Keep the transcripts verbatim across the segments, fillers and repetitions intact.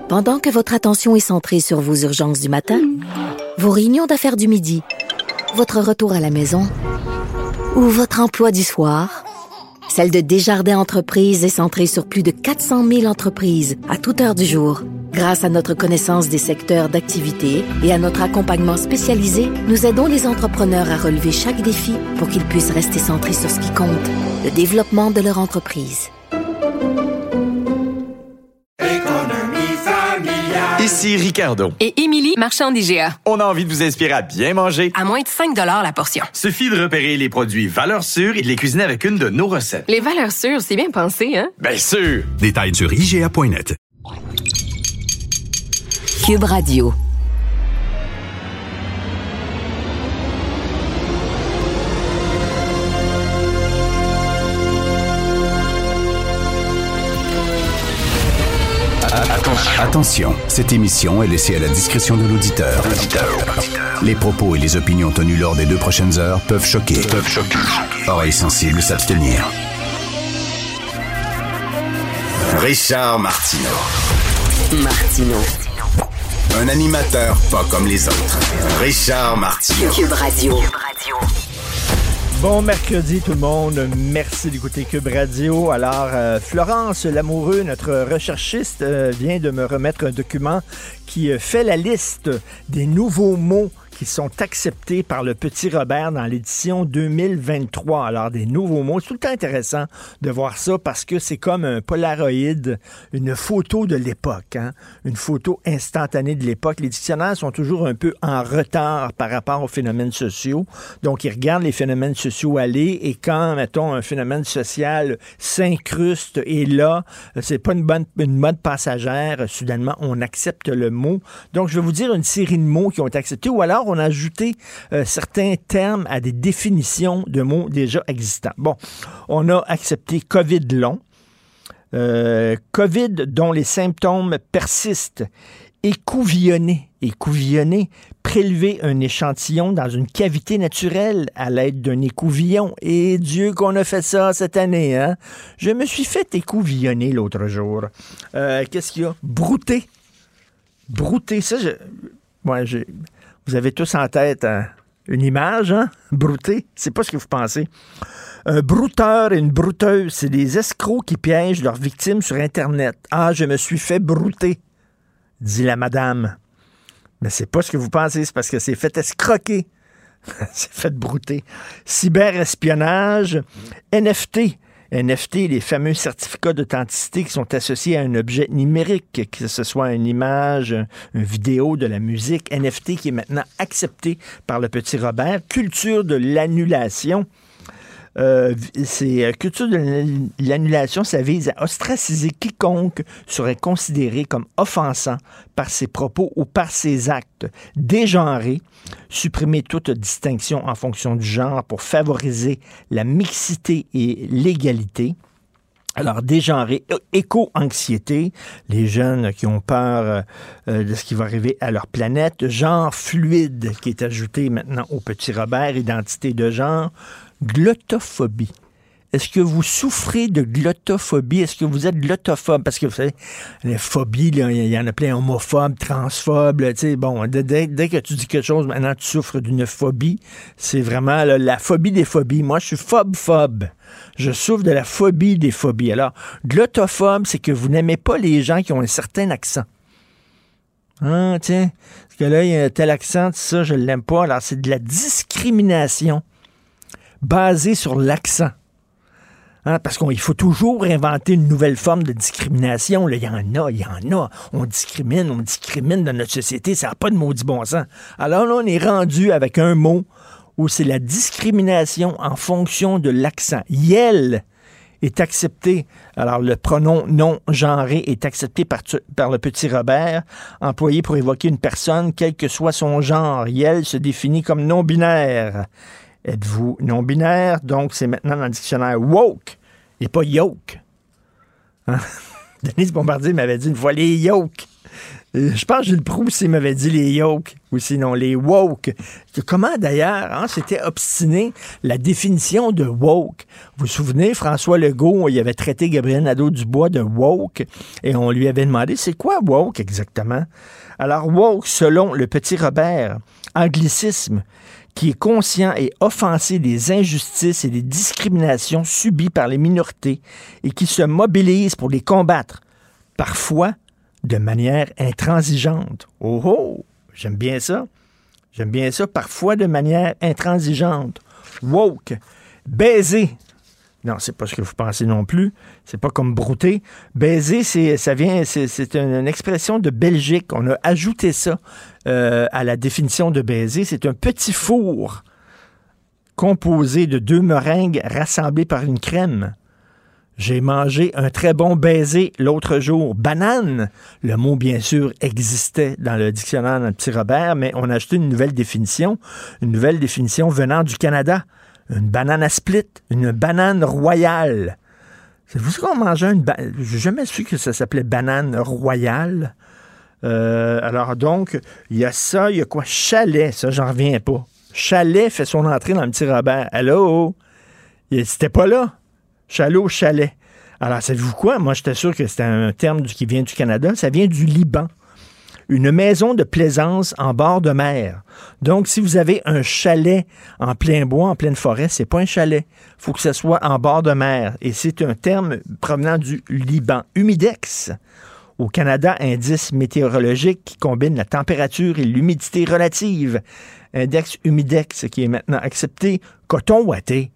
Pendant que votre attention est centrée sur vos urgences du matin, vos réunions d'affaires du midi, votre retour à la maison ou votre emploi du soir, celle de Desjardins Entreprises est centrée sur plus de quatre cent mille entreprises à toute heure du jour. Grâce à notre connaissance des secteurs d'activité et à notre accompagnement spécialisé, nous aidons les entrepreneurs à relever chaque défi pour qu'ils puissent rester centrés sur ce qui compte, le développement de leur entreprise. Ici Ricardo. Et Émilie, marchand d'I G A. On a envie de vous inspirer à bien manger. À moins de cinq dollars la portion. Suffit de repérer les produits valeurs sûres et de les cuisiner avec une de nos recettes. Les valeurs sûres, c'est bien pensé, hein? Bien sûr! Détails sur I G A point net. Cube Radio. Attention, cette émission est laissée à la discrétion de l'auditeur. Les propos et les opinions tenues lors des deux prochaines heures peuvent choquer. Peuvent choquer. Oreilles sensibles s'abstenir. Richard Martineau. Martineau. Un animateur pas comme les autres. Richard Martineau. Cube Radio. Bon mercredi tout le monde, merci d'écouter Cube Radio. Alors, euh, Florence Lamoureux, notre recherchiste, euh, vient de me remettre un document qui euh, fait la liste des nouveaux mots qui sont acceptés par le Petit Robert dans l'édition deux mille vingt-trois. Alors, des nouveaux mots. C'est tout le temps intéressant de voir ça parce que c'est comme un Polaroid, une photo de l'époque, hein? Une photo instantanée de l'époque. Les dictionnaires sont toujours un peu en retard par rapport aux phénomènes sociaux. Donc, ils regardent les phénomènes sociaux aller et quand, mettons, un phénomène social s'incruste et là, c'est pas une bonne une mode passagère, soudainement, on accepte le mot. Donc, je vais vous dire une série de mots qui ont été acceptés ou alors on a ajouté euh, certains termes à des définitions de mots déjà existants. Bon, on a accepté COVID long, euh, COVID dont les symptômes persistent, écouvillonner, écouvillonner, prélever un échantillon dans une cavité naturelle à l'aide d'un écouvillon. Et Dieu qu'on a fait ça cette année, hein? Je me suis fait écouvillonner l'autre jour. Euh, qu'est-ce qu'il y a? Brouter. Brouter, ça, je... Ouais, j'ai... Vous avez tous en tête hein, une image, hein? Brouter, c'est pas ce que vous pensez. Un brouteur et une brouteuse, c'est des escrocs qui piègent leurs victimes sur Internet. Ah, je me suis fait brouter, dit la madame. Mais c'est pas ce que vous pensez, c'est parce que c'est fait escroquer. C'est fait brouter. Cyberespionnage, N F T. N F T, les fameux certificats d'authenticité qui sont associés à un objet numérique, que ce soit une image, une vidéo, de la musique. N F T qui est maintenant accepté par le Petit Robert. Culture de l'annulation. Euh, c'est culture de l'annulation, ça vise à ostraciser quiconque serait considéré comme offensant par ses propos ou par ses actes, dégenrer, supprimer toute distinction en fonction du genre pour favoriser la mixité et l'égalité. Alors, dégenrer, éco-anxiété, les jeunes qui ont peur euh, de ce qui va arriver à leur planète, genre fluide qui est ajouté maintenant au Petit Robert, identité de genre, glottophobie. Est-ce que vous souffrez de glottophobie? Est-ce que vous êtes glottophobe? Parce que vous savez, les phobies, il y en a plein, homophobes, transphobes, tu sais, bon, dès, dès, dès que tu dis quelque chose, maintenant tu souffres d'une phobie. C'est vraiment là, la phobie des phobies. Moi, je suis phobe-phobe. Je souffre de la phobie des phobies. Alors, glottophobe, c'est que vous n'aimez pas les gens qui ont un certain accent. Ah, tiens, parce que là, il y a un tel accent, ça, je l'aime pas. Alors, c'est de la discrimination basée sur l'accent. Hein, parce qu'il faut toujours inventer une nouvelle forme de discrimination. Il y en a, il y en a. On discrimine, on discrimine dans notre société. Ça n'a pas de maudit bon sens. Alors là, on est rendu avec un mot où c'est la discrimination en fonction de l'accent. Yel est accepté. Alors, le pronom non-genré est accepté par, par le Petit Robert, employé pour évoquer une personne, quel que soit son genre. Yel se définit comme non-binaire. Êtes-vous non-binaire? Donc, c'est maintenant dans le dictionnaire woke et pas yoke. Hein? Denise Bombardier m'avait dit une fois les yoke. Je pense que Gilles Proulx, il m'avait dit les yolks, ou sinon les woke. Comment d'ailleurs, hein, c'était obstiné la définition de woke. Vous vous souvenez, François Legault, il avait traité Gabriel Nadeau-Dubois de woke, et on lui avait demandé, c'est quoi woke exactement? Alors woke, selon le petit Robert, anglicisme, qui est conscient et offensé des injustices et des discriminations subies par les minorités et qui se mobilise pour les combattre, parfois de manière intransigeante. Oh oh! J'aime bien ça. J'aime bien ça, parfois de manière intransigeante. Woke. Baiser. Non, c'est pas ce que vous pensez non plus. C'est pas comme brouter. Baiser, c'est, ça vient, c'est, c'est une, une expression de Belgique. On a ajouté ça euh, à la définition de baiser. C'est un petit four composé de deux meringues rassemblées par une crème. J'ai mangé un très bon baiser l'autre jour. Banane. Le mot, bien sûr, existait dans le dictionnaire d'un petit Robert, mais on a ajouté une nouvelle définition. Une nouvelle définition venant du Canada. Une banane à split, une banane royale. Savez-vous ce qu'on mangeait une banane? J'ai jamais su que ça s'appelait banane royale. Euh, alors donc, il y a ça, il y a quoi? Chalet, ça, j'en reviens pas. Chalet fait son entrée dans le petit Robert. Allô? C'était pas là. Chalet au chalet. Alors, savez-vous quoi? Moi, j'étais sûr que c'était un terme du, qui vient du Canada. Ça vient du Liban. Une maison de plaisance en bord de mer. Donc, si vous avez un chalet en plein bois, en pleine forêt, c'est pas un chalet. Il faut que ce soit en bord de mer. Et c'est un terme provenant du Liban. Humidex. Au Canada, indice météorologique qui combine la température et l'humidité relative. Index humidex qui est maintenant accepté. Coton ouaté.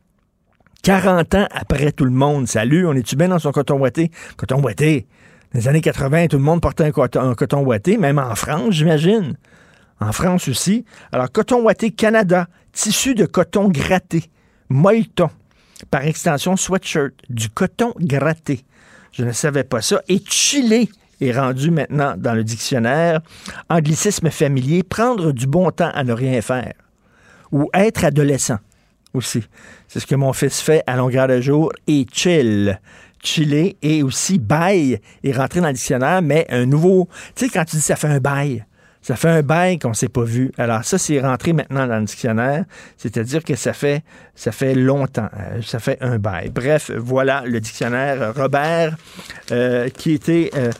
quarante ans après tout le monde. Salut, on est-tu bien dans son coton ouaté? Coton ouaté. Dans les années quatre-vingts, tout le monde portait un coton, un coton ouaté, même en France, j'imagine. En France aussi. Alors, coton ouaté Canada, tissu de coton gratté, molleton, par extension sweatshirt, du coton gratté. Je ne savais pas ça. Et chillé est rendu maintenant dans le dictionnaire. Anglicisme familier, prendre du bon temps à ne rien faire. Ou être adolescent aussi. C'est ce que mon fils fait à longueur de jour. Et chill. Chiller et aussi bail est rentré dans le dictionnaire, mais un nouveau... Tu sais, quand tu dis ça fait un bail, ça fait un bail qu'on ne s'est pas vu. Alors ça, c'est rentré maintenant dans le dictionnaire, c'est-à-dire que ça fait, ça fait longtemps, euh, ça fait un bail. Bref, voilà le dictionnaire Robert euh, qui était... Euh,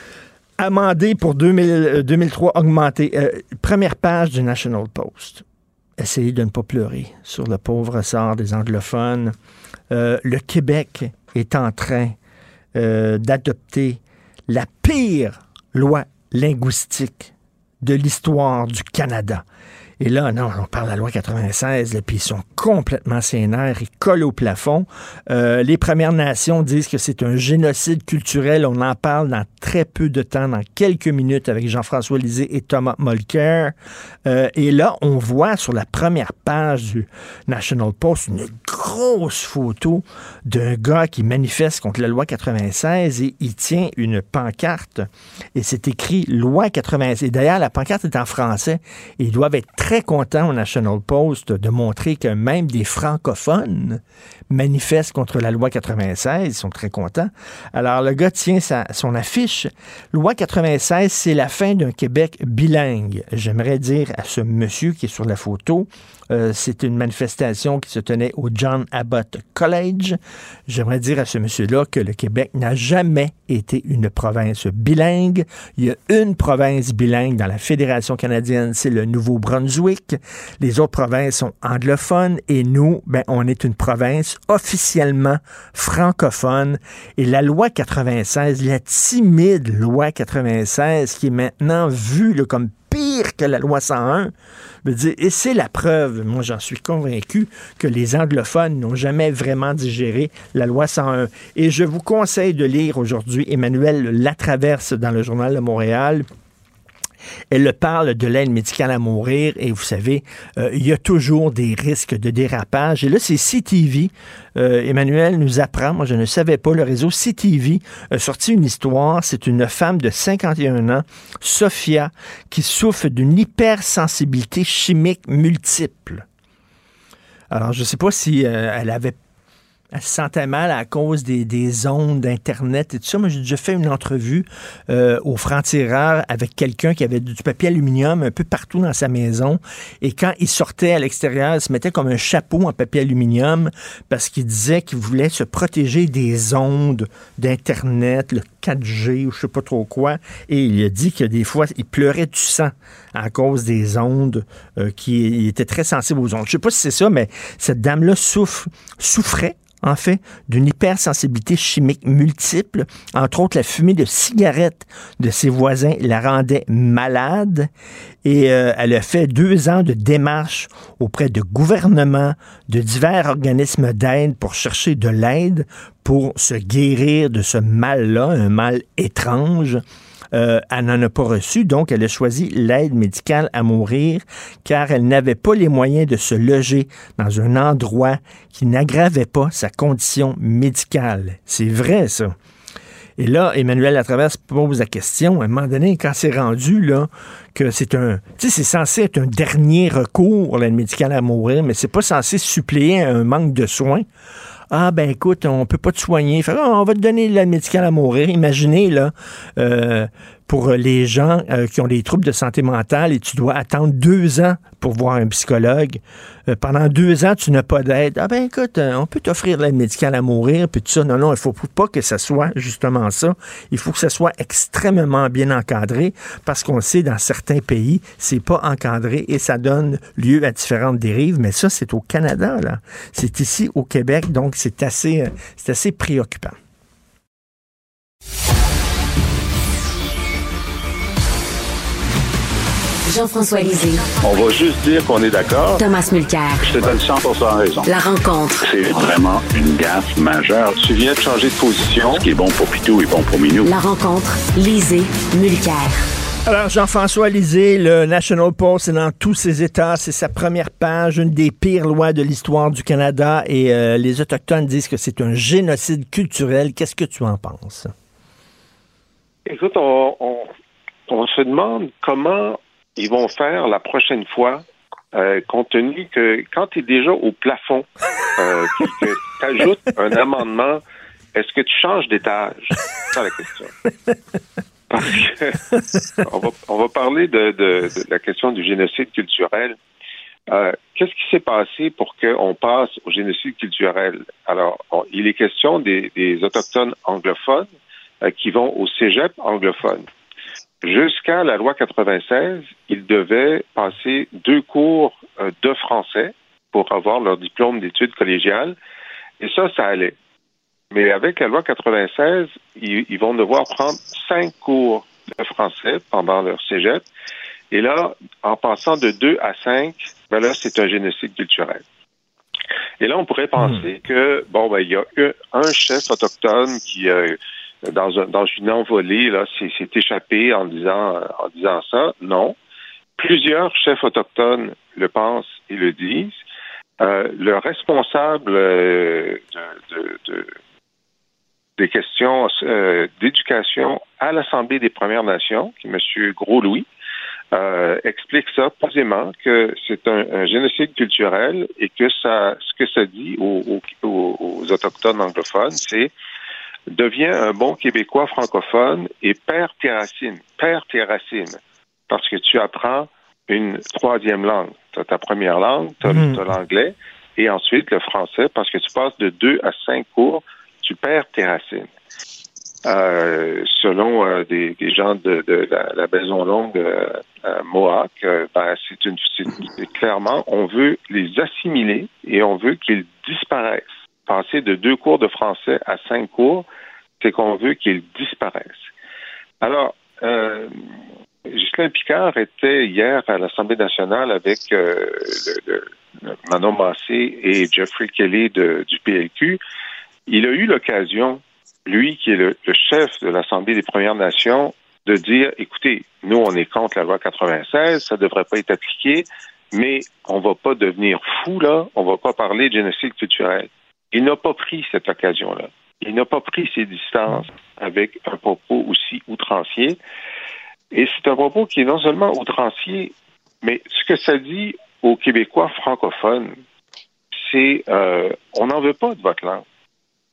amendé pour deux mille, deux mille trois, augmenté. Euh, première page du National Post. Essayez de ne pas pleurer sur le pauvre sort des anglophones. Euh, le Québec est en train euh, d'adopter la pire loi linguistique de l'histoire du Canada. Et là, non, on parle de la loi quatre-vingt-seize, là, puis ils sont complètement sénères, ils collent au plafond. Euh, les Premières Nations disent que c'est un génocide culturel. On en parle dans très peu de temps, dans quelques minutes, avec Jean-François Lisée et Thomas Mulcair. Euh, et là, on voit sur la première page du National Post une grosse photo d'un gars qui manifeste contre la loi quatre-vingt-seize et il tient une pancarte et c'est écrit loi quatre-vingt-seize. Et d'ailleurs, la pancarte est en français et ils doivent être très contents au National Post de montrer que même des francophones manifestent contre la loi quatre-vingt-seize. Ils sont très contents. Alors, le gars tient sa, son affiche. Loi quatre-vingt-seize, c'est la fin d'un Québec bilingue. J'aimerais dire à ce monsieur qui est sur la photo, euh, c'est une manifestation qui se tenait au John Abbott College. J'aimerais dire à ce monsieur-là que le Québec n'a jamais été une province bilingue. Il y a une province bilingue dans la Fédération canadienne, c'est le Nouveau-Brunswick. Les autres provinces sont anglophones et nous, ben, on est une province officiellement francophone. Et la loi quatre-vingt-seize, la timide loi quatre-vingt-seize qui est maintenant vue là, comme pire que la loi cent un, veut dire, et c'est la preuve, moi j'en suis convaincu, que les anglophones n'ont jamais vraiment digéré la loi cent un. Et je vous conseille de lire aujourd'hui Emmanuel Latraverse dans le Journal de Montréal. Elle parle de l'aide médicale à mourir et vous savez, euh, il y a toujours des risques de dérapage. Et là, c'est C T V. Euh, Emmanuel nous apprend, moi je ne savais pas, le réseau C T V a sorti une histoire. C'est une femme de cinquante et un ans, Sophia, qui souffre d'une hypersensibilité chimique multiple. Alors, je ne sais pas si euh, elle avait Elle se sentait mal à cause des, des ondes d'Internet et tout ça. Moi, j'ai déjà fait une entrevue euh, au franc-tireur avec quelqu'un qui avait du papier aluminium un peu partout dans sa maison. Et quand il sortait à l'extérieur, il se mettait comme un chapeau en papier aluminium parce qu'il disait qu'il voulait se protéger des ondes d'Internet, le quatre G ou je sais pas trop quoi. Et il a dit que des fois, il pleurait du sang à cause des ondes, euh, qui il était très sensible aux ondes. Je sais pas si c'est ça, mais cette dame-là souffre, souffrait en fait, d'une hypersensibilité chimique multiple. Entre autres, la fumée de cigarettes de ses voisins la rendait malade. Et euh, elle a fait deux ans de démarches auprès de gouvernements, de divers organismes d'aide pour chercher de l'aide pour se guérir de ce mal-là, un mal étrange. Euh, elle n'en a pas reçu, donc elle a choisi l'aide médicale à mourir car elle n'avait pas les moyens de se loger dans un endroit qui n'aggravait pas sa condition médicale. C'est vrai, ça. Et là, Emmanuel Latraverse pose la question, à un moment donné, quand c'est rendu, là, que c'est un, tu sais, c'est censé être un dernier recours, l'aide médicale à mourir, mais c'est pas censé suppléer un manque de soins. Ah, ben écoute, on peut pas te soigner. Fait, oh, on va te donner l'aide médicale à mourir. Imaginez, là, euh, pour les gens euh, qui ont des troubles de santé mentale et tu dois attendre deux ans pour voir un psychologue. Euh, pendant deux ans, tu n'as pas d'aide. Ah, ben écoute, euh, on peut t'offrir l'aide médicale à mourir, puis tout ça. Non, non, il faut pas que ça soit justement ça. Il faut que ça soit extrêmement bien encadré parce qu'on sait, dans certains pays, c'est pas encadré et ça donne lieu à différentes dérives. Mais ça, c'est au Canada, là. C'est ici, au Québec, donc c'est assez, euh, c'est assez préoccupant. Jean-François Lisée. On va juste dire qu'on est d'accord. Thomas Mulcair. Je te donne cent pour cent raison. La rencontre. C'est vraiment une gaffe majeure. Tu viens de changer de position. Ce qui est bon pour Pitou est bon pour Minou. La rencontre. Lisée. Mulcair. Alors, Jean-François Lisée, le National Post est dans tous ses états. C'est sa première page, une des pires lois de l'histoire du Canada. Et euh, les Autochtones disent que c'est un génocide culturel. Qu'est-ce que tu en penses? Écoute, on, on, on se demande comment ils vont faire la prochaine fois, euh, compte tenu que quand tu es déjà au plafond, euh, puis que tu ajoutes un amendement, est-ce que tu changes d'étage? C'est ça la question. Parce que on va, on va parler de, de, de la question du génocide culturel. Euh, qu'est-ce qui s'est passé pour qu'on passe au génocide culturel? Alors, on, il est question des, des Autochtones anglophones euh, qui vont au cégep anglophone. Jusqu'à la loi quatre-vingt-seize, ils devaient passer deux cours euh, de français pour avoir leur diplôme d'études collégiales. Et ça, ça allait. Mais avec la loi quatre-vingt-seize, ils, ils vont devoir prendre cinq cours de français pendant leur cégep. Et là, en passant de deux à cinq, ben là, c'est un génocide culturel. Et là, on pourrait penser mmh. que, bon, ben, il y a un, un chef autochtone qui, euh, dans, un, dans une envolée, là, s'est, s'est échappé en disant, en disant ça. Non. Plusieurs chefs autochtones le pensent et le disent. Euh, le responsable euh, de, de, de, des questions euh, d'éducation à l'Assemblée des Premières Nations, qui est M. Gros-Louis, Euh, explique ça posément, que c'est un, un génocide culturel et que ça, ce que ça dit aux, aux, aux Autochtones anglophones, c'est deviens un bon Québécois francophone et perds tes racines, perds tes racines, parce que tu apprends une troisième langue. Tu as ta première langue, tu as mmh. l'anglais, et ensuite le français, parce que tu passes de deux à cinq cours, tu perds tes racines. Euh, selon euh, des, des gens de, de la, la Maison Longue euh, euh, Mohawk, euh, ben, c'est une, c'est, c'est clairement, on veut les assimiler et on veut qu'ils disparaissent. Passer de deux cours de français à cinq cours, c'est qu'on veut qu'ils disparaissent. Alors, euh, Ghislain Picard était hier à l'Assemblée nationale avec euh, le, le, Manon Massé et Jeffrey Kelly de, du P L Q. Il a eu l'occasion, lui qui est le, le chef de l'Assemblée des Premières Nations, de dire, écoutez, nous, on est contre la loi quatre-vingt-seize, ça ne devrait pas être appliqué, mais on ne va pas devenir fou, là, on ne va pas parler de génocide culturel. Il n'a pas pris cette occasion-là. Il n'a pas pris ses distances avec un propos aussi outrancier. Et c'est un propos qui est non seulement outrancier, mais ce que ça dit aux Québécois francophones, c'est euh, on n'en veut pas de votre langue.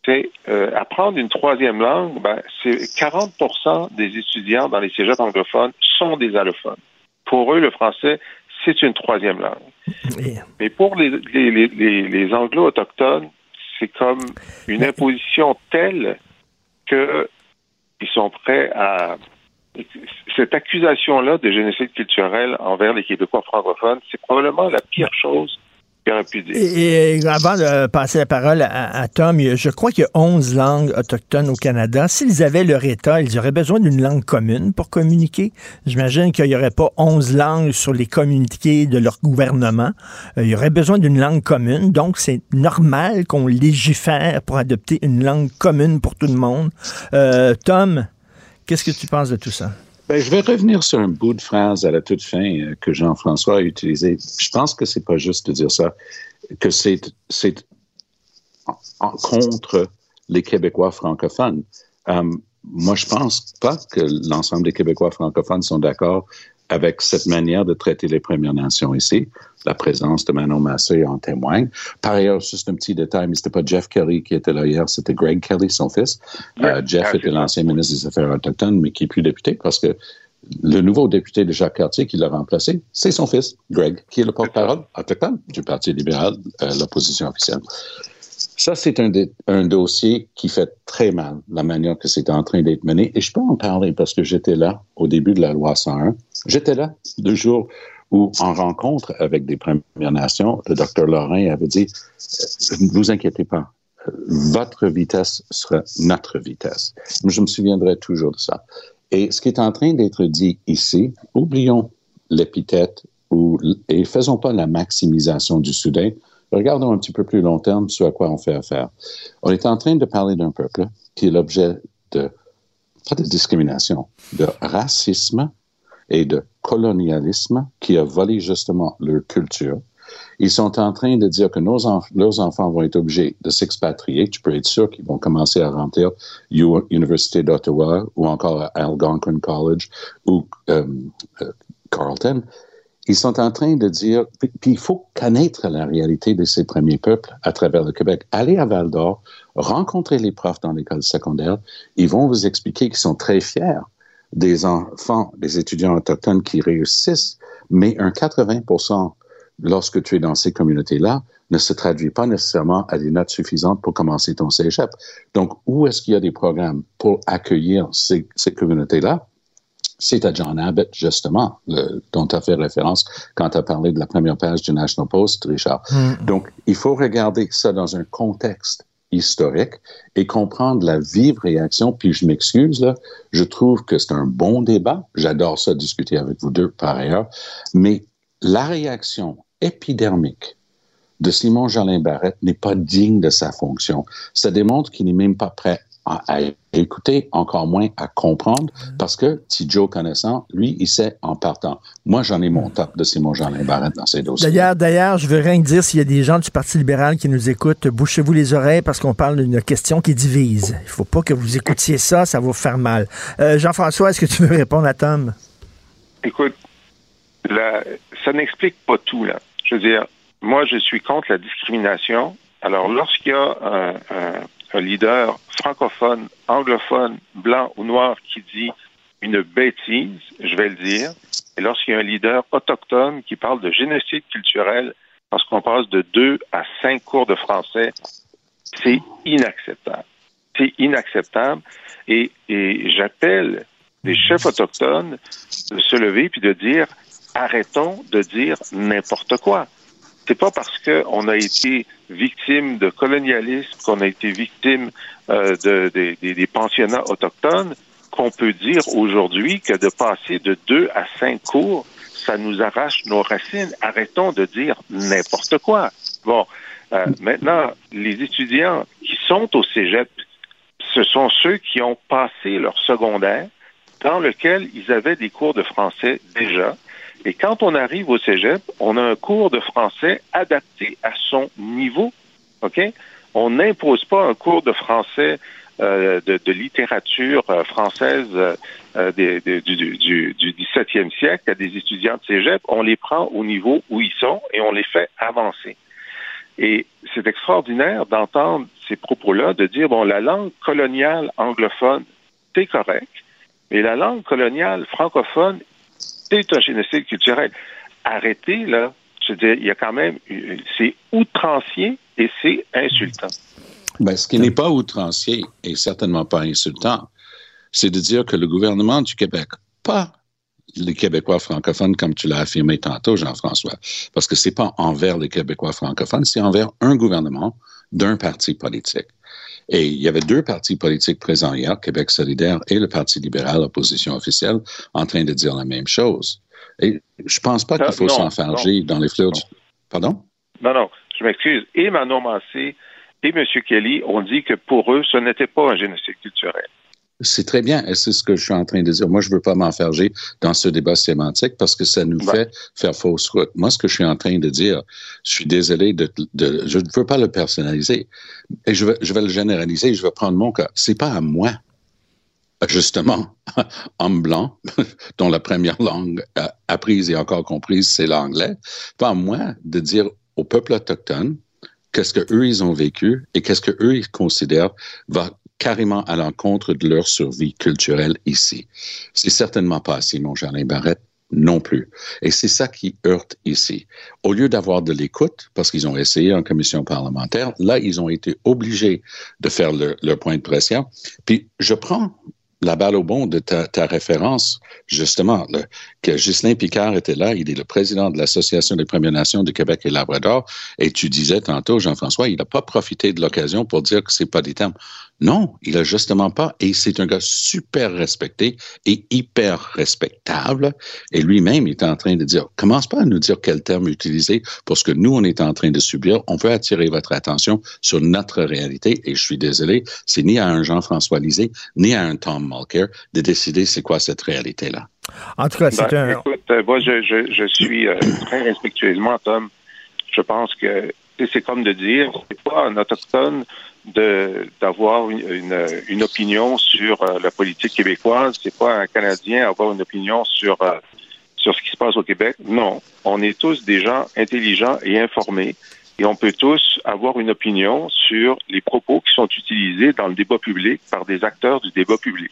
c'est euh, apprendre une troisième langue, ben, c'est quarante pour cent des étudiants dans les cégeps anglophones sont des allophones. Pour eux, le français, c'est une troisième langue. Yeah. Mais pour les, les, les, les, les anglo-autochtones, c'est comme une imposition telle que ils sont prêts à... Cette accusation-là de génocide culturel envers les Québécois francophones, c'est probablement la pire chose qu'il aurait pu dire. Et, et avant de passer la parole à, à Tom, je crois qu'il y a onze langues autochtones au Canada. S'ils avaient leur État, ils auraient besoin d'une langue commune pour communiquer. J'imagine qu'il n'y aurait pas onze langues sur les communiqués de leur gouvernement. Il y aurait besoin d'une langue commune. Donc, c'est normal qu'on légifère pour adopter une langue commune pour tout le monde. Euh, Tom, qu'est-ce que tu penses de tout ça? Ben, je vais revenir sur un bout de phrase à la toute fin euh, que Jean-François a utilisé. Je pense que c'est pas juste de dire ça, que c'est, c'est en, en, contre les Québécois francophones. Euh, moi, je pense pas que l'ensemble des Québécois francophones sont d'accord avec cette manière de traiter les Premières Nations ici. La présence de Manon Massé en témoigne. Par ailleurs, juste un petit détail, mais c'était pas Jeff Kelly qui était là hier, c'était Greg Kelly, son fils. Oui, euh, Jeff était l'ancien ministre des Affaires autochtones, mais qui est plus député parce que le nouveau député de Jacques Cartier qui l'a remplacé, c'est son fils, Greg, qui est le porte-parole autochtone du Parti libéral, euh, l'opposition officielle. Ça, c'est un, dé- un dossier qui fait très mal, la manière que c'est en train d'être mené. Et je peux en parler parce que j'étais là au début de la loi cent un. J'étais là le jour où, en rencontre avec des Premières Nations, le docteur Lorrain avait dit « Ne vous inquiétez pas, votre vitesse sera notre vitesse. » Je me souviendrai toujours de ça. Et ce qui est en train d'être dit ici, oublions l'épithète ou, et faisons pas la maximisation du soudain. Regardons un petit peu plus long terme sur à quoi on fait affaire. On est en train de parler d'un peuple qui est l'objet de, pas de discrimination, de racisme et de colonialisme qui a volé justement leur culture. Ils sont en train de dire que nos enf- leurs enfants vont être obligés de s'expatrier. Tu peux être sûr qu'ils vont commencer à remplir l'Université d'Ottawa ou encore à Algonquin College ou euh, euh, Carleton. Ils sont en train de dire, puis il faut connaître la réalité de ces premiers peuples à travers le Québec. Allez à Val-d'Or, rencontrez les profs dans l'école secondaire. Ils vont vous expliquer qu'ils sont très fiers des enfants, des étudiants autochtones qui réussissent, mais un quatre-vingts pour cent, lorsque tu es dans ces communautés-là, ne se traduit pas nécessairement à des notes suffisantes pour commencer ton cégep. Donc, où est-ce qu'il y a des programmes pour accueillir ces, ces communautés-là? C'est à John Abbott, justement, le, dont tu as fait référence quand tu as parlé de la première page du National Post, Richard. Mm. Donc, il faut regarder ça dans un contexte historique et comprendre la vive réaction. Puis je m'excuse, là, je trouve que c'est un bon débat. J'adore ça, discuter avec vous deux, par ailleurs. Mais la réaction épidermique de Simon Jolin Barrette n'est pas digne de sa fonction. Ça démontre qu'il n'est même pas prêt à, à écouter, encore moins à comprendre, parce que, si Joe connaissant, lui, il sait en partant. Moi, j'en ai mon top de Simon Jolin Barrette dans ces dossiers. D'ailleurs, d'ailleurs, je veux rien dire s'il y a des gens du Parti libéral qui nous écoutent, bouchez-vous les oreilles parce qu'on parle d'une question qui divise. Il ne faut pas que vous écoutiez ça, ça va vous faire mal. Euh, Jean-François, est-ce que tu veux répondre à Tom? Écoute, la, ça n'explique pas tout, là. Je veux dire, moi, je suis contre la discrimination. Alors, lorsqu'il y a un, un, un leader francophone, anglophone, blanc ou noir qui dit une bêtise, je vais le dire, et lorsqu'il y a un leader autochtone qui parle de génocide culturel, lorsqu'on passe de deux à cinq cours de français, c'est inacceptable. C'est inacceptable. Et, et j'appelle les chefs autochtones de se lever puis de dire arrêtons de dire n'importe quoi. C'est pas parce qu'on a été victime de colonialisme, qu'on a été victime euh, de, de, de, des pensionnats autochtones, qu'on peut dire aujourd'hui que de passer de deux à cinq cours, ça nous arrache nos racines. Arrêtons de dire n'importe quoi. Bon, euh, maintenant, les étudiants qui sont au cégep, ce sont ceux qui ont passé leur secondaire, dans lequel ils avaient des cours de français déjà. Et quand on arrive au cégep, on a un cours de français adapté à son niveau, OK? On n'impose pas un cours de français euh, de, de littérature euh, française euh, des, de, du, du, du dix-septième siècle à des étudiants de cégep. On les prend au niveau où ils sont et on les fait avancer. Et c'est extraordinaire d'entendre ces propos-là, de dire, bon, la langue coloniale anglophone, c'est correct, mais la langue coloniale francophone, c'est un génocide culturel. Arrêtez, là. Je veux dire, il y a quand même... C'est outrancier et c'est insultant. Ben, ce qui n'est pas outrancier et certainement pas insultant, c'est de dire que le gouvernement du Québec, pas les Québécois francophones, comme tu l'as affirmé tantôt, Jean-François, parce que c'est pas envers les Québécois francophones, c'est envers un gouvernement d'un parti politique. Et il y avait deux partis politiques présents hier, Québec solidaire et le Parti libéral, opposition officielle, en train de dire la même chose. Et je pense pas qu'il faut non, s'enfarger non, dans les fleurs du... Pardon? Non, non, je m'excuse. Et Manon Massé et M. Kelly ont dit que pour eux, ce n'était pas un génocide culturel. C'est très bien, et c'est ce que je suis en train de dire. Moi, je ne veux pas m'enfarger dans ce débat sémantique parce que ça nous ouais. fait faire fausse route. Moi, ce que je suis en train de dire, je suis désolé de, de je ne veux pas le personnaliser, et je vais, je vais le généraliser, je vais prendre mon cas. C'est pas à moi, justement, homme blanc, dont la première langue euh, apprise et encore comprise, c'est l'anglais, pas à moi de dire au peuple autochtone qu'est-ce qu'eux, ils ont vécu et qu'est-ce qu'eux, ils considèrent va carrément à l'encontre de leur survie culturelle ici. C'est certainement pas Simon Jolin Barrette non plus. Et c'est ça qui heurte ici. Au lieu d'avoir de l'écoute, parce qu'ils ont essayé en commission parlementaire, là, ils ont été obligés de faire leur, leur point de pression. Puis, je prends la balle au bond de ta, ta référence, justement, là, que Ghislain Picard était là, il est le président de l'Association des Premières Nations du Québec et Labrador, et tu disais tantôt, Jean-François, il n'a pas profité de l'occasion pour dire que c'est pas des termes. Non, il a justement pas, et c'est un gars super respecté et hyper respectable, et lui-même est en train de dire, commence pas à nous dire quel terme utiliser pour ce que nous, on est en train de subir, on veut attirer votre attention sur notre réalité, et je suis désolé, c'est ni à un Jean-François Lisée, ni à un Tom Mulcair de décider c'est quoi cette réalité-là. En tout cas, c'est ben, un... Écoute, euh, moi, je, je, je suis euh, très respectueusement, Tom, je pense que c'est comme de dire, c'est pas un autochtone de d'avoir une, une, une opinion sur euh, la politique québécoise, c'est pas un Canadien avoir une opinion sur euh, sur ce qui se passe au Québec. Non, on est tous des gens intelligents et informés et on peut tous avoir une opinion sur les propos qui sont utilisés dans le débat public par des acteurs du débat public.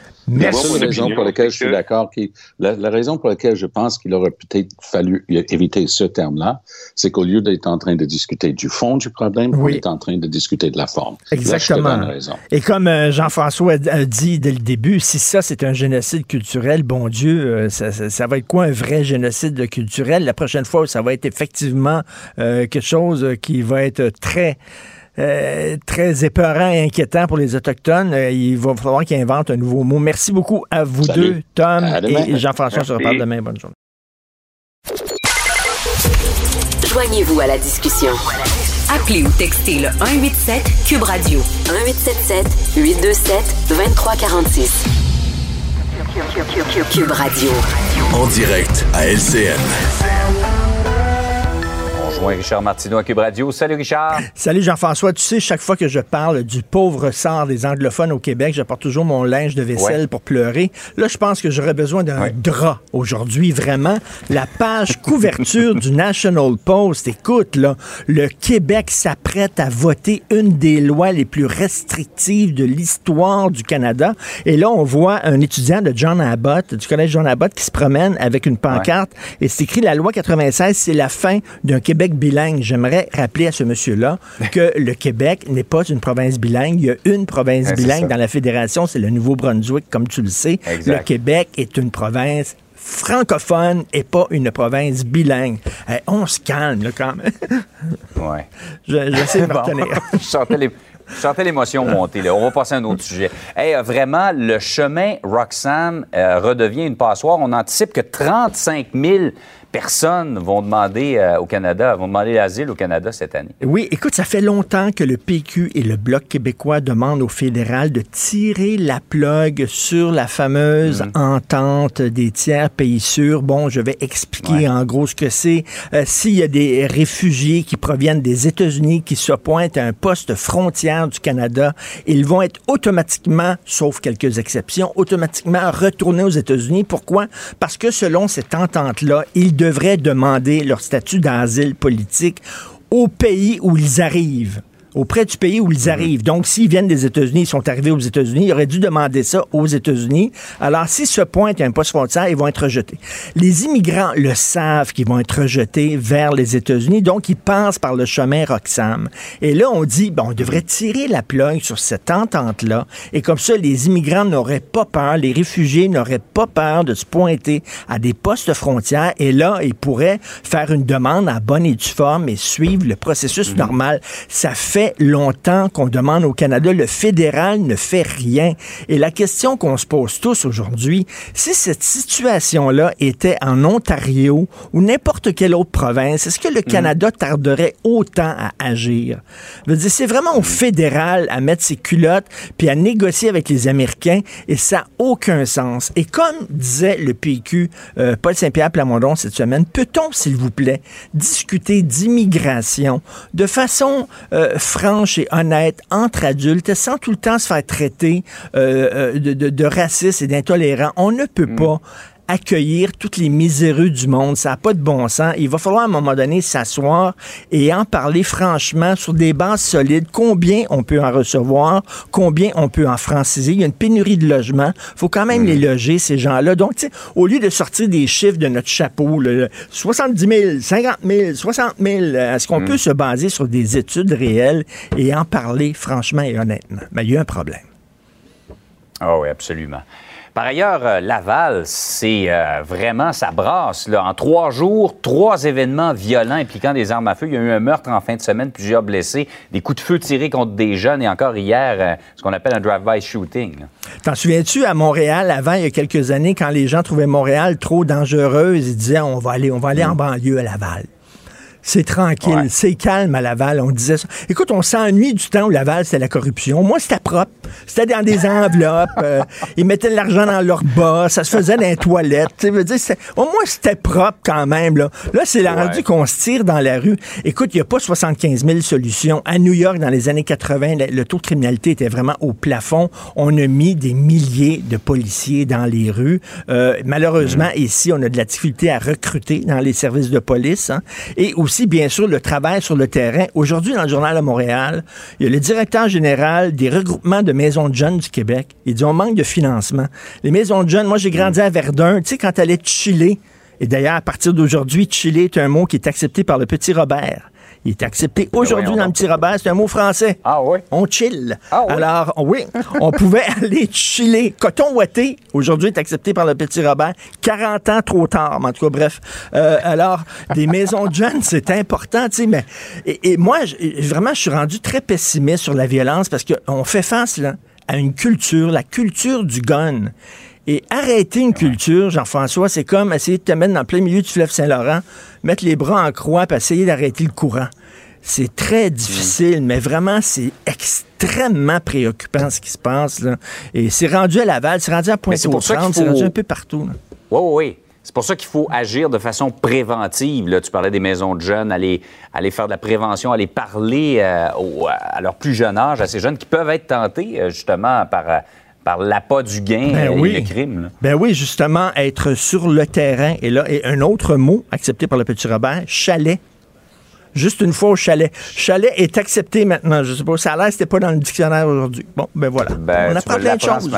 La seule raison pour laquelle je suis d'accord, qui, la, la raison pour laquelle je pense qu'il aurait peut-être fallu éviter ce terme-là, c'est qu'au lieu d'être en train de discuter du fond du problème, oui. on est en train de discuter de la forme. Exactement. Là, je te donne raison. Et comme euh, Jean-François a dit dès le début, si ça, c'est un génocide culturel, bon Dieu, euh, ça, ça, ça va être quoi un vrai génocide culturel? La prochaine fois, ça va être effectivement euh, quelque chose qui va être très... Euh, très épeurant et inquiétant pour les Autochtones. Euh, il va falloir qu'ils inventent un nouveau mot. Merci beaucoup à vous Salut. deux, Tom et Jean-François. On se reparle demain. Bonne journée. Joignez-vous à la discussion. Appelez ou textez le un huit sept Cube Radio. un huit sept sept huit deux sept deux trois quatre six. Cube Radio. En direct à L C N. Bonjour, Richard Martineau à Cube Radio. Salut, Richard. Salut, Jean-François. Tu sais, chaque fois que je parle du pauvre sort des anglophones au Québec, j'apporte toujours mon linge de vaisselle ouais. pour pleurer. Là, je pense que j'aurais besoin d'un ouais. drap aujourd'hui, vraiment. La page couverture du National Post, écoute, là, le Québec s'apprête à voter une des lois les plus restrictives de l'histoire du Canada. Et là, on voit un étudiant de John Abbott, du collège John Abbott, qui se promène avec une pancarte ouais. et c'est écrit « La loi quatre-vingt-seize, c'est la fin d'un Québec bilingue ». J'aimerais rappeler à ce monsieur-là que le Québec n'est pas une province bilingue. Il y a une province ouais, bilingue dans la fédération, c'est le Nouveau-Brunswick, comme tu le sais. Exact. Le Québec est une province francophone et pas une province bilingue. Hey, on se calme, là, quand même. Ouais. Je, j'essaie de me retenir. Je sentais les... Je sentais l'émotion monter, là. On va passer à un autre sujet. Hey, vraiment, le chemin Roxham euh, redevient une passoire. On anticipe que trente-cinq mille personnes vont demander euh, au Canada, vont demander l'asile au Canada cette année. Oui, écoute, ça fait longtemps que le P Q et le Bloc québécois demandent au fédéral de tirer la plug sur la fameuse mmh. entente des tiers pays sûrs. Bon, je vais expliquer ouais. en gros ce que c'est. Euh, s'il y a des réfugiés qui proviennent des États-Unis qui se pointent à un poste frontière du Canada, ils vont être automatiquement, sauf quelques exceptions, automatiquement retournés aux États-Unis. Pourquoi? Parce que selon cette entente-là, ils devraient demander leur statut d'asile politique au pays où ils arrivent. Auprès du pays où ils arrivent. Donc, s'ils viennent des États-Unis, ils sont arrivés aux États-Unis, ils auraient dû demander ça aux États-Unis. Alors, s'ils se pointent à un poste frontière, ils vont être rejetés. Les immigrants le savent qu'ils vont être rejetés vers les États-Unis, donc ils passent par le chemin Roxham. Et là, on dit, bon, on devrait tirer la plug sur cette entente-là, et comme ça, les immigrants n'auraient pas peur, les réfugiés n'auraient pas peur de se pointer à des postes frontières, et là, ils pourraient faire une demande à bonne et due forme et suivre le processus mmh. normal. Ça fait longtemps qu'on demande au Canada, le fédéral ne fait rien. Et la question qu'on se pose tous aujourd'hui, si cette situation-là était en Ontario ou n'importe quelle autre province, est-ce que le Canada tarderait autant à agir? Je veux dire, c'est vraiment au fédéral à mettre ses culottes puis à négocier avec les Américains et ça n'a aucun sens. Et comme disait le P Q, euh, Paul Saint-Pierre Plamondon cette semaine, peut-on, s'il vous plaît, discuter d'immigration de façon euh, franche et honnête entre adultes sans tout le temps se faire traiter euh, de, de, de raciste et d'intolérant. On ne peut mmh. pas accueillir toutes les miséreux du monde. Ça n'a pas de bon sens. Il va falloir à un moment donné s'asseoir et en parler franchement sur des bases solides. Combien on peut en recevoir? Combien on peut en franciser? Il y a une pénurie de logements. Il faut quand même mmh. les loger, ces gens-là. Donc, tu sais, au lieu de sortir des chiffres de notre chapeau, là, soixante-dix mille, cinquante mille, soixante mille, est-ce qu'on mmh. peut se baser sur des études réelles et en parler franchement et honnêtement? Mais il y a un problème. Ah oui, absolument. Par ailleurs, euh, Laval, c'est euh, vraiment, ça brasse. Là. En trois jours, trois événements violents impliquant des armes à feu. Il y a eu un meurtre en fin de semaine, plusieurs blessés, des coups de feu tirés contre des jeunes et encore hier, euh, ce qu'on appelle un drive-by shooting. Là. T'en souviens-tu, à Montréal, avant, il y a quelques années, quand les gens trouvaient Montréal trop dangereuse, ils disaient, on va aller, on va aller mmh. en banlieue à Laval. C'est tranquille, ouais. c'est calme à Laval. On disait ça. Écoute, on s'ennuie du temps où Laval, c'était la corruption. Moi, c'était propre. C'était dans des enveloppes. euh, ils mettaient de l'argent dans leur bas. Ça se faisait dans les toilettes. Tu veux dire, au moins, c'était propre quand même. Là, là c'est ouais. rendu qu'on se tire dans la rue. Écoute, il n'y a pas soixante-quinze mille solutions. À New York, dans les années quatre-vingt, le, le taux de criminalité était vraiment au plafond. On a mis des milliers de policiers dans les rues. Euh, malheureusement, mmh. ici, on a de la difficulté à recruter dans les services de police. Hein, et aussi, bien sûr, le travail sur le terrain. Aujourd'hui, dans le Journal de Montréal, il y a le directeur général des regroupements de maisons de jeunes du Québec. Il dit, on manque de financement. Les maisons de jeunes, moi, j'ai grandi à Verdun. Tu sais, quand t'allais chiller, et d'ailleurs, à partir d'aujourd'hui, chiller est un mot qui est accepté par le Petit Robert. Il est accepté aujourd'hui dans le Petit Robert. C'est un mot français. Ah oui? On chill. Ah oui? Alors, oui, on pouvait aller chiller. Coton ouaté, aujourd'hui, est accepté par le Petit Robert. quarante ans trop tard, mais en tout cas, bref. Euh, alors, des maisons de jeunes, c'est important, tu sais, mais... Et, et moi, j- vraiment, je suis rendu très pessimiste sur la violence parce qu'on fait face, là, à une culture, la culture du gun. Et arrêter une culture, Jean-François, c'est comme essayer de te mettre dans le plein milieu du fleuve Saint-Laurent, mettre les bras en croix et essayer d'arrêter le courant. C'est très difficile, mmh. mais vraiment, c'est extrêmement préoccupant ce qui se passe, là. Et c'est rendu à Laval, c'est rendu à Pointe-aux-Trembles, faut... c'est rendu un peu partout, là. Oui, oui, oui. C'est pour ça qu'il faut agir de façon préventive. Là, tu parlais des maisons de jeunes, aller, aller faire de la prévention, aller parler euh, au, à leur plus jeune âge, à ces jeunes qui peuvent être tentés, euh, justement, par... Euh, par l'appât du gain ben et oui. le crime. Là. Ben oui, justement, être sur le terrain. Et là, et un autre mot accepté par le Petit Robert, chalet. Juste une fois au chalet. Chalet est accepté maintenant. Je sais pas, ça a l'air que c'était pas dans le dictionnaire aujourd'hui. Bon, ben voilà. Ben, on apprend plein de choses.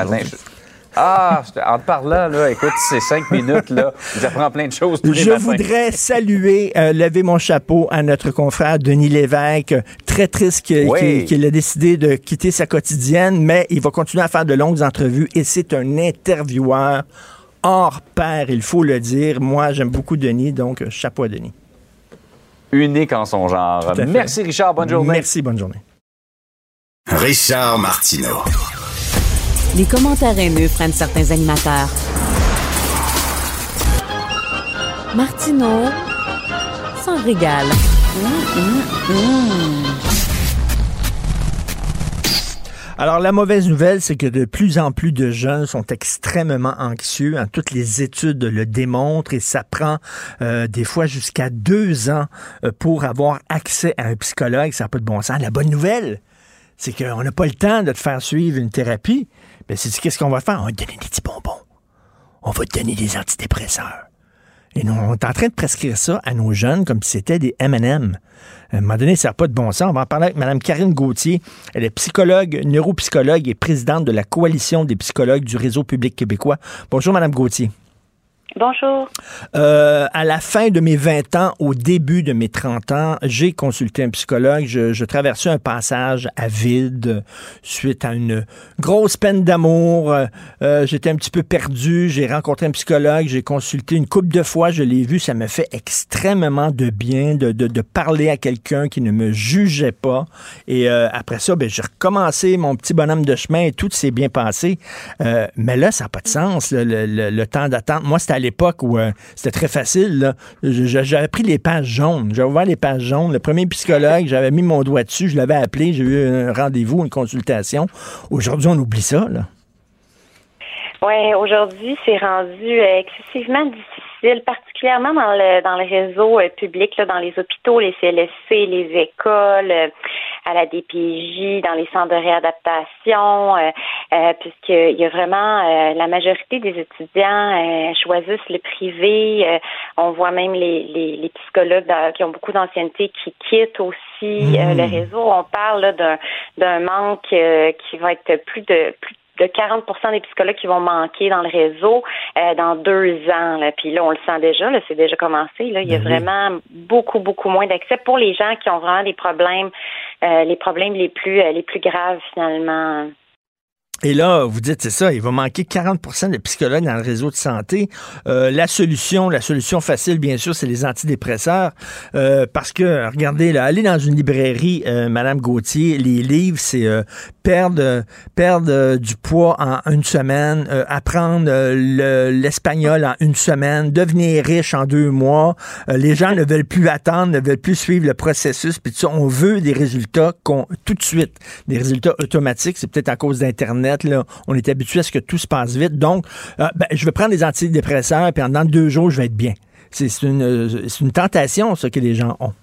Ah, en te parlant, là, écoute, ces cinq minutes, là, j'apprends plein de choses tous les Je matins. voudrais saluer, euh, lever mon chapeau à notre confrère Denis Lévesque, très triste qu'il oui. qu'il a décidé de quitter sa quotidienne, mais il va continuer à faire de longues entrevues et c'est un intervieweur hors pair, il faut le dire. Moi, j'aime beaucoup Denis, donc chapeau à Denis. Unique en son genre. Merci, Richard. Bonne journée. Merci, bonne journée. Richard Martineau. Les commentaires haineux prennent certains animateurs. Martineau s'en régale. Mmh, mmh, mmh. Alors, la mauvaise nouvelle, c'est que de plus en plus de jeunes sont extrêmement anxieux. Hein. Toutes les études le démontrent et ça prend euh, des fois jusqu'à deux ans euh, pour avoir accès à un psychologue. Ça n'a pas de bon sens. La bonne nouvelle, c'est qu'on n'a pas le temps de te faire suivre une thérapie. Ben, c'est qu'est-ce qu'on va faire? On va te donner des petits bonbons. On va te donner des antidépresseurs. Et nous, on est en train de prescrire ça à nos jeunes comme si c'était des M and M. À un moment donné, ça n'a pas de bon sens. On va en parler avec Mme Karine Gauthier. Elle est psychologue, neuropsychologue et présidente de la Coalition des psychologues du Réseau public québécois. Bonjour, Mme Gauthier. Bonjour. Euh, à la fin de mes vingt ans, au début de mes trente ans, j'ai consulté un psychologue. Je, je traversais un passage à vide suite à une grosse peine d'amour. Euh, j'étais un petit peu perdu. J'ai rencontré un psychologue. J'ai consulté une couple de fois. Je l'ai vu. Ça me fait extrêmement de bien de, de, de parler à quelqu'un qui ne me jugeait pas. Et euh, après ça, ben, j'ai recommencé mon petit bonhomme de chemin et tout s'est bien passé. Euh, mais là, ça n'a pas de sens, là, le, le, le temps d'attente. Moi, c'était à l'époque où euh, c'était très facile. Là. J'avais pris les pages jaunes. J'avais ouvert les pages jaunes. Le premier psychologue, j'avais mis mon doigt dessus. Je l'avais appelé. J'ai eu un rendez-vous, une consultation. Aujourd'hui, on oublie ça, là. Oui, aujourd'hui, c'est rendu excessivement difficile, particulièrement dans le dans le réseau euh, public, là, dans les hôpitaux, les C L S C, les écoles, euh, à la D P J, dans les centres de réadaptation, euh, euh, puisqu'il y a vraiment euh, la majorité des étudiants euh, choisissent le privé. Euh, on voit même les, les, les psychologues dans, qui ont beaucoup d'ancienneté qui quittent aussi mmh. euh, le réseau. On parle là, d'un, d'un manque euh, qui va être plus de plus de quarante pour cent des psychologues qui vont manquer dans le réseau euh, dans deux ans. Là. Puis là, on le sent déjà, là, c'est déjà commencé. Là. Il y a vraiment beaucoup, beaucoup moins d'accès pour les gens qui ont vraiment des problèmes, euh, les problèmes les plus, euh, les plus graves, finalement. Et là, vous dites, c'est ça, il va manquer quarante pour cent de psychologues dans le réseau de santé. Euh, la solution, la solution facile, bien sûr, c'est les antidépresseurs. Euh, parce que, regardez, là, aller dans une librairie, euh, Madame Gauthier, les livres, c'est euh, perdre, perdre euh, du poids en une semaine, euh, apprendre euh, le, l'espagnol en une semaine, devenir riche en deux mois. Euh, les gens ne veulent plus attendre, ne veulent plus suivre le processus. Puis tout ça, on veut des résultats qu'on, tout de suite, des résultats automatiques. C'est peut-être à cause d'Internet. Là, on est habitué à ce que tout se passe vite. Donc, euh, ben, je vais prendre des antidépresseurs, puis en dans deux jours, je vais être bien. C'est, c'est, une, c'est une tentation, ça, que les gens ont.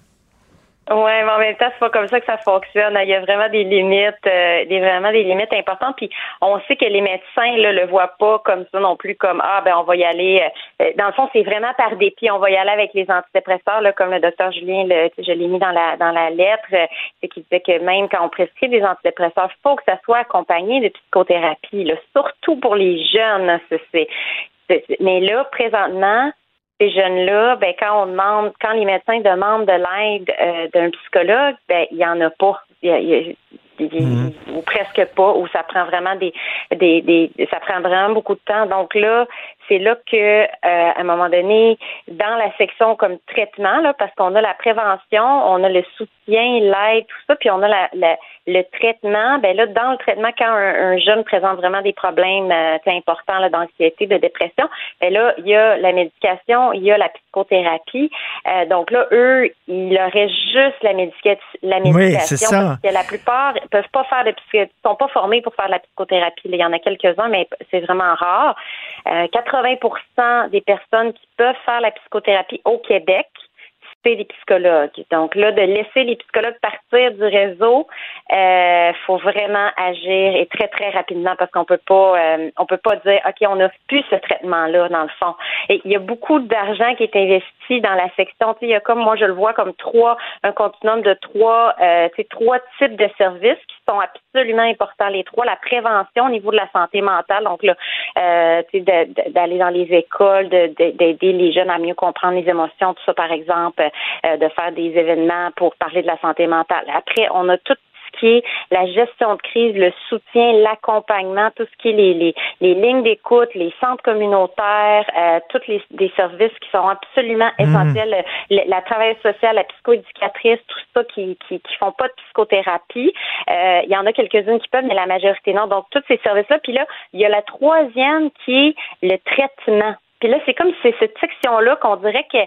Oui, mais en même temps, c'est pas comme ça que ça fonctionne. Il y a vraiment des limites, euh, des vraiment des limites importantes. Puis on sait que les médecins là le voient pas comme ça non plus, comme ah ben on va y aller. Euh, dans le fond, c'est vraiment par dépit. On va y aller avec les antidépresseurs, là, comme le docteur Julien, le, je l'ai mis dans la dans la lettre, euh, c'est qu'il disait que même quand on prescrit des antidépresseurs, il faut que ça soit accompagné de psychothérapie, là, surtout pour les jeunes. C'est, c'est, c'est, mais là, présentement. Ces jeunes-là, ben quand on demande, quand les médecins demandent de l'aide euh, d'un psychologue, ben il y en a pas, il y a, il y a, il y a, mmh. ou presque pas, ou ça prend vraiment des, des, des, ça prend vraiment beaucoup de temps. Donc là, c'est là que, euh, à un moment donné, dans la section comme traitement, là, parce qu'on a la prévention, on a le soutien, l'aide, tout ça, puis on a la, la le traitement, ben là, dans le traitement, quand un, un jeune présente vraiment des problèmes euh, importants là, d'anxiété, de dépression, ben là, il y a la médication, il y a la psychothérapie. Euh, donc là, eux, il leur reste juste la, médica- la médication. Oui, c'est ça. Parce que la plupart ne peuvent pas faire de psychothérapie, sont pas formés pour faire de la psychothérapie. Là, il y en a quelques-uns, mais c'est vraiment rare. Euh, quatre-vingts pour cent des personnes qui peuvent faire la psychothérapie au Québec, c'est des psychologues. Donc là, de laisser les psychologues partir du réseau, euh, faut vraiment agir et très, très rapidement parce qu'on peut pas euh, on peut pas dire OK, on n'a plus ce traitement-là, dans le fond. Et il y a beaucoup d'argent qui est investi dans la section. Tu sais, il y a comme moi je le vois comme trois, un continuum de trois euh, tu sais, trois types de services qui sont absolument importants, les trois. La prévention au niveau de la santé mentale, donc là, euh, tu sais, de, de, d'aller dans les écoles, de, de, d'aider les jeunes à mieux comprendre les émotions, tout ça, par exemple. Euh, de faire des événements pour parler de la santé mentale. Après, on a tout ce qui est la gestion de crise, le soutien, l'accompagnement, tout ce qui est les, les, les lignes d'écoute, les centres communautaires, euh, tous les des services qui sont absolument mmh. essentiels, la, la travail social, la psychoéducatrice, tout ça qui, qui qui font pas de psychothérapie. Euh, il y en a quelques-unes qui peuvent, mais la majorité non. Donc, tous ces services-là. Puis là, il y a la troisième qui est le traitement. Puis là, c'est comme si c'est cette section-là qu'on dirait que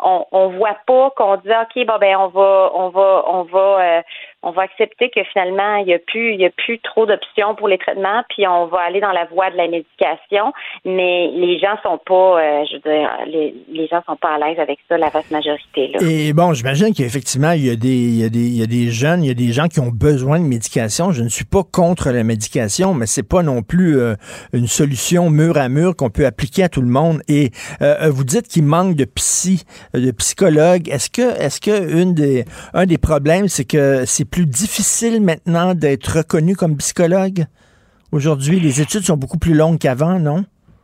on, on voit pas qu'on dit ok bon ben on va on va on va euh, on va accepter que finalement il y a plus il y a plus trop d'options pour les traitements, puis on va aller dans la voie de la médication, mais les gens sont pas euh, je veux dire les, les gens sont pas à l'aise avec ça, la vaste majorité là. Et bon, j'imagine qu'effectivement il y a des il y a des il y a des jeunes, il y a des gens qui ont besoin de médication. Je ne suis pas contre la médication, mais c'est pas non plus euh, une solution mur à mur qu'on peut appliquer à tout le monde. Et euh, vous dites qu'il manque de psy, de psychologues. Est-ce que est-ce que une des un des problèmes, c'est que c'est plus difficile maintenant d'être reconnu comme psychologue? Aujourd'hui, les études sont beaucoup plus longues qu'avant, non?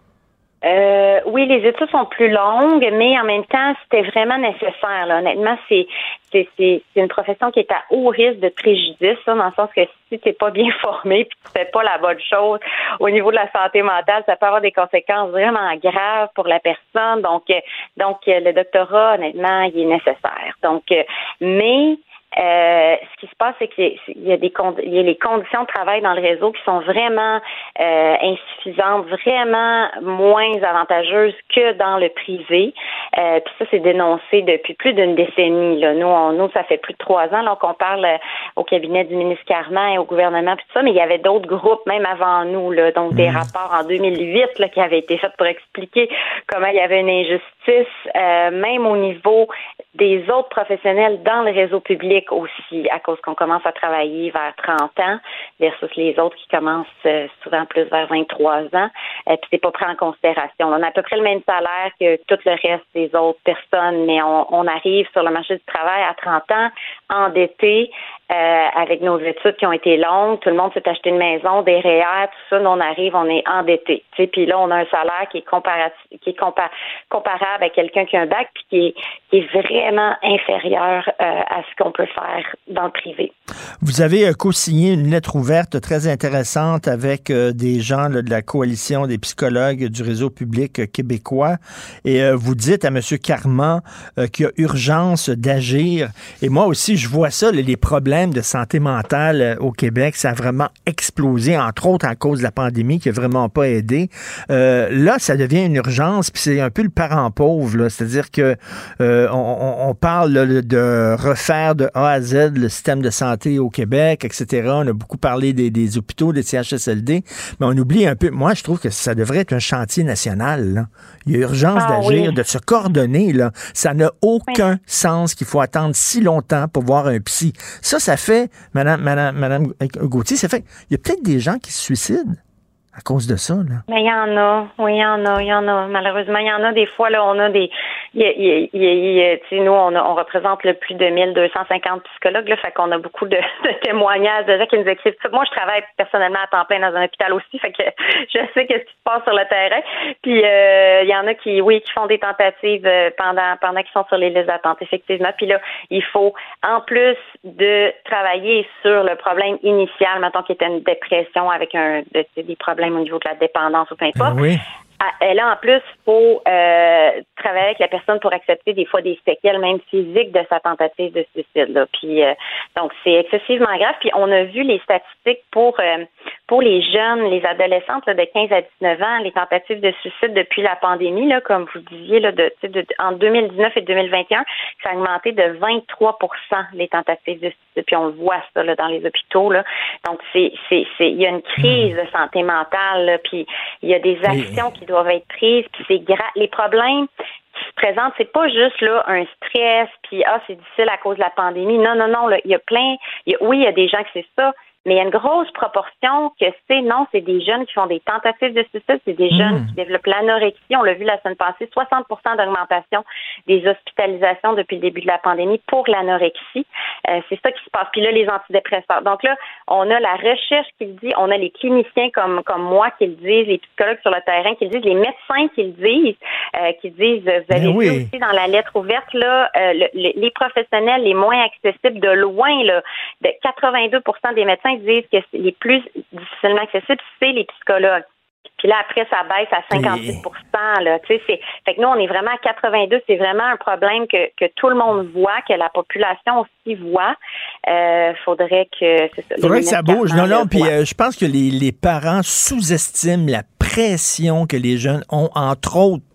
Euh, oui, les études sont plus longues, mais en même temps, c'était vraiment nécessaire. Là. Honnêtement, c'est, c'est c'est c'est une profession qui est à haut risque de préjudice, là, dans le sens que si t'es pas bien formé puis tu fais pas la bonne chose au niveau de la santé mentale, ça peut avoir des conséquences vraiment graves pour la personne. Donc, donc le doctorat, honnêtement, il est nécessaire. Donc, mais Euh, ce qui se passe, c'est qu'il y a des con- il y a les conditions de travail dans le réseau qui sont vraiment euh, insuffisantes, vraiment moins avantageuses que dans le privé. Euh, puis ça, c'est dénoncé depuis plus d'une décennie. Là. Nous, on, nous, ça fait plus de trois ans là, qu'on parle euh, au cabinet du ministre Carman et au gouvernement, puis tout ça, mais il y avait d'autres groupes, même avant nous, là, donc des rapports en deux mille huit là, qui avaient été faits pour expliquer comment il y avait une injustice, euh, même au niveau des autres professionnels dans le réseau public aussi, à cause qu'on commence à travailler vers trente ans versus les autres qui commencent euh, souvent plus vers vingt-trois ans. Euh, puis c'est pas pris en considération. On a à peu près le même salaire que tout le reste des autres personnes, mais on, on arrive sur le marché du travail à trente ans, endettés, euh, avec nos études qui ont été longues. Tout le monde s'est acheté une maison, des R E E R, tout ça. Nous, on arrive, on est endettés. Tu sais, puis là, on a un salaire qui est comparatif, qui est compa- comparable à quelqu'un qui a un bac, puis qui est, qui est vraiment inférieur euh, à ce qu'on peut faire dans le privé. Vous avez euh, co-signé une lettre ouverte très intéressante avec euh, des gens là, de la coalition des psychologues du réseau public euh, québécois, et euh, vous dites à M. Carman euh, qu'il y a urgence d'agir. Et moi aussi, je vois ça, les problèmes de santé mentale euh, au Québec, ça a vraiment explosé, entre autres à cause de la pandémie qui n'a vraiment pas aidé. Euh, là, ça devient une urgence, puis c'est un peu le parent pauvre, là. C'est-à-dire que euh, on, on parle là, de refaire de A à Z le système de santé au Québec, et cetera. On a beaucoup parlé des, des hôpitaux, des C H S L D, mais on oublie un peu, moi je trouve que ça devrait être un chantier national, là. Il y a urgence ah, d'agir, oui. de se coordonner, là. Ça n'a aucun oui. sens qu'il faut attendre si longtemps pour voir un psy. Ça, ça fait, Madame, Madame, Madame Gauthier, ça fait, il y a peut-être des gens qui se suicident à cause de ça, là. Mais il y en a, oui, il y en a, il y en a. Malheureusement, il y en a des fois, là, on a des, il y a, il y a, il y a, tu sais, nous, on, a, on représente le plus de mille deux cent cinquante psychologues, là, fait qu'on a beaucoup de, de témoignages de gens qui nous écrivent. Moi, je travaille personnellement à temps plein dans un hôpital aussi, fait que je sais qu'est-ce qui se passe sur le terrain. Puis, euh, il y en a qui, oui, qui font des tentatives pendant, pendant qu'ils sont sur les listes d'attente, effectivement. Puis là, il faut, en plus de travailler sur le problème initial, mettons qu'il était une dépression avec un, de, des problèmes au niveau de la dépendance ou peu importe. Oui. Et là, en plus, il faut euh, travailler avec la personne pour accepter des fois des séquelles, même physiques, de sa tentative de suicide. Là. Puis, euh, donc, c'est excessivement grave. Puis, on a vu les statistiques pour euh, pour les jeunes, les adolescentes là, de quinze à dix-neuf ans, les tentatives de suicide depuis la pandémie, là, comme vous disiez, là, de, de, de, en deux mille dix-neuf et deux mille vingt et un, ça a augmenté de vingt-trois pour cent les tentatives de suicide. Puis, on le voit ça là, dans les hôpitaux. Là. Donc, c'est c'est c'est il y a une crise de santé mentale. Là, puis, il y a des actions qui doivent être prises, puis c'est gra- les problèmes qui se présentent, c'est pas juste là un stress, puis ah c'est difficile à cause de la pandémie. Non, non, non, là, il y a plein, il y a, oui, il y a des gens que c'est ça, mais il y a une grosse proportion que c'est, non, c'est des jeunes qui font des tentatives de suicide, c'est des mmh. jeunes qui développent l'anorexie. On l'a vu la semaine passée, soixante pour cent d'augmentation des hospitalisations depuis le début de la pandémie pour l'anorexie. Euh, c'est ça qui se passe. Puis là, les antidépresseurs. Donc là, on a la recherche qui le dit, on a les cliniciens comme comme moi qui le disent, les psychologues sur le terrain qui le disent, les médecins qui le disent, euh, qui disent, vous avez vu oui. aussi dans la lettre ouverte, là, euh, le, le, les professionnels les moins accessibles de loin, là, de quatre-vingt-deux pour cent des médecins disent que les plus difficilement accessibles, c'est les psychologues. Puis là, après, ça baisse à cinquante-six pour cent. Là, tu sais, c'est... Fait que nous, on est vraiment à quatre-vingt-deux. C'est vraiment un problème que, que tout le monde voit, que la population aussi voit. Euh, faudrait que... C'est ça, faudrait que ça bouge. Non, non, puis euh, je pense que les, les parents sous-estiment la pression que les jeunes ont, entre autres,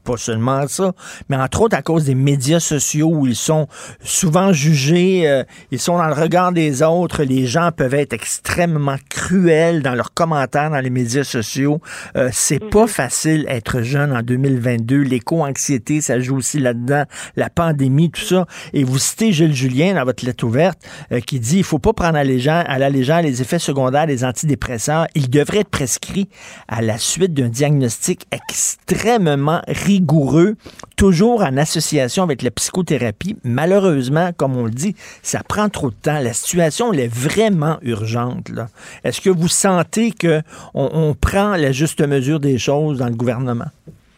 pas seulement ça, mais entre autres à cause des médias sociaux où ils sont souvent jugés, euh, ils sont dans le regard des autres, les gens peuvent être extrêmement cruels dans leurs commentaires dans les médias sociaux. Euh, c'est mm-hmm. pas facile être jeune en deux mille vingt-deux. L'éco-anxiété, ça joue aussi là-dedans, la pandémie, tout ça. Et vous citez Gilles Julien dans votre lettre ouverte euh, qui dit il faut pas prendre à, légère, à la légère les effets secondaires des antidépresseurs. Ils devraient être prescrits à la suite d'un diagnostic extrêmement rigoureux, toujours en association avec la psychothérapie. Malheureusement, comme on le dit, ça prend trop de temps. La situation, elle est vraiment urgente, là. Est-ce que vous sentez qu'on on prend la juste mesure des choses dans le gouvernement?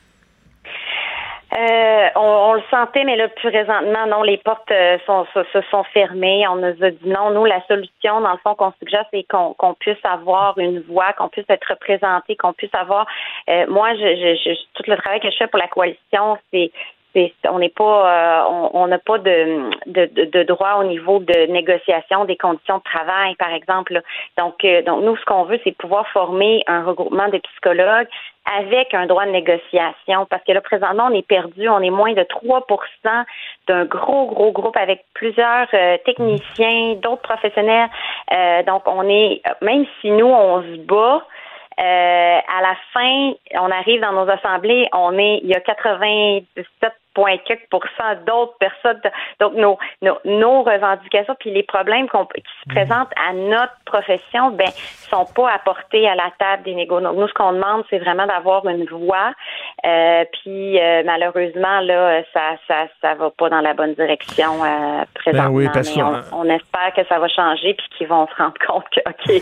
Euh, on, on le sentait, mais là, plus présentement, non, les portes euh, sont, se, se sont fermées. On nous a dit non. Nous, la solution, dans le fond, qu'on suggère, c'est qu'on, qu'on puisse avoir une voix, qu'on puisse être représenté, qu'on puisse avoir... Euh, moi, je, je, je, tout le travail que je fais pour la coalition, c'est... C'est, on n'est pas, euh, on n'a pas de, de, de, de droit au niveau de négociation des conditions de travail, par exemple. Là. Donc, euh, donc nous, ce qu'on veut, c'est pouvoir former un regroupement de psychologues avec un droit de négociation, parce que là, présentement, on est perdu, on est moins de trois pour cent d'un gros, gros groupe avec plusieurs euh, techniciens, d'autres professionnels. Euh, donc, on est, même si nous, on se bat, Euh, à la fin, on arrive dans nos assemblées, on est, il y a quatre-vingt-dix-sept virgule quatre pour cent d'autres personnes. Donc, nos, nos, nos revendications puis les problèmes qu'on, qui se présentent à notre profession, ben, sont pas apportés à la table des négos. Donc, nous, ce qu'on demande, c'est vraiment d'avoir une voix. Euh, puis, euh, malheureusement, là, ça, ça, ça va pas dans la bonne direction euh, présentement. Ben oui, parce mais on, on espère que ça va changer puis qu'ils vont se rendre compte que, OK,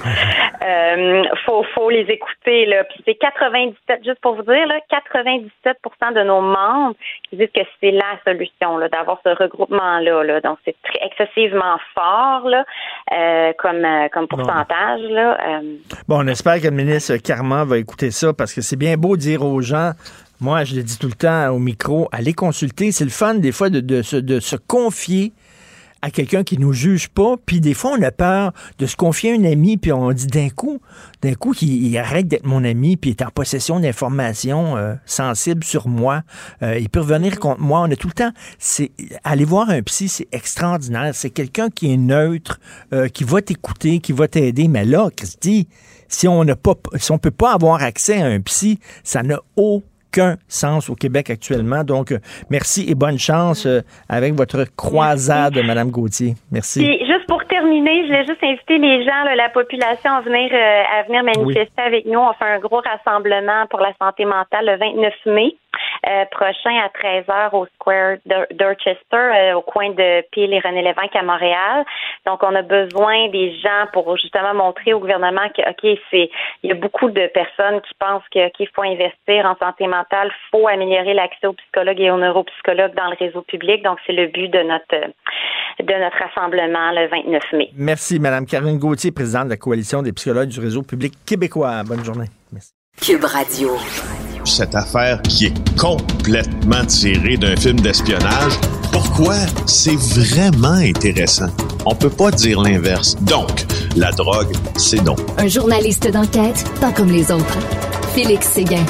euh, faut, faut les écouter, là. Puis c'est quatre-vingt-dix-sept, juste pour vous dire, là, quatre-vingt-dix-sept pour cent de nos membres qui disent que c'est la solution, là, d'avoir ce regroupement-là, là. Donc, c'est très, excessivement fort, là, euh, comme, euh, comme pourcentage, bon. là. Euh... Bon, on espère que le ministre Carman va écouter ça, parce que c'est bien beau de dire aux gens, moi, je le dis tout le temps au micro, allez consulter. C'est le fun, des fois, de, de, de, de se confier à quelqu'un qui nous juge pas, puis des fois, on a peur de se confier à un ami, puis on dit d'un coup, d'un coup, qu'il il arrête d'être mon ami, puis il est en possession d'informations euh, sensibles sur moi. Euh, il peut revenir contre moi. On a tout le temps... C'est, aller voir un psy, c'est extraordinaire. C'est quelqu'un qui est neutre, euh, qui va t'écouter, qui va t'aider. Mais là, Christy, si on n'a pas, si on peut pas avoir accès à un psy, ça n'a aucun aucun sens au Québec actuellement. Donc, euh, merci et bonne chance euh, avec votre croisade, Mme Gauthier. Merci. Puis, juste pour terminer, je voulais juste inviter les gens, là, la population à venir, euh, à venir manifester oui. avec nous. On fait un gros rassemblement pour la santé mentale le vingt-neuf mai. Euh, prochain à treize heures au Square Dorchester, euh, au coin de Peel et René Lévesque à Montréal. Donc, on a besoin des gens pour justement montrer au gouvernement que, OK, c'est, il y a beaucoup de personnes qui pensent que, qu'il faut investir en santé mentale, il faut améliorer l'accès aux psychologues et aux neuropsychologues dans le réseau public. Donc, c'est le but de notre, de notre rassemblement le vingt-neuf mai. Merci, Mme Karine Gauthier, présidente de la Coalition des psychologues du réseau public québécois. Bonne journée. Merci. Cube Radio. Cette affaire qui est complètement tirée d'un film d'espionnage, pourquoi? C'est vraiment intéressant. On peut pas dire l'inverse. Donc, la drogue, c'est non. Un journaliste d'enquête, pas comme les autres. Félix Séguin.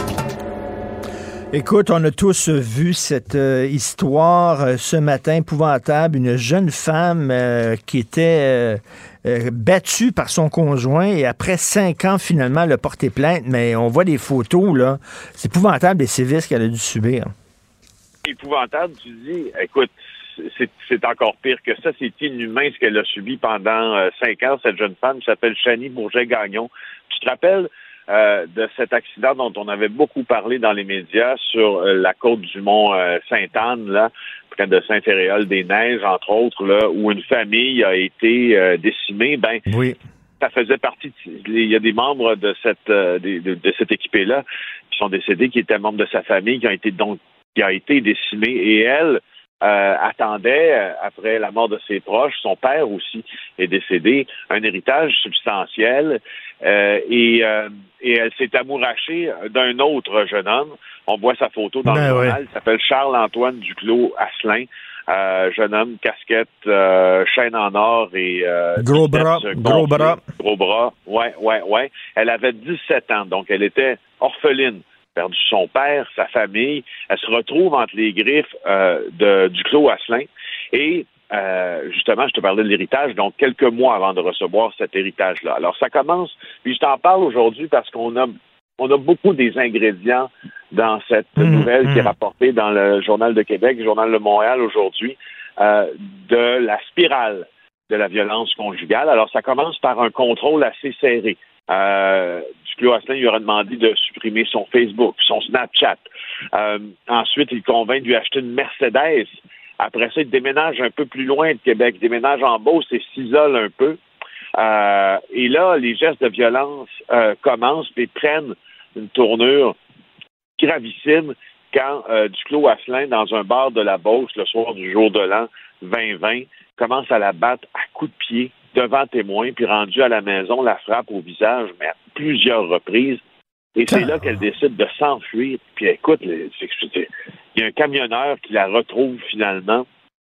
Écoute, on a tous vu cette euh, histoire euh, ce matin épouvantable. Une jeune femme euh, qui était euh, euh, battue par son conjoint et après cinq ans, finalement, elle a porté plainte. Mais on voit des photos, là. C'est épouvantable les sévices qu'elle a dû subir. Épouvantable, tu dis, écoute, c'est, c'est encore pire que ça. C'est inhumain ce qu'elle a subi pendant euh, cinq ans. Cette jeune femme s'appelle Chanie Bourget-Gagnon. Tu te rappelles Euh, de cet accident dont on avait beaucoup parlé dans les médias sur euh, la côte du mont euh, Sainte-Anne, là, près de Saint-Féréol-des-Neiges, entre autres, là, où une famille a été euh, décimée. Ben, oui. Ça faisait partie. De, il y a des membres de cette euh, de, de, de cette équipée-là qui sont décédés, qui étaient membres de sa famille, qui ont été donc qui a été décimée, et elle euh, attendait, euh, après la mort de ses proches, son père aussi est décédé, un héritage substantiel. Euh, et, euh, et elle s'est amourachée d'un autre jeune homme. On voit sa photo dans ben le journal. Ouais. Il s'appelle Charles-Antoine Duclos Asselin. Euh, jeune homme, casquette, euh, chaîne en or et... Euh, gros bras, gros bras. Gros bras, ouais, ouais, ouais. Elle avait dix-sept ans, donc elle était orpheline perdu son père, sa famille. Elle se retrouve entre les griffes euh, de, du Clos Asselin. Et euh, justement, je te parlais de l'héritage, donc quelques mois avant de recevoir cet héritage-là. Alors, ça commence, puis je t'en parle aujourd'hui parce qu'on a on a beaucoup des ingrédients dans cette mmh, nouvelle mmh. qui est rapportée dans le Journal de Québec, le Journal de Montréal aujourd'hui, euh, de la spirale de la violence conjugale. Alors, ça commence par un contrôle assez serré. Euh, Duclos Asselin lui aura demandé de supprimer son Facebook, son Snapchat. Euh, ensuite, il convainc de lui acheter une Mercedes. Après ça, il déménage un peu plus loin de Québec, il déménage en Beauce et s'isole un peu. Euh, et là, les gestes de violence euh, commencent et prennent une tournure gravissime quand euh, Duclos Asselin, dans un bar de la Beauce, le soir du jour de l'an vingt vingt, commence à la battre à coups de pied devant témoins, puis rendu à la maison, la frappe au visage, mais à plusieurs reprises. Et c'est là qu'elle décide de s'enfuir. Puis écoute, c'est, c'est, il y a un camionneur qui la retrouve finalement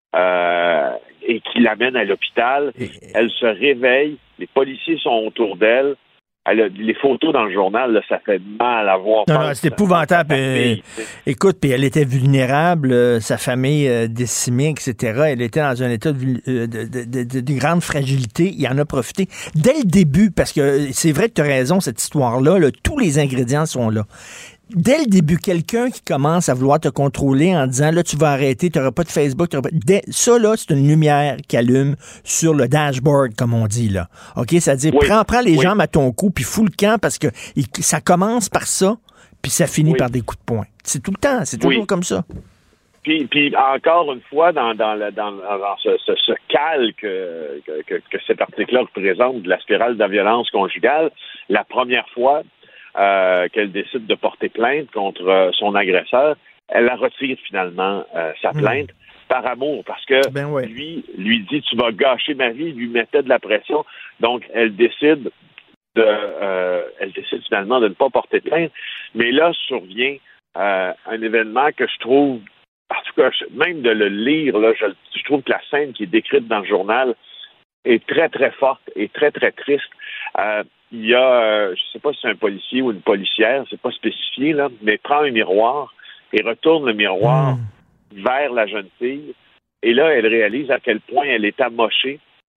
euh, et qui l'amène à l'hôpital. Elle se réveille, les policiers sont autour d'elle. Elle a, les photos dans le journal, là, ça fait mal à voir. Non, non, c'est épouvantable. Euh, écoute, puis elle était vulnérable, euh, sa famille euh, décimée, et cetera. Elle était dans un état de, euh, de, de, de, de grande fragilité. Il en a profité dès le début, parce que c'est vrai que tu as raison, cette histoire-là, là, tous les ingrédients sont là. Dès le début, quelqu'un qui commence à vouloir te contrôler en disant, là, tu vas arrêter, tu n'auras pas de Facebook, t'auras pas... Dès... ça, là, c'est une lumière qui allume sur le dashboard, comme on dit, là. OK? C'est-à-dire, oui. prends, prends les oui. jambes à ton cou, puis fous le camp, parce que il... ça commence par ça, puis ça finit oui. par des coups de poing. C'est tout le temps, c'est toujours oui. comme ça. Puis, puis encore une fois, dans, dans, le, dans, dans ce, ce, ce calque que, que, que cet article-là représente de la spirale de la violence conjugale, la première fois, Euh, qu'elle décide de porter plainte contre euh, son agresseur, elle la retire finalement euh, sa plainte mmh. par amour, parce que ben ouais. lui lui dit tu vas gâcher ma vie, lui mettait de la pression, donc elle décide de euh, elle décide finalement de ne pas porter plainte, mais là survient euh, un événement que je trouve, en tout cas même de le lire là, je, je trouve que la scène qui est décrite dans le journal est très très forte et très très triste. Euh, Il y a, euh, je ne sais pas si c'est un policier ou une policière, c'est pas spécifié, là, mais prend un miroir et retourne le miroir mmh. vers la jeune fille. Et là, elle réalise à quel point elle est amochée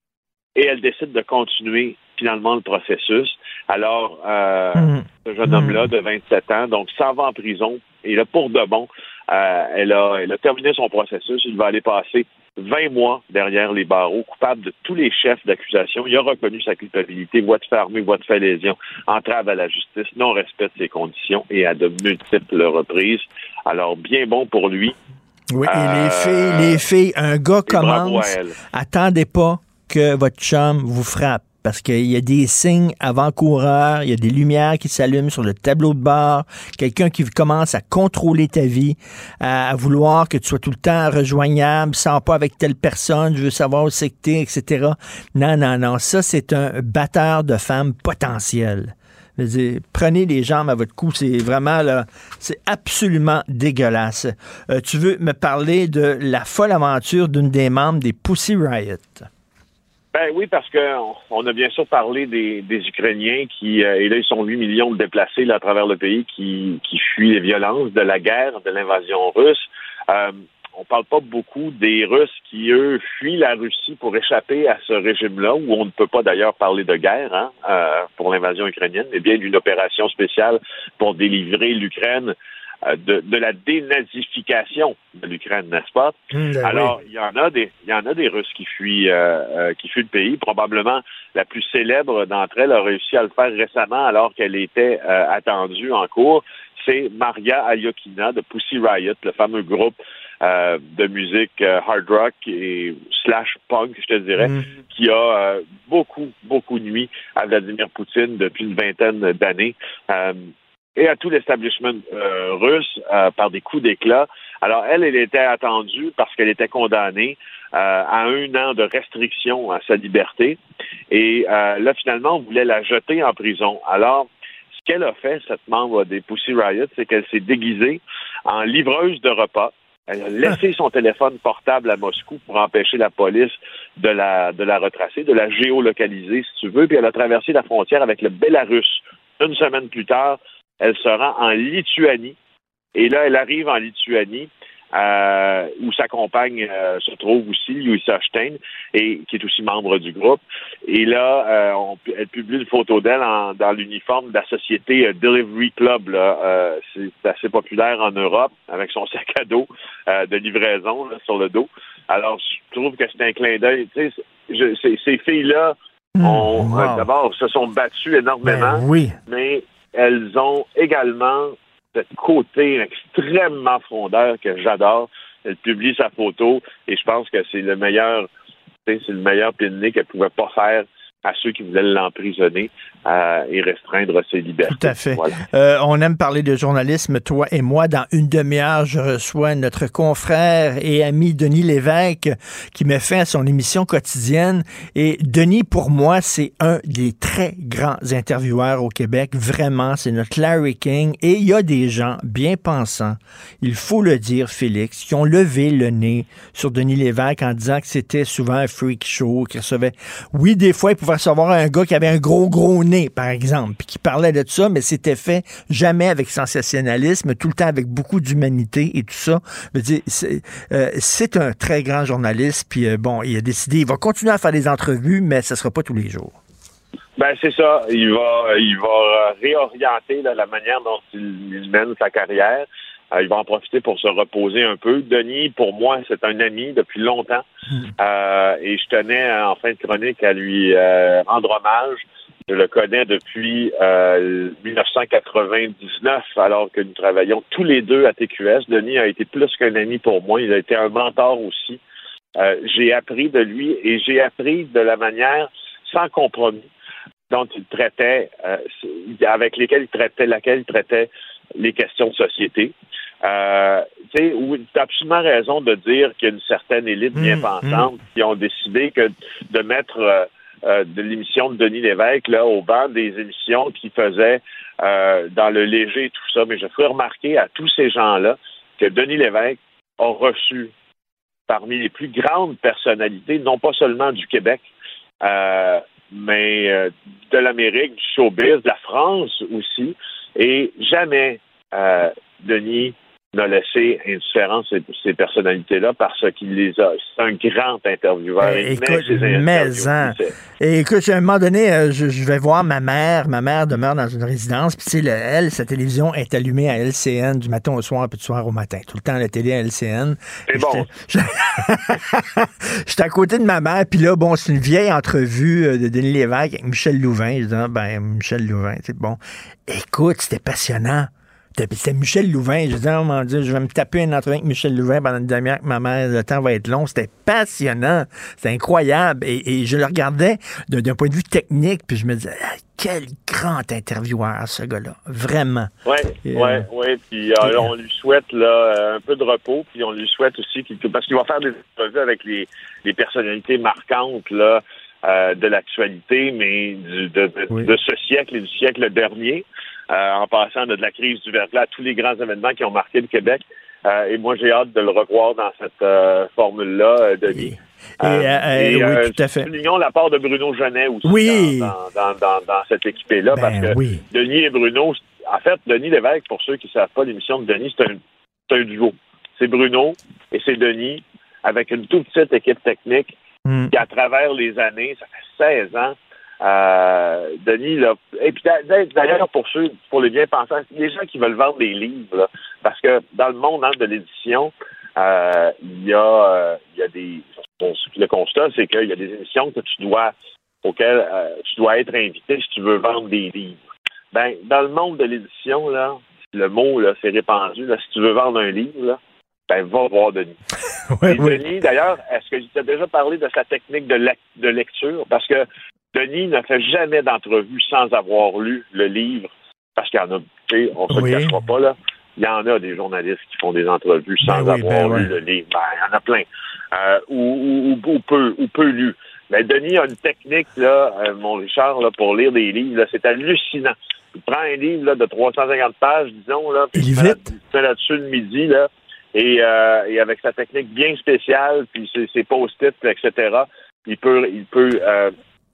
et elle décide de continuer finalement le processus. Alors, euh, mmh. ce jeune homme-là de vingt-sept ans, donc s'en va en prison. Et là, pour de bon, euh, elle a, elle a terminé son processus. Il va aller passer vingt mois derrière les barreaux, coupable de tous les chefs d'accusation. Il a reconnu sa culpabilité, voie de fait armée, voie de fait lésion, entrave à la justice, non-respect de ses conditions et à de multiples reprises. Alors, bien bon pour lui. Oui, euh, et les filles, les filles, un gars commence, attendez pas que votre chum vous frappe. Parce qu'il y a des signes avant-coureurs, il y a des lumières qui s'allument sur le tableau de bord, quelqu'un qui commence à contrôler ta vie, à, à vouloir que tu sois tout le temps rejoignable, sors pas avec telle personne, je veux savoir où c'est que t'es, et cetera. Non, non, non, ça, c'est un batteur de femmes potentiel. Je veux dire, prenez les jambes à votre cou, c'est vraiment, là, c'est absolument dégueulasse. Euh, tu veux me parler de la folle aventure d'une des membres des Pussy Riot? Ben oui, parce que on a bien sûr parlé des, des Ukrainiens qui, euh, et là, ils sont huit millions de déplacés là, à travers le pays qui, qui fuient les violences de la guerre, de l'invasion russe. Euh, on parle pas beaucoup des Russes qui, eux, fuient la Russie pour échapper à ce régime-là, où on ne peut pas d'ailleurs parler de guerre hein, euh, pour l'invasion ukrainienne, mais bien d'une opération spéciale pour délivrer l'Ukraine De, de la dénazification de l'Ukraine, n'est-ce pas? Mmh, Alors, oui. il y en a des, il y en a des Russes qui fuient, euh, euh, qui fuient le pays. Probablement la plus célèbre d'entre elles a réussi à le faire récemment alors qu'elle était euh, attendue en cours. C'est Maria Alyokina de Pussy Riot, le fameux groupe euh, de musique euh, hard rock et slash punk, je te dirais, mmh. qui a euh, beaucoup, beaucoup nui à Vladimir Poutine depuis une vingtaine d'années. Euh, et à tout l'establishment euh, russe euh, par des coups d'éclat. Alors, elle, elle était attendue parce qu'elle était condamnée euh, à un an de restriction à sa liberté. Et euh, là, finalement, on voulait la jeter en prison. Alors, ce qu'elle a fait, cette membre des Pussy Riot, c'est qu'elle s'est déguisée en livreuse de repas. Elle a laissé son téléphone portable à Moscou pour empêcher la police de la, de la retracer, de la géolocaliser, si tu veux. Puis elle a traversé la frontière avec le Bélarus. Une semaine plus tard, elle se rend en Lituanie. Et là, elle arrive en Lituanie, euh, où sa compagne euh, se trouve aussi, Louisa Stein, et qui est aussi membre du groupe. Et là, euh, on, elle publie une photo d'elle en, dans l'uniforme de la société euh, Delivery Club. Là. Euh, c'est assez populaire en Europe, avec son sac à dos euh, de livraison là, sur le dos. Alors, je trouve que c'est un clin d'œil. Tu sais, je, ces, ces filles-là, mmh, ont, wow. euh, d'abord, se sont battues énormément, ben, oui. mais elles ont également ce côté extrêmement frondeur que j'adore. Elle publie sa photo et je pense que c'est le meilleur, c'est le meilleur pied de nez qu'elle pouvait pas faire à ceux qui voulaient l'emprisonner euh, et restreindre ses libertés. Tout à fait. Voilà. Euh, on aime parler de journalisme, toi et moi. Dans une demi-heure, je reçois notre confrère et ami Denis Lévesque qui met fin à son émission quotidienne. Et Denis, pour moi, c'est un des très grands intervieweurs au Québec. Vraiment, c'est notre Larry King. Et il y a des gens bien pensants, il faut le dire, Félix, qui ont levé le nez sur Denis Lévesque en disant que c'était souvent un freak show, qu'il recevait... Oui, des fois, il pouvait recevoir un gars qui avait un gros, gros nez, par exemple, puis qui parlait de ça, mais c'était fait jamais avec sensationnalisme, tout le temps avec beaucoup d'humanité et tout ça. Je veux dire, c'est, euh, c'est un très grand journaliste, puis euh, bon, il a décidé, il va continuer à faire des entrevues, mais ça sera pas tous les jours. Ben c'est ça, il va, il va réorienter là, la manière dont il, il mène sa carrière. Euh, il va en profiter pour se reposer un peu. Denis, pour moi, c'est un ami depuis longtemps. Mmh. Euh, et je tenais, en fin de chronique, à lui euh, rendre hommage. Je le connais depuis euh, dix-neuf cent quatre-vingt-dix-neuf, alors que nous travaillions tous les deux à T Q S. Denis a été plus qu'un ami pour moi. Il a été un mentor aussi. Euh, j'ai appris de lui et j'ai appris de la manière sans compromis dont il traitait, euh, avec lesquels il traitait, laquelle il traitait les questions de société. Euh, tu sais, où tu as absolument raison de dire qu'il y a une certaine élite bien mmh, pensante mmh. qui ont décidé que de mettre euh, euh, de l'émission de Denis Lévesque là au banc des émissions qu'il faisait euh, dans le léger et tout ça. Mais je ferai remarquer à tous ces gens-là que Denis Lévesque a reçu parmi les plus grandes personnalités, non pas seulement du Québec, euh, mais euh, de l'Amérique, du showbiz, de la France aussi. Et jamais euh, Denis n'a laissé indifférent ces, ces personnalités-là parce qu'il les a. C'est un grand intervieweur. Eh, écoute, mais hein. Et écoute, à un moment donné, euh, je, je vais voir ma mère. Ma mère demeure dans une résidence. Puis, tu sais, elle, sa télévision est allumée à L C N du matin au soir, puis du soir au matin. Tout le temps, la télé à L C N. C'est bon. J'étais à côté de ma mère. Puis là, bon, c'est une vieille entrevue de Denis Lévesque avec Michel Louvain. Je dis, ah, ben, Michel Louvain, c'est bon. Écoute, c'était passionnant. C'était Michel Louvain. Je disais, oh mon Dieu, je vais me taper une entrevue avec Michel Louvain pendant une demi-heure que ma mère, le temps va être long. C'était passionnant. C'était incroyable. Et, et je le regardais d'un, d'un point de vue technique, puis je me disais, ah, quel grand intervieweur, ce gars-là. Vraiment. Oui, oui, euh, oui. Puis euh, on lui souhaite là, un peu de repos, puis on lui souhaite aussi, qu'il, parce qu'il va faire des entrevues avec les, les personnalités marquantes, là, euh, de l'actualité, mais du, de, de, oui. de ce siècle et du siècle dernier. Euh, en passant de, de la crise du verglas à tous les grands événements qui ont marqué le Québec. Euh, et moi, j'ai hâte de le revoir dans cette euh, formule-là, euh, Denis. Et, euh, euh, et oui, euh, tout à fait. Soulignons la part de Bruno Genet aussi oui. dans, dans, dans, dans cette équipée-là, ben, parce que oui. Denis et Bruno, en fait, Denis Lévesque, pour ceux qui ne savent pas, l'émission de Denis, c'est un, c'est un duo. C'est Bruno et c'est Denis, avec une toute petite équipe technique mm. qui, à travers les années, ça fait seize ans, Euh, Denis, là, et puis d'ailleurs pour ceux, pour les bien pensants, les gens qui veulent vendre des livres, là, parce que dans le monde hein, de l'édition, euh, il y a, euh, il y a des, bon, le constat, c'est qu'il y a des émissions que tu dois, auxquelles euh, tu dois être invité si tu veux vendre des livres. Ben, dans le monde de l'édition, là, le mot là, c'est répandu. Là, si tu veux vendre un livre, là, ben va voir Denis. oui, Et oui. Denis, d'ailleurs, est-ce que tu as déjà parlé de sa technique de, le- de lecture? Parce que Denis ne fait jamais d'entrevue sans avoir lu le livre, parce qu'il y en a, tu sais, on se oui. le cachera pas, là. Il y en a des journalistes qui font des entrevues sans ben oui, avoir ben lu ouais. le livre. Ben, il y en a plein. Euh, ou, ou, ou, peu, ou peu lu. Mais Denis a une technique, là, euh, mon Richard, là, pour lire des livres, là, c'est hallucinant. Il prend un livre là, de trois cent cinquante pages, disons, là, puis il se met là-dessus le midi, là, et, euh, et avec sa technique bien spéciale, puis ses, ses post-it, et cetera, il peut, il peut euh,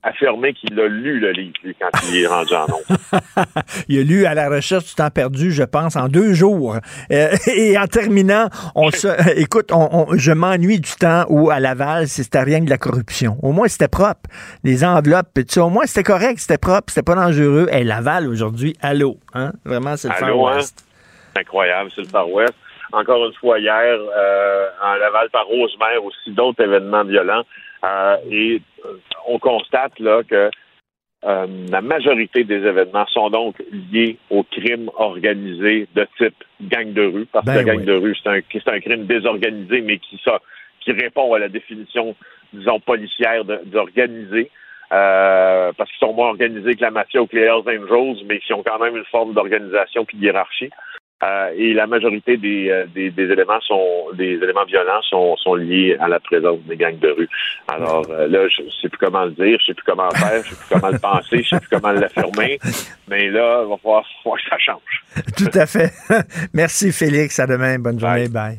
affirmé qu'il a lu le livre, lui, quand il est rendu en ondes. Il a lu À la recherche du temps perdu, je pense, en deux jours. Euh, et en terminant, on se, écoute, on, on, je m'ennuie du temps où à Laval, c'était rien que de la corruption. Au moins, c'était propre. Les enveloppes, tu sais, au moins, c'était correct, c'était propre, c'était pas dangereux. Et Laval, aujourd'hui, allô, hein? Vraiment, c'est le Far West. Hein? Incroyable, c'est le Far West. Encore une fois, hier, euh, en Laval, par Rosemère, aussi d'autres événements violents. Euh, et euh, on constate là que euh, la majorité des événements sont donc liés au crime organisé de type gang de rue, parce ben que la gang oui. de rue, c'est un, c'est un crime désorganisé, mais qui, ça, qui répond à la définition, disons, policière de, d'organisé, euh, parce qu'ils sont moins organisés que la mafia ou que les Hells Angels, mais qui ont quand même une forme d'organisation puis de hiérarchie. Euh, et la majorité des, euh, des, des éléments sont des éléments violents sont, sont liés à la présence des gangs de rue. Alors euh, là, je sais plus comment le dire, je sais plus comment le faire, je sais plus comment le penser, je sais plus comment l'affirmer. Mais là, il va falloir, falloir que ça change. Tout à fait. Merci Félix. À demain. Bonne journée. Bye.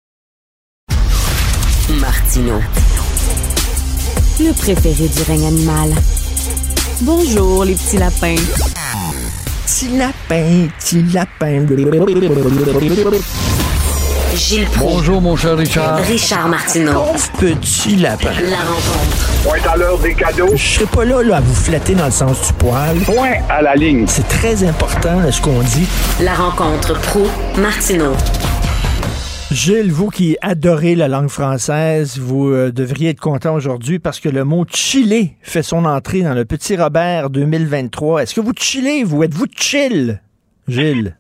Bye. Martineau. Le préféré du règne animal. Bonjour les petits lapins. Petit lapin, petit lapin. Gilles Proulx. Bonjour, mon cher Richard. Richard Martineau. Pauvre petit lapin. La rencontre. Point à l'heure des cadeaux. Je serai pas là, là à vous flatter dans le sens du poil. Point à la ligne. C'est très important, là, ce qu'on dit. La rencontre Proulx-Martineau. Gilles, vous qui adorez la langue française, vous euh, devriez être content aujourd'hui parce que le mot chiller fait son entrée dans le Petit Robert deux mille vingt-trois. Est-ce que vous chillez, vous? Êtes-vous chill, Gilles?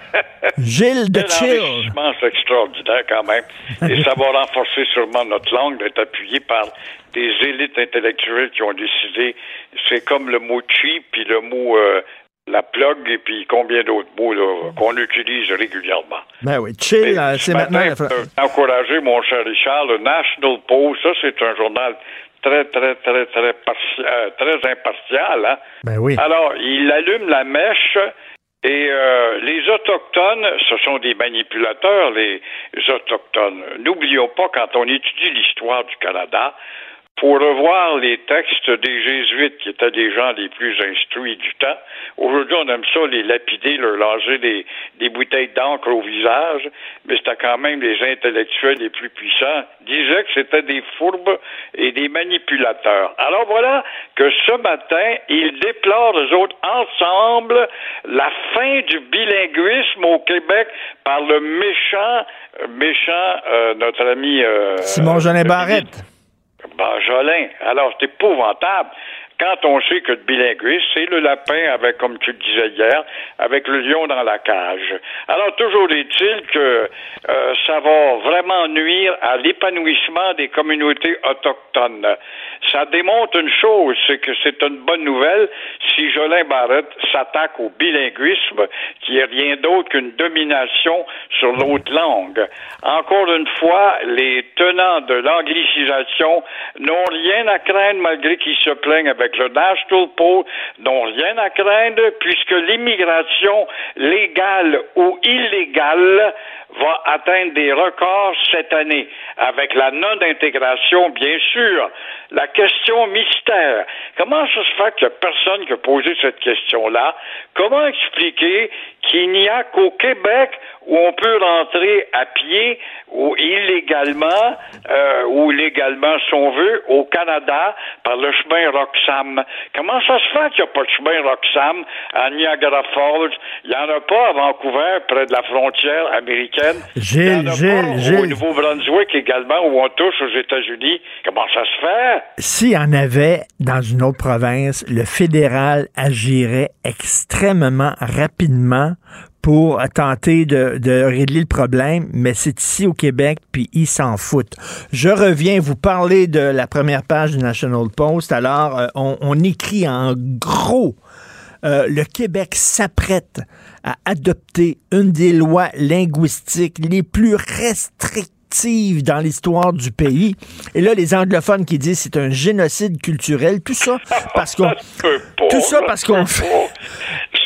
Gilles de chill. C'est extraordinaire quand même. Et ça va renforcer sûrement notre langue d'être appuyé par des élites intellectuelles qui ont décidé. C'est comme le mot cheap puis le mot... Euh, la plug et puis combien d'autres mots là, qu'on utilise régulièrement. Ben oui, chill, euh, c'est maintenant... Matin, la... encourager, mon cher Richard, le National Post, ça c'est un journal très, très, très, très, parti... euh, très impartial. Hein? Ben oui. Alors, il allume la mèche et euh, les Autochtones, ce sont des manipulateurs, les Autochtones. N'oublions pas, quand on étudie l'histoire du Canada, pour revoir les textes des Jésuites, qui étaient des gens les plus instruits du temps. Aujourd'hui, on aime ça, les lapider, leur lancer des, des bouteilles d'encre au visage, mais c'était quand même les intellectuels les plus puissants, disaient que c'était des fourbes et des manipulateurs. Alors voilà que ce matin, ils déplorent, eux autres, ensemble, la fin du bilinguisme au Québec par le méchant, méchant, euh, notre ami... Euh, Simon-Jolin Barrette. Benjolin. Alors, c'est épouvantable. Quand on sait que le bilinguisme, c'est le lapin avec, comme tu le disais hier, avec le lion dans la cage. Alors, toujours est-il que euh, ça va vraiment nuire à l'épanouissement des communautés autochtones. Ça démontre une chose, c'est que c'est une bonne nouvelle si Jolin Barrette s'attaque au bilinguisme, qui est rien d'autre qu'une domination sur l'autre langue. Encore une fois, les tenants de l'anglicisation n'ont rien à craindre, malgré qu'ils se plaignent avec le National Post, n'ont rien à craindre, puisque l'immigration légale ou illégale va atteindre des records cette année, avec la non-intégration, bien sûr. La question mystère. Comment ça se fait qu'il n'y a personne qui a posé cette question-là? Comment expliquer qu'il n'y a qu'au Québec où on peut rentrer à pied ou illégalement, euh, ou légalement, si on veut, au Canada, par le chemin Roxham? Comment ça se fait qu'il n'y a pas de chemin Roxham à Niagara Falls? Il n'y en a pas à Vancouver, près de la frontière américaine. Gilles, Gilles, Gilles. Au Nouveau-Brunswick également, où on touche aux États-Unis. Comment ça se fait? S'il y en avait dans une autre province, le fédéral agirait extrêmement rapidement pour tenter de, de régler le problème, mais c'est ici au Québec, puis ils s'en foutent. Je reviens vous parler de la première page du National Post. Alors, euh, on, on écrit en gros, euh, le Québec s'apprête à adopter une des lois linguistiques les plus restrictives dans l'histoire du pays. Et là, les anglophones qui disent c'est un génocide culturel, tout ça parce qu'on... tout ça parce qu'on fait... Ça se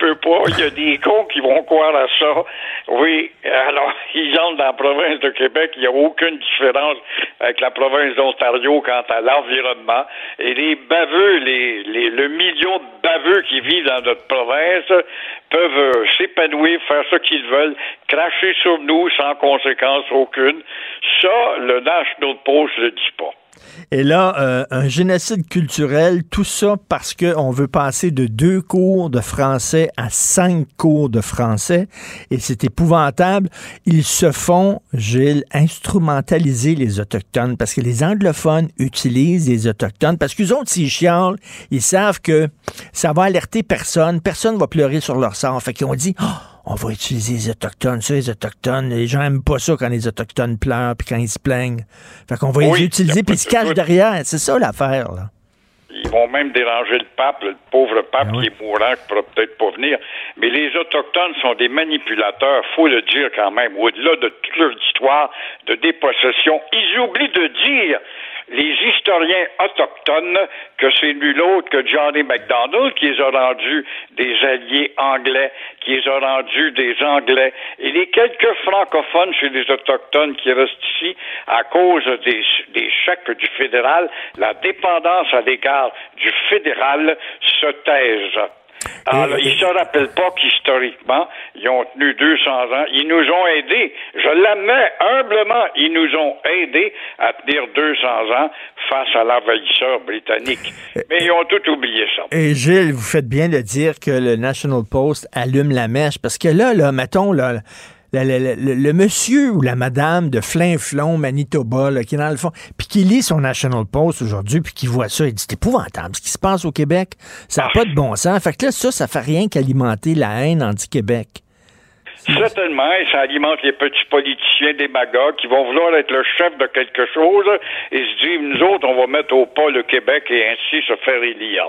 peut pas. Il y a des cons qui vont croire à ça. Oui, alors, ils entrent dans la province de Québec. Il n'y a aucune différence avec la province d'Ontario quant à l'environnement. Et les baveux, les, les, le million de baveux qui vivent dans notre province peuvent euh, s'épanouir, faire ce qu'ils veulent, cracher sur nous sans conséquence aucune. Ça, le National Post ne le dit pas. Et là, euh, un génocide culturel, tout ça parce qu'on veut passer de deux cours de français à cinq cours de français. Et c'est épouvantable. Ils se font, Gilles, instrumentaliser les Autochtones parce que les anglophones utilisent les Autochtones parce qu'eux autres, s'ils chialent, ils savent que ça va alerter personne. Personne va pleurer sur leur sort. Fait qu'ils ont dit... Oh, on va utiliser les Autochtones, ça, les Autochtones. Les gens aiment pas ça quand les Autochtones pleurent puis quand ils se plaignent. Fait qu'on va oui, les utiliser puis ils se cachent derrière. C'est ça l'affaire, là. Ils vont même déranger le pape, le pauvre pape ben oui. qui est mourant, qui pourra peut-être pas venir. Mais les Autochtones sont des manipulateurs, faut le dire quand même. Au-delà de toute leur histoire de dépossession, ils oublient de dire... les historiens autochtones, que c'est nul autre que Johnny MacDonald qui les a rendus des alliés anglais, qui les a rendus des Anglais. Et les quelques francophones chez les Autochtones qui restent ici, à cause des, des chèques du fédéral, la dépendance à l'égard du fédéral se taise. Alors, ils ne se rappellent pas qu'historiquement, ils ont tenu deux cents ans. Ils nous ont aidés. Je l'admets humblement, ils nous ont aidés à tenir deux cents ans face à l'envahisseur britannique. Mais ils ont tout oublié ça. Et Gilles, vous faites bien de dire que le National Post allume la mèche, parce que là, là, mettons, là, Le, le, le, le monsieur ou la madame de Flin-Flon, Manitoba, là, qui est dans le fond, puis qui lit son National Post aujourd'hui, puis qui voit ça, il dit, c'est épouvantable ce qui se passe au Québec. Ça n'a pas de bon sens. Fait que là, ça, ça fait rien qu'alimenter la haine anti-Québec. Certainement, et ça alimente les petits politiciens démagogues qui vont vouloir être le chef de quelque chose et se dire, nous autres, on va mettre au pas le Québec et ainsi se faire élire.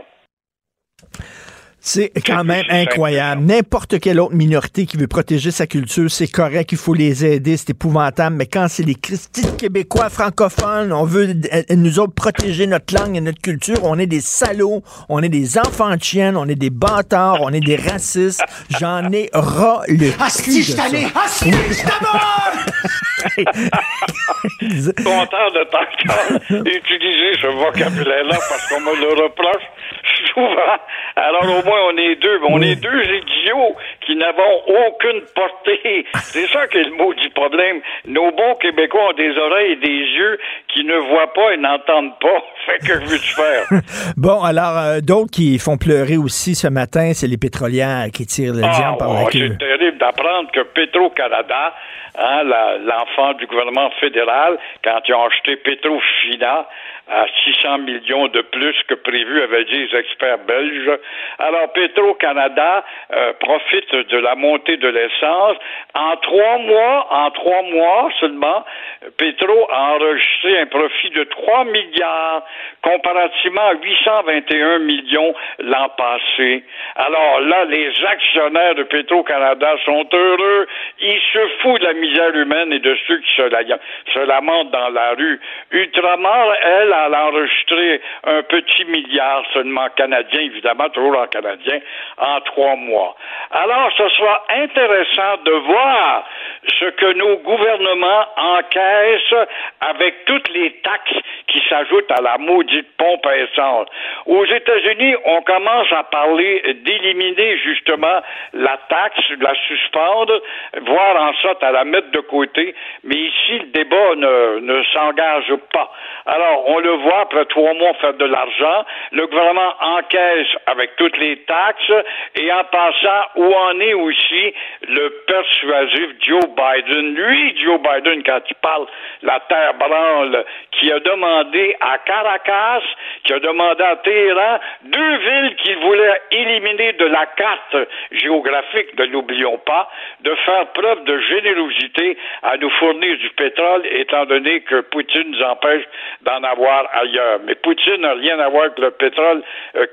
C'est quand même incroyable. N'importe quelle autre minorité qui veut protéger sa culture, c'est correct, il faut les aider, c'est épouvantable. Mais quand c'est les Christis Québécois francophones, on veut nous autres protéger notre langue et notre culture, on est des salauds, on est des enfants de chiennes, on est des bâtards, on est des racistes. J'en ai ras le cul de ça. Asti, je d'abord! Content de t'entendre utiliser ce vocabulaire-là parce qu'on me le reproche souvent. Alors au moins on est deux, on est deux idiots qui n'avons aucune portée. C'est ça qui est le mot du problème. Nos bons Québécois ont des oreilles et des yeux qui ne voient pas et n'entendent pas. Fait que veux-tu faire? Bon, alors euh, d'autres qui font pleurer aussi ce matin, c'est les pétrolières qui tirent le ah, diable par la queue. C'est terrible d'apprendre que Petro-Canada, hein, la, l'enfant du gouvernement fédéral, quand ils ont acheté Petro-Fina à six cents millions de plus que prévu, avaient dit les experts belges. Alors, Petro-Canada euh, profite de la montée de l'essence. En trois mois, en trois mois seulement, Petro a enregistré un profit de trois milliards, comparativement à huit cent vingt et un millions l'an passé. Alors là, les actionnaires de Petro-Canada sont heureux. Ils se foutent de la misère humaine et de ceux qui se, la, se lamentent dans la rue. Ultramar, elle, a enregistré un petit milliard seulement canadien, évidemment, toujours en canadien, en trois mois. Alors, ce sera intéressant de voir ce que nos gouvernements encaissent avec toutes les taxes qui s'ajoutent à la maudite pompe à essence. Aux États-Unis, on commence à parler d'éliminer justement la taxe, de la suspendre, voire en sorte à la mettre de côté, mais ici, le débat ne, ne s'engage pas. Alors, on le voit, après trois mois, faire de l'argent. Le gouvernement encaisse avec toutes les taxes et en passant, où en est aussi le persuasif Joe Biden. Lui, Joe Biden, quand il parle la terre branle, qui a demandé à Caracas, qui a demandé à Téhéran, deux villes qu'il voulait éliminer de la carte géographique, ne l'oublions pas, de faire preuve de générosité à nous fournir du pétrole, étant donné que Poutine nous empêche d'en avoir ailleurs. Mais Poutine n'a rien à voir avec le pétrole euh,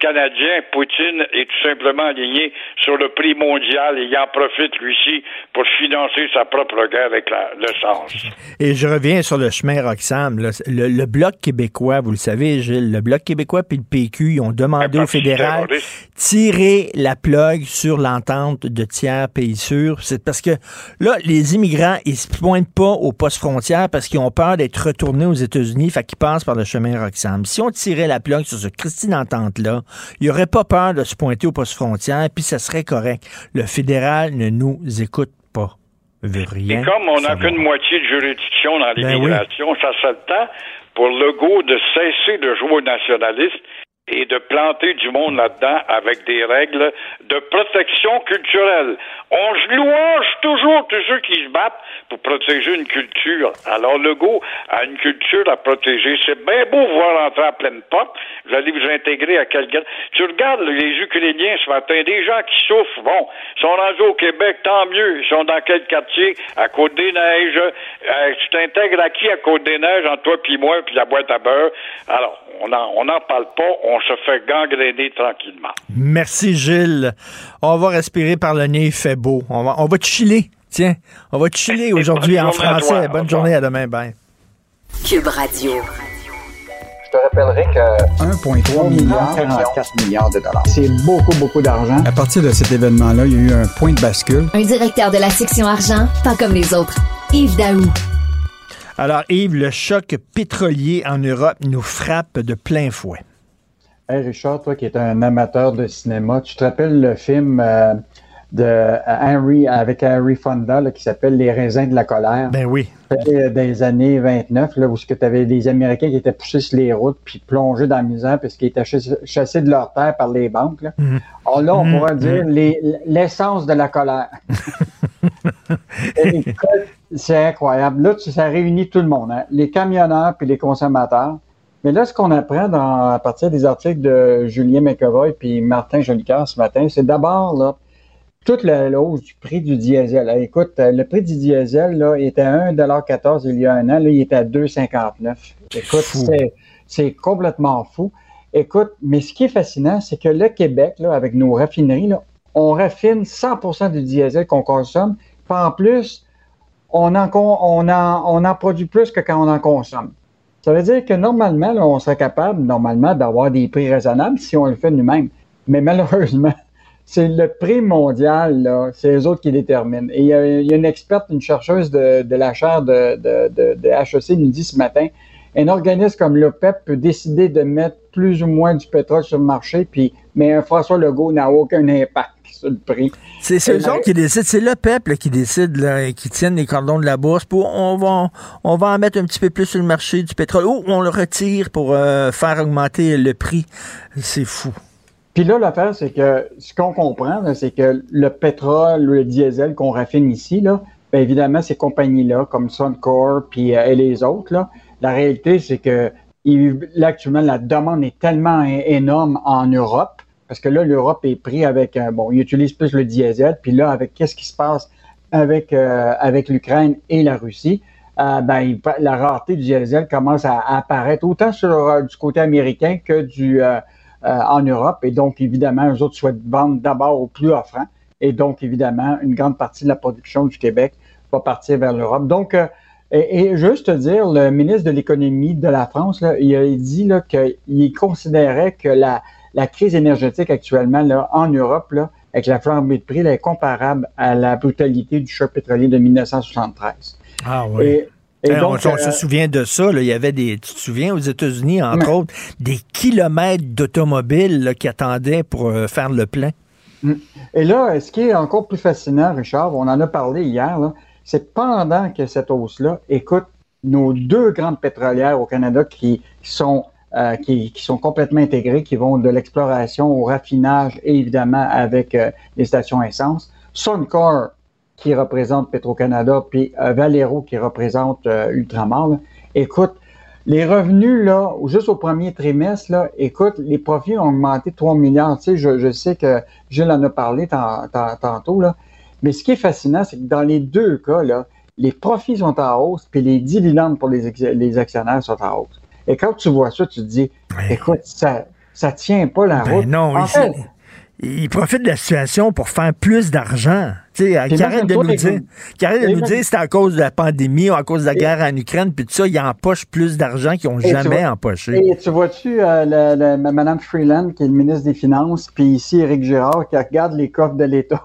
Canadien, Poutine, est tout simplement aligné sur le prix mondial et il en profite, lui-ci, pour financer sa propre guerre avec la, l'essence. Et je reviens sur le chemin Roxham. Là. Le, le Bloc québécois, vous le savez, Gilles, le Bloc québécois puis le P Q, ils ont demandé au fédéral de tirer la plug sur l'entente de tiers pays sûrs. C'est parce que là, les immigrants, ils se pointent pas au poste frontière parce qu'ils ont peur d'être retournés aux États-Unis, fait qu'ils passent par le chemin Roxham. Si on tirait la plug sur ce Christi d'entente-là, il n'y aurait pas peur de se pointer au poste frontière, puis ça serait correct. Le fédéral ne nous écoute pas. Veut rien Et comme on n'a savoir. qu'une moitié de juridiction dans l'immigration, ben oui. ça serait le temps pour Legault de cesser de jouer au nationaliste et de planter du monde là-dedans avec des règles de protection culturelle. On se louange toujours tous ceux qui se battent pour protéger une culture. Alors, Legault a une culture à protéger. C'est bien beau voir entrer à pleine porte. Vous allez vous intégrer à quelqu'un. Tu regardes les Ukrainiens ce matin, des gens qui souffrent. Bon, ils sont rendus au Québec, tant mieux. Ils sont dans quel quartier? À Côte-des-Neiges. Euh, tu t'intègres à qui à Côte-des-Neiges, entre toi puis moi, puis la boîte à beurre? Alors, on n'en on en parle pas. On se fait gangréner tranquillement. Merci, Gilles. On va respirer par le nez, il fait beau. On va, on va chiller. Tiens, on va chiller aujourd'hui en français. Bonne journée, à demain. Bye. Cube Radio. Je te rappellerai que un virgule trois milliard, quarante-quatre milliards de dollars. C'est beaucoup, beaucoup d'argent. À partir de cet événement-là, il y a eu un point de bascule. Un directeur de la section argent, pas comme les autres. Yves Daou. Alors, Yves, le choc pétrolier en Europe nous frappe de plein fouet. Hey Richard, toi qui es un amateur de cinéma, tu te rappelles le film euh, de Henry avec Henry Fonda là, qui s'appelle Les raisins de la colère? Ben oui. C'était dans les années vingt-neuf, là, où tu avais des Américains qui étaient poussés sur les routes puis plongés dans la misère parce qu'ils étaient chassés, chassés de leur terre par les banques. Là. Mm-hmm. Alors là, on mm-hmm. pourrait dire les, l'essence de la colère. Écoute, c'est incroyable. Là, ça réunit tout le monde, hein? Les camionneurs puis les consommateurs. Mais là, ce qu'on apprend dans, à partir des articles de Julien McEvoy puis Martin Jolicoeur ce matin, c'est d'abord là toute la, la hausse du prix du diesel. Là, écoute, le prix du diesel là, était à un virgule quatorze il y a un an. Là, il est à deux virgule cinquante-neuf. Écoute, c'est, c'est complètement fou. Écoute, mais ce qui est fascinant, c'est que le Québec, là, avec nos raffineries, là, on raffine cent pour cent du diesel qu'on consomme. Puis en plus, on en, on, en, on en produit plus que quand on en consomme. Ça veut dire que normalement, là, on serait capable, normalement, d'avoir des prix raisonnables si on le fait nous-mêmes. Mais malheureusement, c'est le prix mondial, là, c'est eux autres qui déterminent. Et il y a, il y a une experte, une chercheuse de, de la chaire de, de, de, de H E C nous dit ce matin, un organisme comme l'OPEP peut décider de mettre plus ou moins du pétrole sur le marché, puis, mais un François Legault n'a aucun impact sur le prix. C'est, c'est eux autres qui décident, c'est l'OPEP là, qui décide, là, qui tiennent les cordons de la bourse pour on va, on va en mettre un petit peu plus sur le marché du pétrole ou on le retire pour euh, faire augmenter le prix. C'est fou. Puis là, l'affaire, c'est que ce qu'on comprend, là, c'est que le pétrole, le diesel qu'on raffine ici, là, bien évidemment, ces compagnies-là, comme Suncor puis, euh, et les autres, là, la réalité, c'est que il, là, actuellement, la demande est tellement énorme en Europe, parce que là, l'Europe est pris avec, euh, bon, ils utilisent plus le diesel, puis là, avec qu'est-ce qui se passe avec, euh, avec l'Ukraine et la Russie, euh, ben, il, la rareté du diesel commence à, à apparaître autant sur euh, du côté américain que du... Euh, Euh, en Europe, et donc, évidemment, eux autres souhaitent vendre d'abord au plus offrant, et donc, évidemment, une grande partie de la production du Québec va partir vers l'Europe. Donc, euh, et, et juste te dire, le ministre de l'Économie de la France, là, il a dit là, qu'il considérait que la, la crise énergétique actuellement là, en Europe, là, avec la flambée de prix, là, est comparable à la brutalité du choc pétrolier de dix-neuf cent soixante-treize. Ah oui. Et, Et donc, on, on euh, se souvient de ça. Là. Il y avait des, tu te souviens, aux États-Unis, entre ouais. autres, des kilomètres d'automobiles là, qui attendaient pour euh, faire le plein. Et là, ce qui est encore plus fascinant, Richard, on en a parlé hier, là, c'est pendant que cette hausse-là, écoute, nos deux grandes pétrolières au Canada qui sont, euh, qui, qui sont complètement intégrées, qui vont de l'exploration au raffinage et évidemment avec euh, les stations essence, Suncor, qui représente Petro-Canada, puis euh, Valero qui représente euh, Ultramar. Là. Écoute, les revenus, là, juste au premier trimestre, là, écoute, les profits ont augmenté de trois milliards. Tu sais, je, je sais que Gilles en a parlé tant, tant, tantôt, là. Mais ce qui est fascinant, c'est que dans les deux cas, là, les profits sont en hausse, puis les dividendes pour les, les actionnaires sont en hausse. Et quand tu vois ça, tu te dis, écoute, ça, ça tient pas la ben route. Non, en il, fait, il profite de la situation pour faire plus d'argent. Tu sais, qui arrête de nous dire, qui arrête de nous dire c'est à cause de la pandémie ou à cause de la guerre en Ukraine, puis tout ça, il empoche plus d'argent qu'ils n'ont jamais empoché. Et tu vois-tu euh, le, le, Mme Freeland, qui est le ministre des Finances, puis ici Éric Girard, qui regarde les coffres de l'État,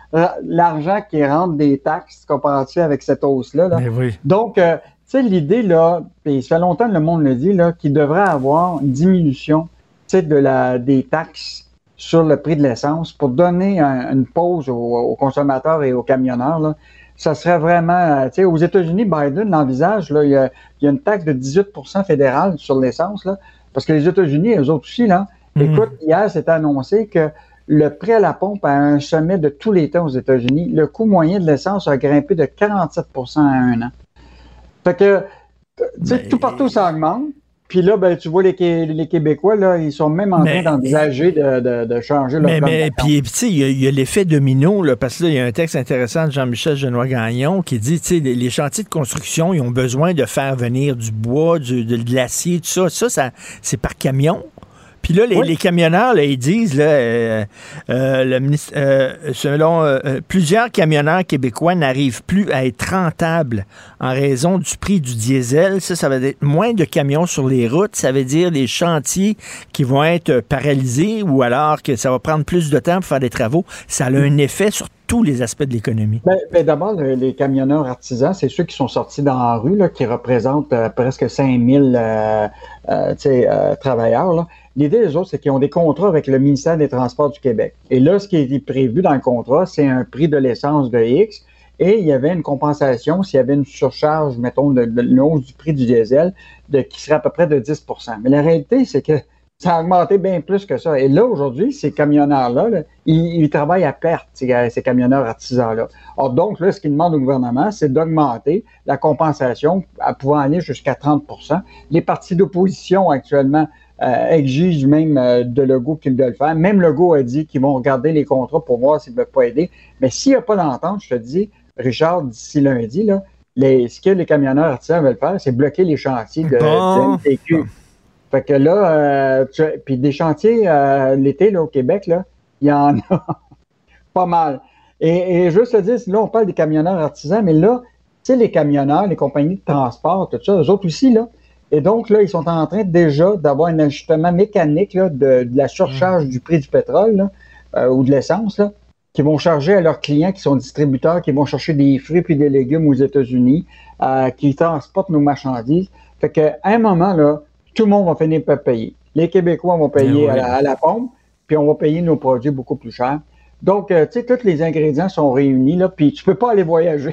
l'argent qui rentre des taxes, compares-tu avec cette hausse-là? Là? Oui. Donc, euh, tu sais, l'idée, là, puis ça fait longtemps que le monde le dit, là, qu'il devrait avoir une diminution, tu sais, de la, des taxes sur le prix de l'essence pour donner un, une pause aux, aux consommateurs et aux camionneurs, là. Ça serait vraiment, tu sais, aux États-Unis, Biden l'envisage, là, il y a, il y a une taxe de dix-huit pour cent fédérale sur l'essence, là, parce que les États-Unis, eux autres aussi, là, mmh. écoute, hier, c'était annoncé que le prix à la pompe a un sommet de tous les temps aux États-Unis. Le coût moyen de l'essence a grimpé de quarante-sept pour cent en un an. Fait que, tu sais, mais... tout partout, ça augmente. Puis là, ben, tu vois, les, les Québécois, là, ils sont même en mais, train d'envisager de, de, de changer leur mais, mais puis, tu sais, il y, y a l'effet domino, là, parce que là, il y a un texte intéressant de Jean-Michel Genois-Gagnon qui dit, tu sais, les, les chantiers de construction, ils ont besoin de faire venir du bois, du, de, de l'acier, tout ça. Ça, ça c'est par camion. Puis là, les, oui. les camionneurs, là, ils disent, là, euh, euh, le ministre, euh, selon euh, plusieurs camionneurs québécois n'arrivent plus à être rentables en raison du prix du diesel. Ça, ça va être moins de camions sur les routes. Ça veut dire les chantiers qui vont être paralysés ou alors que ça va prendre plus de temps pour faire des travaux. Ça a un effet sur tous les aspects de l'économie. Ben, ben d'abord, le, les camionneurs artisans, c'est ceux qui sont sortis dans la rue, là, qui représentent euh, presque cinq mille euh, euh, euh, travailleurs, là. L'idée des autres, c'est qu'ils ont des contrats avec le ministère des Transports du Québec. Et là, ce qui est prévu dans le contrat, c'est un prix de l'essence de X et il y avait une compensation s'il y avait une surcharge, mettons, de, de une hausse du prix du diesel de, qui serait à peu près de dix pour cent. Mais la réalité, c'est que ça a augmenté bien plus que ça. Et là, aujourd'hui, ces camionneurs-là, là, ils, ils travaillent à perte, ces, ces camionneurs artisans-là. Or, donc, là, ce qu'ils demandent au gouvernement, c'est d'augmenter la compensation à pouvoir aller jusqu'à trente pour cent. Les partis d'opposition, actuellement, Euh, exige même euh, de Legault qu'il doit le faire. Même Legault a dit qu'ils vont regarder les contrats pour voir s'ils ne peuvent pas aider. Mais s'il n'y a pas d'entente, je te dis, Richard, d'ici lundi, là, les, ce que les camionneurs artisans veulent faire, c'est bloquer les chantiers de, bon. de M T Q. Bon. Fait que là, euh, tu, puis des chantiers euh, l'été là, au Québec, là, il y en a pas mal. Et, et juste te dire, là, on parle des camionneurs artisans, mais là, tu sais, les camionneurs, les compagnies de transport, tout ça, eux autres aussi, là. Et donc, là, ils sont en train déjà d'avoir un ajustement mécanique là, de, de la surcharge mmh. du prix du pétrole là, euh, ou de l'essence, là, qui vont charger à leurs clients qui sont distributeurs, qui vont chercher des fruits et des légumes aux États-Unis, euh, qui transportent nos marchandises. Fait qu'à un moment, là, tout le monde va finir par payer. Les Québécois vont payer oui. à, la, à la pompe, puis on va payer nos produits beaucoup plus chers. Donc, euh, tu sais, tous les ingrédients sont réunis, là, puis tu peux pas aller voyager.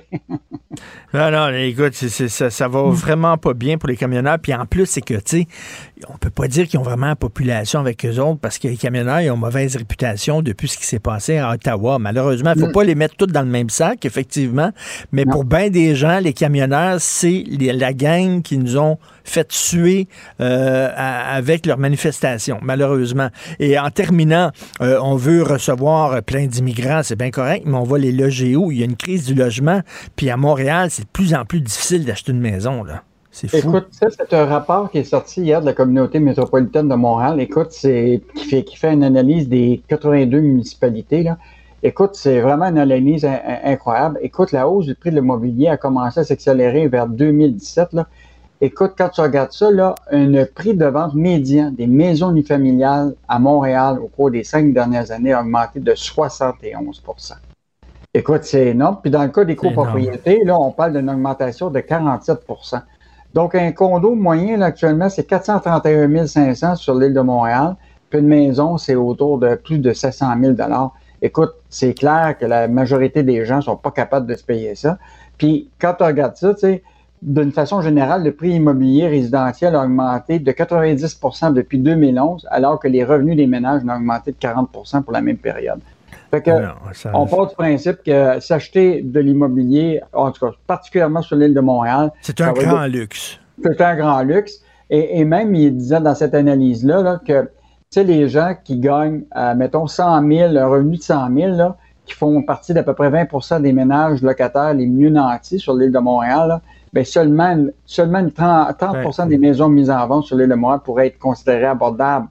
non, non, écoute, c'est, c'est, ça, ça va vraiment pas bien pour les camionneurs. Puis en plus, c'est que, tu sais, on peut pas dire qu'ils ont vraiment la population avec eux autres parce que les camionneurs, ils ont mauvaise réputation depuis ce qui s'est passé à Ottawa. Malheureusement, il faut mm. pas les mettre tous dans le même sac, effectivement. Mais non. pour bien des gens, les camionneurs, c'est les, la gang qui nous ont fait tuer euh, à, avec leurs manifestations, malheureusement. Et en terminant, euh, on veut recevoir plein d'immigrants, c'est bien correct, mais on va les loger où? Il y a une crise du logement, puis à Montréal, c'est de plus en plus difficile d'acheter une maison, là. C'est fou. Écoute, ça, c'est un rapport qui est sorti hier de la communauté métropolitaine de Montréal. Écoute, c'est qui fait, qui fait une analyse des quatre-vingt-deux municipalités, là. Écoute, c'est vraiment une analyse in- incroyable. Écoute, la hausse du prix de l'immobilier a commencé à s'accélérer vers deux mille dix-sept, là. Écoute, quand tu regardes ça, là, un prix de vente médian des maisons unifamiliales à Montréal au cours des cinq dernières années a augmenté de soixante et onze pour cent. Écoute, c'est énorme. Puis dans le cas des copropriétés, là, on parle d'une augmentation de quarante-sept pour cent. Donc, un condo moyen, là, actuellement, c'est quatre cent trente et un mille cinq cents sur l'île de Montréal. Puis une maison, c'est autour de plus de sept cent mille dollars. Écoute, c'est clair que la majorité des gens sont pas capables de se payer ça. Puis quand tu regardes ça, tu sais, d'une façon générale, le prix immobilier résidentiel a augmenté de quatre-vingt-dix pour cent depuis deux mille onze, alors que les revenus des ménages ont augmenté de quarante pour cent pour la même période. Fait que, non, ça... on part du principe que s'acheter de l'immobilier, en tout cas, particulièrement sur l'île de Montréal... C'est un grand être... luxe. C'est un grand luxe. Et, et même, il disait dans cette analyse-là là, que, tu sais, les gens qui gagnent, euh, mettons, cent mille, un revenu de cent mille, là, qui font partie d'à peu près vingt pour cent des ménages locataires les mieux nantis sur l'île de Montréal, là, bien, seulement, seulement trente pour cent ouais. des maisons mises en vente sur l'île de Montréal pourraient être considérées abordables.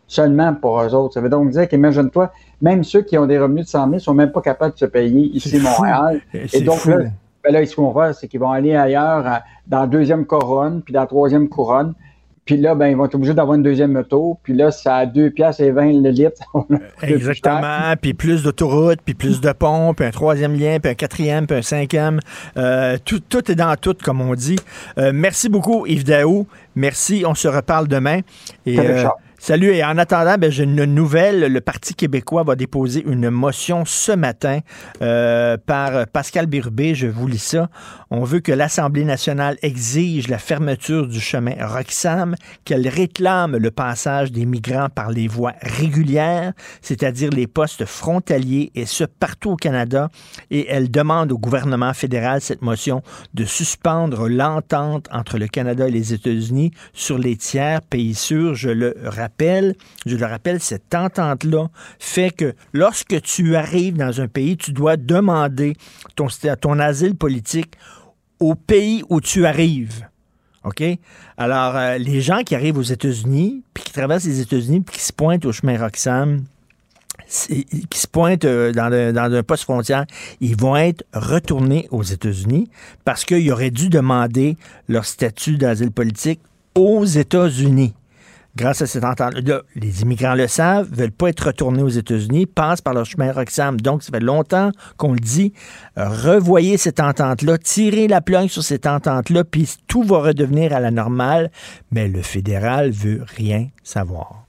seulement pour eux autres. Ça veut donc dire qu'imagine-toi, même ceux qui ont des revenus de cent mille sont même pas capables de se payer ici à Montréal. C'est Et donc fou. là, ben là, ce qu'ils vont faire, c'est qu'ils vont aller ailleurs à- dans la deuxième couronne, puis dans la troisième couronne. Puis là, ben, ils vont être obligés d'avoir une deuxième auto. Puis là, c'est à deux piastres et vingt le litre. Exactement. Puis plus d'autoroutes, puis plus de ponts, puis un troisième lien, puis un quatrième, puis un cinquième. Euh, tout, tout est dans tout, comme on dit. Euh, merci beaucoup, Yves Daou. Merci. On se reparle demain. Et, Salut, euh, Charles. salut. Et en attendant, ben, j'ai une nouvelle. Le Parti québécois va déposer une motion ce matin euh, par Pascal Bérubé. Je vous lis ça. On veut que l'Assemblée nationale exige la fermeture du chemin Roxham, qu'elle réclame le passage des migrants par les voies régulières, c'est-à-dire les postes frontaliers, et ce, partout au Canada. Et elle demande au gouvernement fédéral, cette motion, de suspendre l'entente entre le Canada et les États-Unis sur les tiers pays sûrs. Je le rappelle, je le rappelle, cette entente-là fait que lorsque tu arrives dans un pays, tu dois demander ton, ton asile politique au pays où tu arrives. OK? Alors, euh, les gens qui arrivent aux États-Unis, puis qui traversent les États-Unis, puis qui se pointent au chemin Roxham, c'est- qui se pointent euh, dans, le- dans un poste frontière, ils vont être retournés aux États-Unis parce qu'ils auraient dû demander leur statut d'asile politique aux États-Unis. Grâce à cette entente-là, les immigrants le savent, ne veulent pas être retournés aux États-Unis, passent par leur chemin Roxham. Donc, ça fait longtemps qu'on le dit. Revoyez cette entente-là, tirez la plug sur cette entente-là, puis tout va redevenir à la normale. Mais le fédéral veut rien savoir.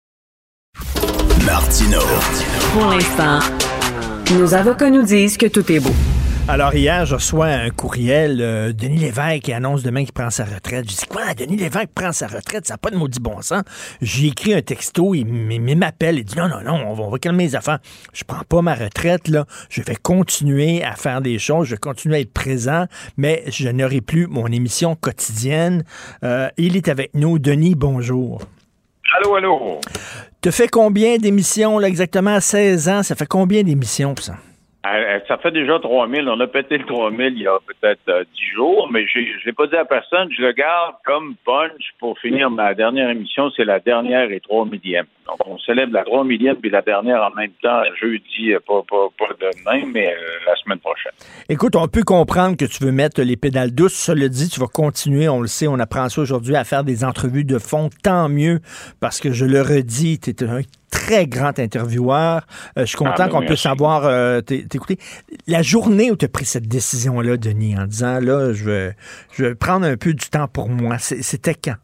Martino. Pour l'instant, nos avocats nous disent que tout est beau. Alors, hier, je reçois un courriel, euh, Denis Lévesque qui annonce demain qu'il prend sa retraite. Je dis, quoi, Denis Lévesque prend sa retraite? Ça n'a pas de maudit bon sens. J'ai écrit un texto, il, m- il m'appelle, il dit, non, non, non, on va, on va calmer les affaires. Je prends pas ma retraite, là. Je vais continuer à faire des choses, je vais continuer à être présent, mais je n'aurai plus mon émission quotidienne. Euh, il est avec nous. Denis, bonjour. Allô, allô. Tu fait combien d'émissions, là, exactement à seize ans? Ça fait combien d'émissions, ça? Euh, Ça fait déjà trois mille. On a pété le trois mille il y a peut-être euh, dix jours, mais j'ai- je ne l'ai pas dit à personne. Je le garde comme punch pour finir ma dernière émission. C'est la dernière et trois millième. Donc, on célèbre la trois millième puis la dernière en même temps, jeudi, euh, pas, pas, pas demain, mais euh, la semaine prochaine. Écoute, on peut comprendre que tu veux mettre les pédales douces. Cela dit, tu vas continuer, on le sait, on apprend ça aujourd'hui, à faire des entrevues de fond. Tant mieux, parce que je le redis, tu es un très grand intervieweur. Euh, je suis content Ah, ben qu'on oui, puisse merci. avoir euh, t'é- t'écouter. La journée où tu as pris cette décision-là, Denis, en disant, là, je vais, je vais prendre un peu du temps pour moi, c'est- c'était quand?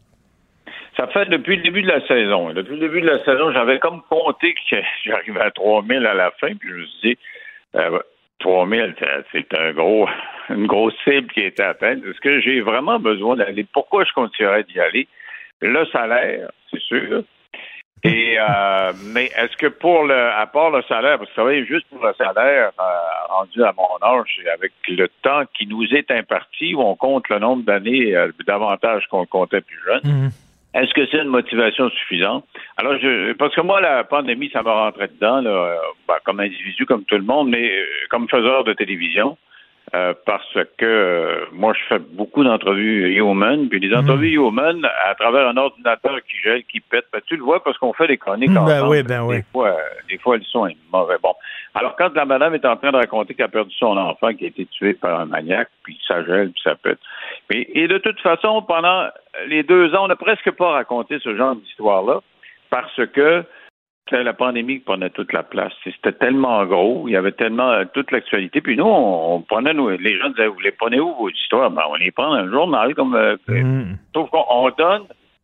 Ça fait depuis le début de la saison. Depuis le début de la saison, j'avais comme compté que j'arrivais à trois mille à la fin, puis je me suis dit, euh, trois mille, c'est- c'est un gros, une grosse cible qui a été atteinte. Est-ce que j'ai vraiment besoin d'aller? Pourquoi je continuerais d'y aller? Le salaire, c'est sûr. Et euh, mais est-ce que pour le, à part le salaire, parce que travailler juste pour le salaire, euh, rendu à mon âge, et avec le temps qui nous est imparti, où on compte le nombre d'années euh, davantage qu'on comptait plus jeune, est-ce que c'est une motivation suffisante? Alors, je, parce que moi, la pandémie, ça m'a rentré dedans, là, euh, ben, comme individu, comme tout le monde, mais euh, comme faiseur de télévision, euh, parce que euh, moi, je fais beaucoup d'entrevues human, puis les entrevues human, à travers un ordinateur qui gèle, qui pète, ben, tu le vois parce qu'on fait des chroniques Ben ensemble. oui, ben oui. Des fois, euh, des fois, le son est mauvais. Bon. Alors, quand la madame est en train de raconter qu'elle a perdu son enfant qui a été tué par un maniaque, puis ça gèle, puis ça pète. Mais, et de toute façon, pendant les deux ans, on n'a presque pas raconté ce genre d'histoire-là, parce que c'était la pandémie qui prenait toute la place. C'était tellement gros, il y avait tellement euh, toute l'actualité. Puis nous, on, on prenait, nous, les gens disaient, vous les prenez où vos histoires? Ben, on les prend dans le journal, comme euh, sauf qu'on on donne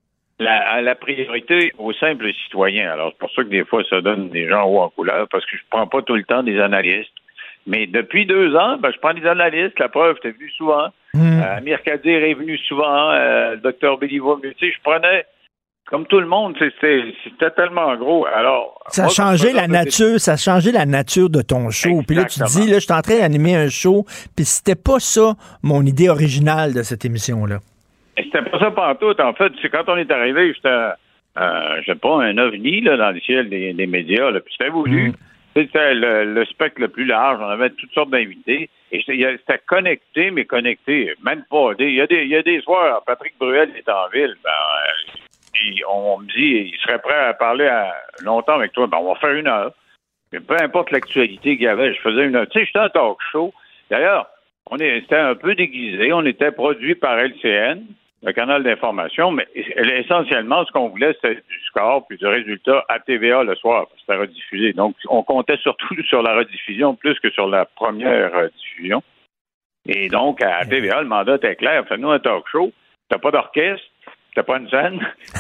la, la priorité aux simples citoyens. Alors, c'est pour ça que des fois, ça donne des gens hauts en couleur, parce que je prends pas tout le temps des analystes. Mais depuis deux ans, ben, je prends des analystes. La preuve, t'es venu souvent. Euh, Amir Kadir est venu souvent. Euh, le docteur Béliveau, tu sais, je prenais, comme tout le monde, c'était, c'était tellement gros. Alors, Ça a moi, changé comme la faiseur de nature, ça a changé la nature de ton show. Puis là, tu te dis, là, je suis en train d'animer un show, puis c'était pas ça mon idée originale de cette émission-là. Et c'était pas ça pantoute. En fait, c'est quand on est arrivé, j'étais, euh, je sais pas, un ovni là, dans le ciel des, des médias. Là, puis c'était voulu. C'était le, le spectre le plus large. On avait toutes sortes d'invités. Et c'était, c'était connecté, mais connecté. Même pas. Il y a des, il y a des soirs, Patrick Bruel est en ville. Ben, euh, puis on me dit, il serait prêt à parler à, longtemps avec toi. Ben, on va faire une heure. Mais peu importe l'actualité qu'il y avait, je faisais une heure. Tu sais, j'étais un talk show. D'ailleurs, on était un peu déguisé. On était produit par L C N, le canal d'information, mais essentiellement, ce qu'on voulait, c'était du score puis du résultat à T V A le soir. C'était rediffusé. Donc, on comptait surtout sur la rediffusion plus que sur la première euh, diffusion. Et donc, à T V A, le mandat était clair. Fais-nous un talk show. T'as pas d'orchestre. T'as pas une scène.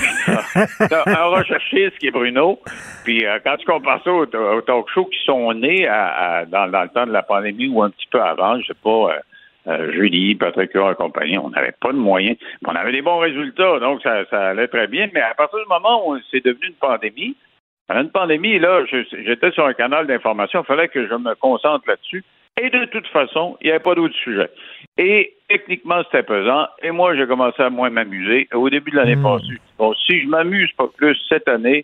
T'as un recherchiste qui est Bruno. Puis euh, quand tu compares ça aux, aux talk shows qui sont nés à, à, dans, dans le temps de la pandémie ou un petit peu avant, je sais pas, euh, euh, Julie, Patrick Huard et compagnie, on n'avait pas de moyens. On avait des bons résultats, donc ça, ça allait très bien. Mais à partir du moment où c'est devenu une pandémie, une pandémie, là, je, j'étais sur un canal d'information, il fallait que je me concentre là-dessus. Et de toute façon, il n'y avait pas d'autre sujet. Et techniquement, c'était pesant. Et moi, j'ai commencé à moins m'amuser. Au début de l'année mmh. passée, bon, si je m'amuse pas plus cette année,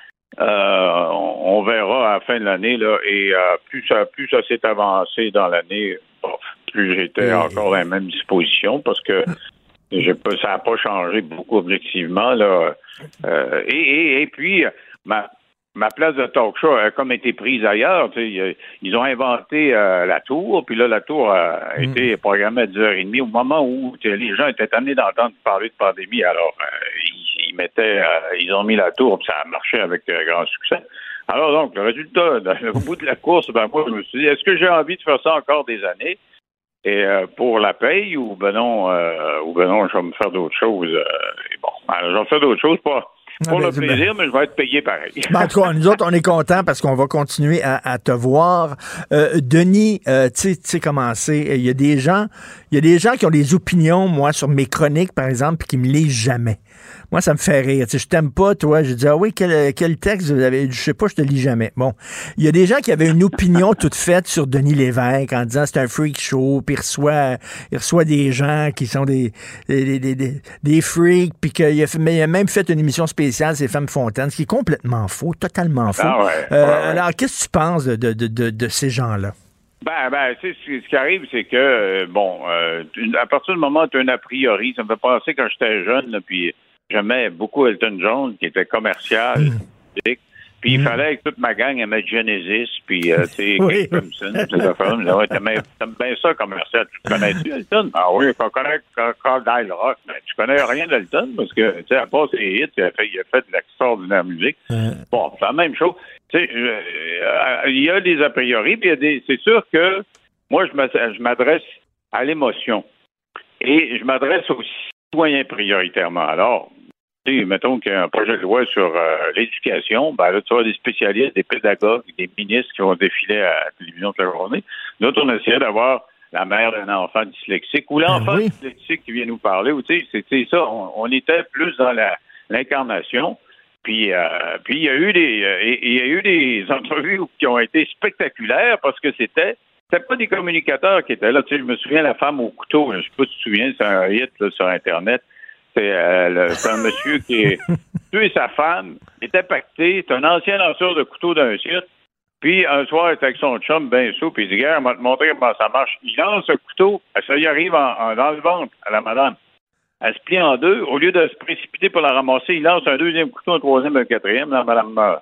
euh, on, on verra à la fin de l'année. Là, et euh, plus ça, plus ça s'est avancé dans l'année, bon, plus j'étais mmh. encore à la même disposition parce que j'ai pas, ça n'a pas changé beaucoup objectivement. Là. Euh, et, et, et puis, ma Ma place de talk show a comme été prise ailleurs. Tu sais, ils ont inventé euh, la tour, puis là, la tour a mmh. été programmée à dix heures trente au moment où les gens étaient amenés d'entendre parler de pandémie. Alors, euh, ils, ils mettaient, euh, ils ont mis la tour, puis ça a marché avec euh, grand succès. Alors donc, le résultat, au bout de la course, ben moi, je me suis dit, est-ce que j'ai envie de faire ça encore des années? Et euh, pour la paye, ou ben non, euh, ou ben non, je vais me faire d'autres choses. Euh, et bon, alors, je vais me faire d'autres choses, pas... Pour ah, ben, le plaisir, ben... mais je vais être payé pareil. Ben, en tout cas, nous autres, on est contents parce qu'on va continuer à, à te voir. Euh, Denis, euh, tu sais comment c'est. Il y a des gens, il y a des gens qui ont des opinions, moi, sur mes chroniques, par exemple, puis qui me lisent jamais. Moi, ça me fait rire. Tu sais, je t'aime pas, toi. Je dis, ah oui, quel, quel texte vous avez? Je sais pas, je te lis jamais. Bon. Il y a des gens qui avaient une opinion toute faite sur Denis Lévesque en disant c'est un freak show, puis il reçoit, il reçoit des gens qui sont des, des, des, des, des freaks, puis qu'il a, fait, mais il a même fait une émission spéciale, c'est Femmes Fontaine, ce qui est complètement faux, totalement faux. Ah ouais, euh, ouais, ouais. Alors, qu'est-ce que tu penses de, de, de, de, de ces gens-là? Ben, ben, tu sais, ce qui arrive, c'est que, euh, bon, euh, à partir du moment où tu as un a priori, ça me fait penser quand j'étais jeune, là, puis j'aimais beaucoup Elton John, qui était commercial, mmh. puis il mmh. fallait que toute ma gang aimait Genesis, puis, euh, tu sais, oui. Kate Crimson, ces affaires-là. Mais ouais, t'aimais, t'aimes bien ça, commercial. Tu connais-tu Elton? Ah oui, on connaît Carl Dial Rock. Ben, tu connais rien d'Elton, parce que, tu sais, à part ses hits, il a fait, il a fait de l'extraordinaire musique. Mmh. Bon, c'est la même chose. Tu sais, euh, il y a des a priori, puis il y a des. C'est sûr que moi, je m'adresse à l'émotion. Et je m'adresse aux citoyens prioritairement. Alors, tu sais, mettons qu'il y a un projet de loi sur euh, l'éducation, ben là, tu vois des spécialistes, des pédagogues, des ministres qui vont défiler à la télévision toute la journée. Nous, on essayait d'avoir la mère d'un enfant dyslexique ou l'enfant ben oui. dyslexique qui vient nous parler. Ou, tu sais, c'est ça. On, on était plus dans la, l'incarnation. Puis, euh, puis il y a eu des, euh, il y a eu des entrevues qui ont été spectaculaires parce que c'était, c'était pas des communicateurs qui étaient là. Tu sais, je me souviens la femme au couteau. Je sais pas si tu te souviens, c'est un hit là, sur Internet. C'est, euh, le, c'est un monsieur qui est tué sa femme, était pacté. C'est un ancien lanceur de couteau d'un site. Puis un soir, il était avec son chum bien sous. Puis il dit, gars, on va te montrer comment ça marche. Il lance un couteau, ça y arrive en, en, dans le ventre à la madame. Elle se plie en deux. Au lieu de se précipiter pour la ramasser, il lance un deuxième couteau, un troisième, un quatrième. La madame meurt.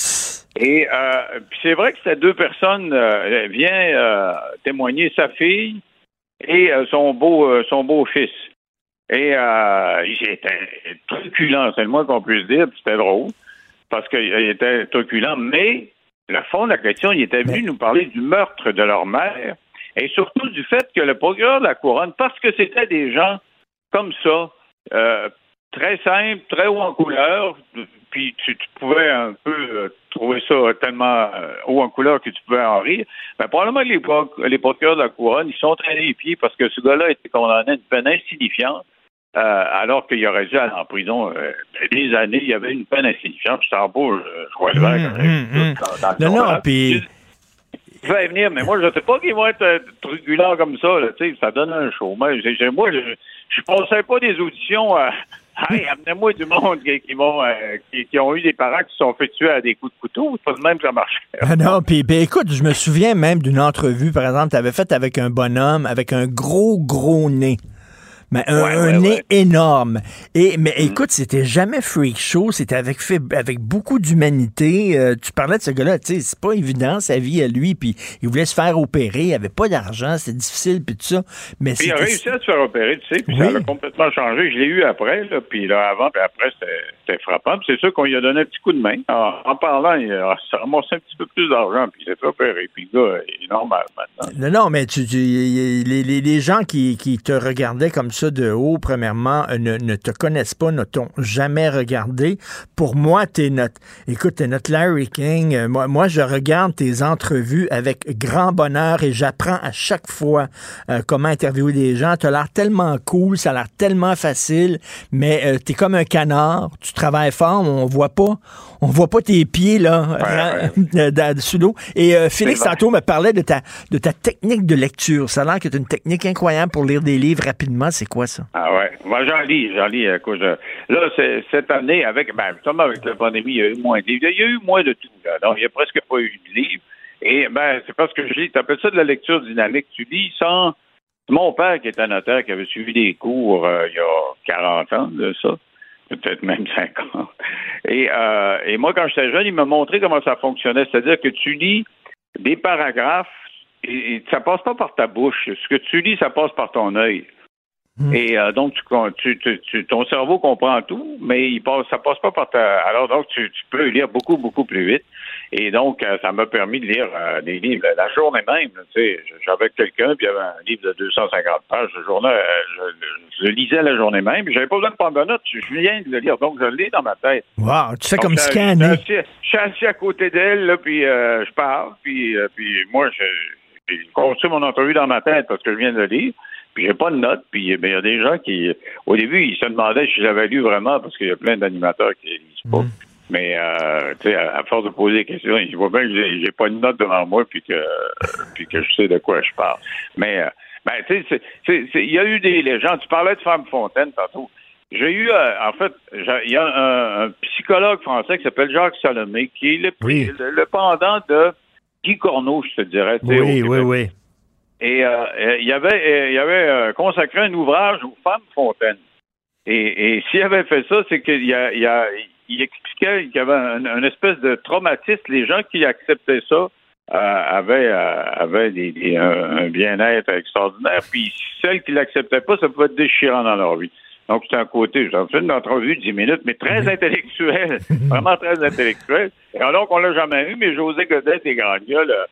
Et euh, puis c'est vrai que ces deux personnes euh, viennent euh, témoigner sa fille et euh, son beau euh, son beau-fils. Et euh, il était truculent, c'est le moins qu'on puisse dire, puis c'était drôle, parce qu'il était truculent, mais le fond de la question, il était venu nous parler du meurtre de leur mère et surtout du fait que le procureur de la Couronne, parce que c'était des gens comme ça, euh, très simple, très haut en couleur, puis tu, tu pouvais un peu euh, trouver ça tellement euh, haut en couleur que tu pouvais en rire. Mais probablement les, les procureurs de la Couronne, ils sont traînés les pieds parce que ce gars-là a été condamné à une peine insignifiante, euh, alors qu'il aurait dû aller en prison euh, des années. Il y avait une peine insignifiante. Je t'en beau, je vois le verre. Non, non, puis... Il va venir, mais moi, je ne sais pas qu'ils vont être euh, truculents comme ça. Là, ça donne un show. Moi, je ne pensais pas des auditions. Euh, hey, amenez-moi du monde qui, qui, vont, euh, qui, qui ont eu des parents qui se sont fait tuer à des coups de couteau. C'est pas de même que ça marche. Ah non, puis ben, écoute, je me souviens même d'une entrevue, par exemple, tu avais faite avec un bonhomme avec un gros, gros nez. Mais un, Ouais, un ouais, nez ouais. énorme. Et, mais Mm. écoute, c'était jamais freak show, c'était avec, fait, avec beaucoup d'humanité. Euh, tu parlais de ce gars-là, tu sais, c'est pas évident sa vie à lui, puis il voulait se faire opérer, il avait pas d'argent, c'était difficile, puis tout ça. Mais Puis il a c'était- réussi à se faire opérer, tu sais, puis Oui. ça a complètement changé. Je l'ai eu après, là, puis là, avant, puis après, c'était, c'était frappant. Puis c'est sûr qu'on lui a donné un petit coup de main. En, en parlant, il a ramassé un petit peu plus d'argent, puis il s'est fait opérer. Puis le gars, il est normal maintenant. Non, non, mais tu, tu- y- les, les, les gens qui, qui te regardaient comme ça de haut, premièrement, euh, ne, ne te connaissent pas, ne t'ont jamais regardé. Pour moi, t'es notre, écoute, t'es notre Larry King. Euh, Moi, moi, je regarde tes entrevues avec grand bonheur et j'apprends à chaque fois euh, comment interviewer des gens. T'as l'air tellement cool, ça a l'air tellement facile, mais euh, t'es comme un canard. Tu travailles fort, on voit pas, on voit pas tes pieds là Ouais, dans- sous l'eau. Et euh, Félix C'est vrai. tantôt me parlait de ta de ta technique de lecture. Ça a l'air que tu as une technique incroyable pour lire des livres rapidement. C'est quoi ça? Ah ouais. Moi, j'en lis, j'en lis. Écoute, je- là, c'est, cette année, avec, ben, justement, avec la pandémie, il y a eu moins de livres. Il y a eu moins de tout, là. Donc, il n'y a presque pas eu de livres. Et, ben, c'est parce que je lis. Tu appelles ça de la lecture dynamique. Tu lis sans. Mon père, qui était notaire, qui avait suivi des cours euh, il y a quarante ans de ça, peut-être même cinquante. Et, euh, et moi, quand j'étais jeune, il m'a montré comment ça fonctionnait. C'est-à-dire que tu lis des paragraphes et, et ça passe pas par ta bouche. Ce que tu lis, ça passe par ton œil. Et euh, donc, tu, tu, tu, tu- ton cerveau comprend tout, mais il passe, ça passe pas par ta... Alors, donc, tu, tu peux lire beaucoup, beaucoup plus vite. Et donc, euh, ça m'a permis de lire euh, des livres la journée même. Tu sais, j'avais quelqu'un, puis il y avait un livre de deux cent cinquante pages. Le journal, euh, je, je lisais la journée même, puis j'avais pas besoin de prendre de notes. Je viens de le lire, donc je le lis dans ma tête. Wow, tu fais Donc, comme je- scanner. Je suis assis- je suis assis à côté d'elle, là, puis euh, je parle, puis, euh, puis moi, je, je construis mon entrevue dans ma tête parce que je viens de le lire. Puis j'ai pas de notes, puis ben, il y a des gens qui, au début, ils se demandaient si j'avais lu vraiment, parce qu'il y a plein d'animateurs qui lisent pas. Mais, euh, tu sais, à, à force de poser des questions, ils voient bien que j'ai, j'ai pas de notes devant moi, puis que, puis que je sais de quoi je parle. Mais, euh, ben, tu sais, c'est, c'est, c'est, il y a eu des légendes. Tu parlais de Femme Fontaine tantôt. J'ai eu, euh, en fait, j'ai- il y a un, un psychologue français qui s'appelle Jacques Salomé, qui est le, Oui. le, le pendant de Guy Corneau, je te dirais. tu sais, au Oui, Québec. oui, oui. Et euh, euh, il avait, euh, il avait euh, consacré un ouvrage aux femmes fontaines. Et, et s'il avait fait ça, c'est qu'il y a, il y a, il expliquait qu'il y avait un, un espèce de traumatisme. Les gens qui acceptaient ça euh, avaient, euh, avaient des, des, un, un bien-être extraordinaire. Puis celles qui l'acceptaient pas, ça pouvait être déchirant dans leur vie. Donc, c'est un côté, j'ai fait une entrevue de dix minutes, mais très intellectuelle, vraiment très intellectuelle. Et donc, on l'a jamais eu, mais José Godet et Grandgueule euh,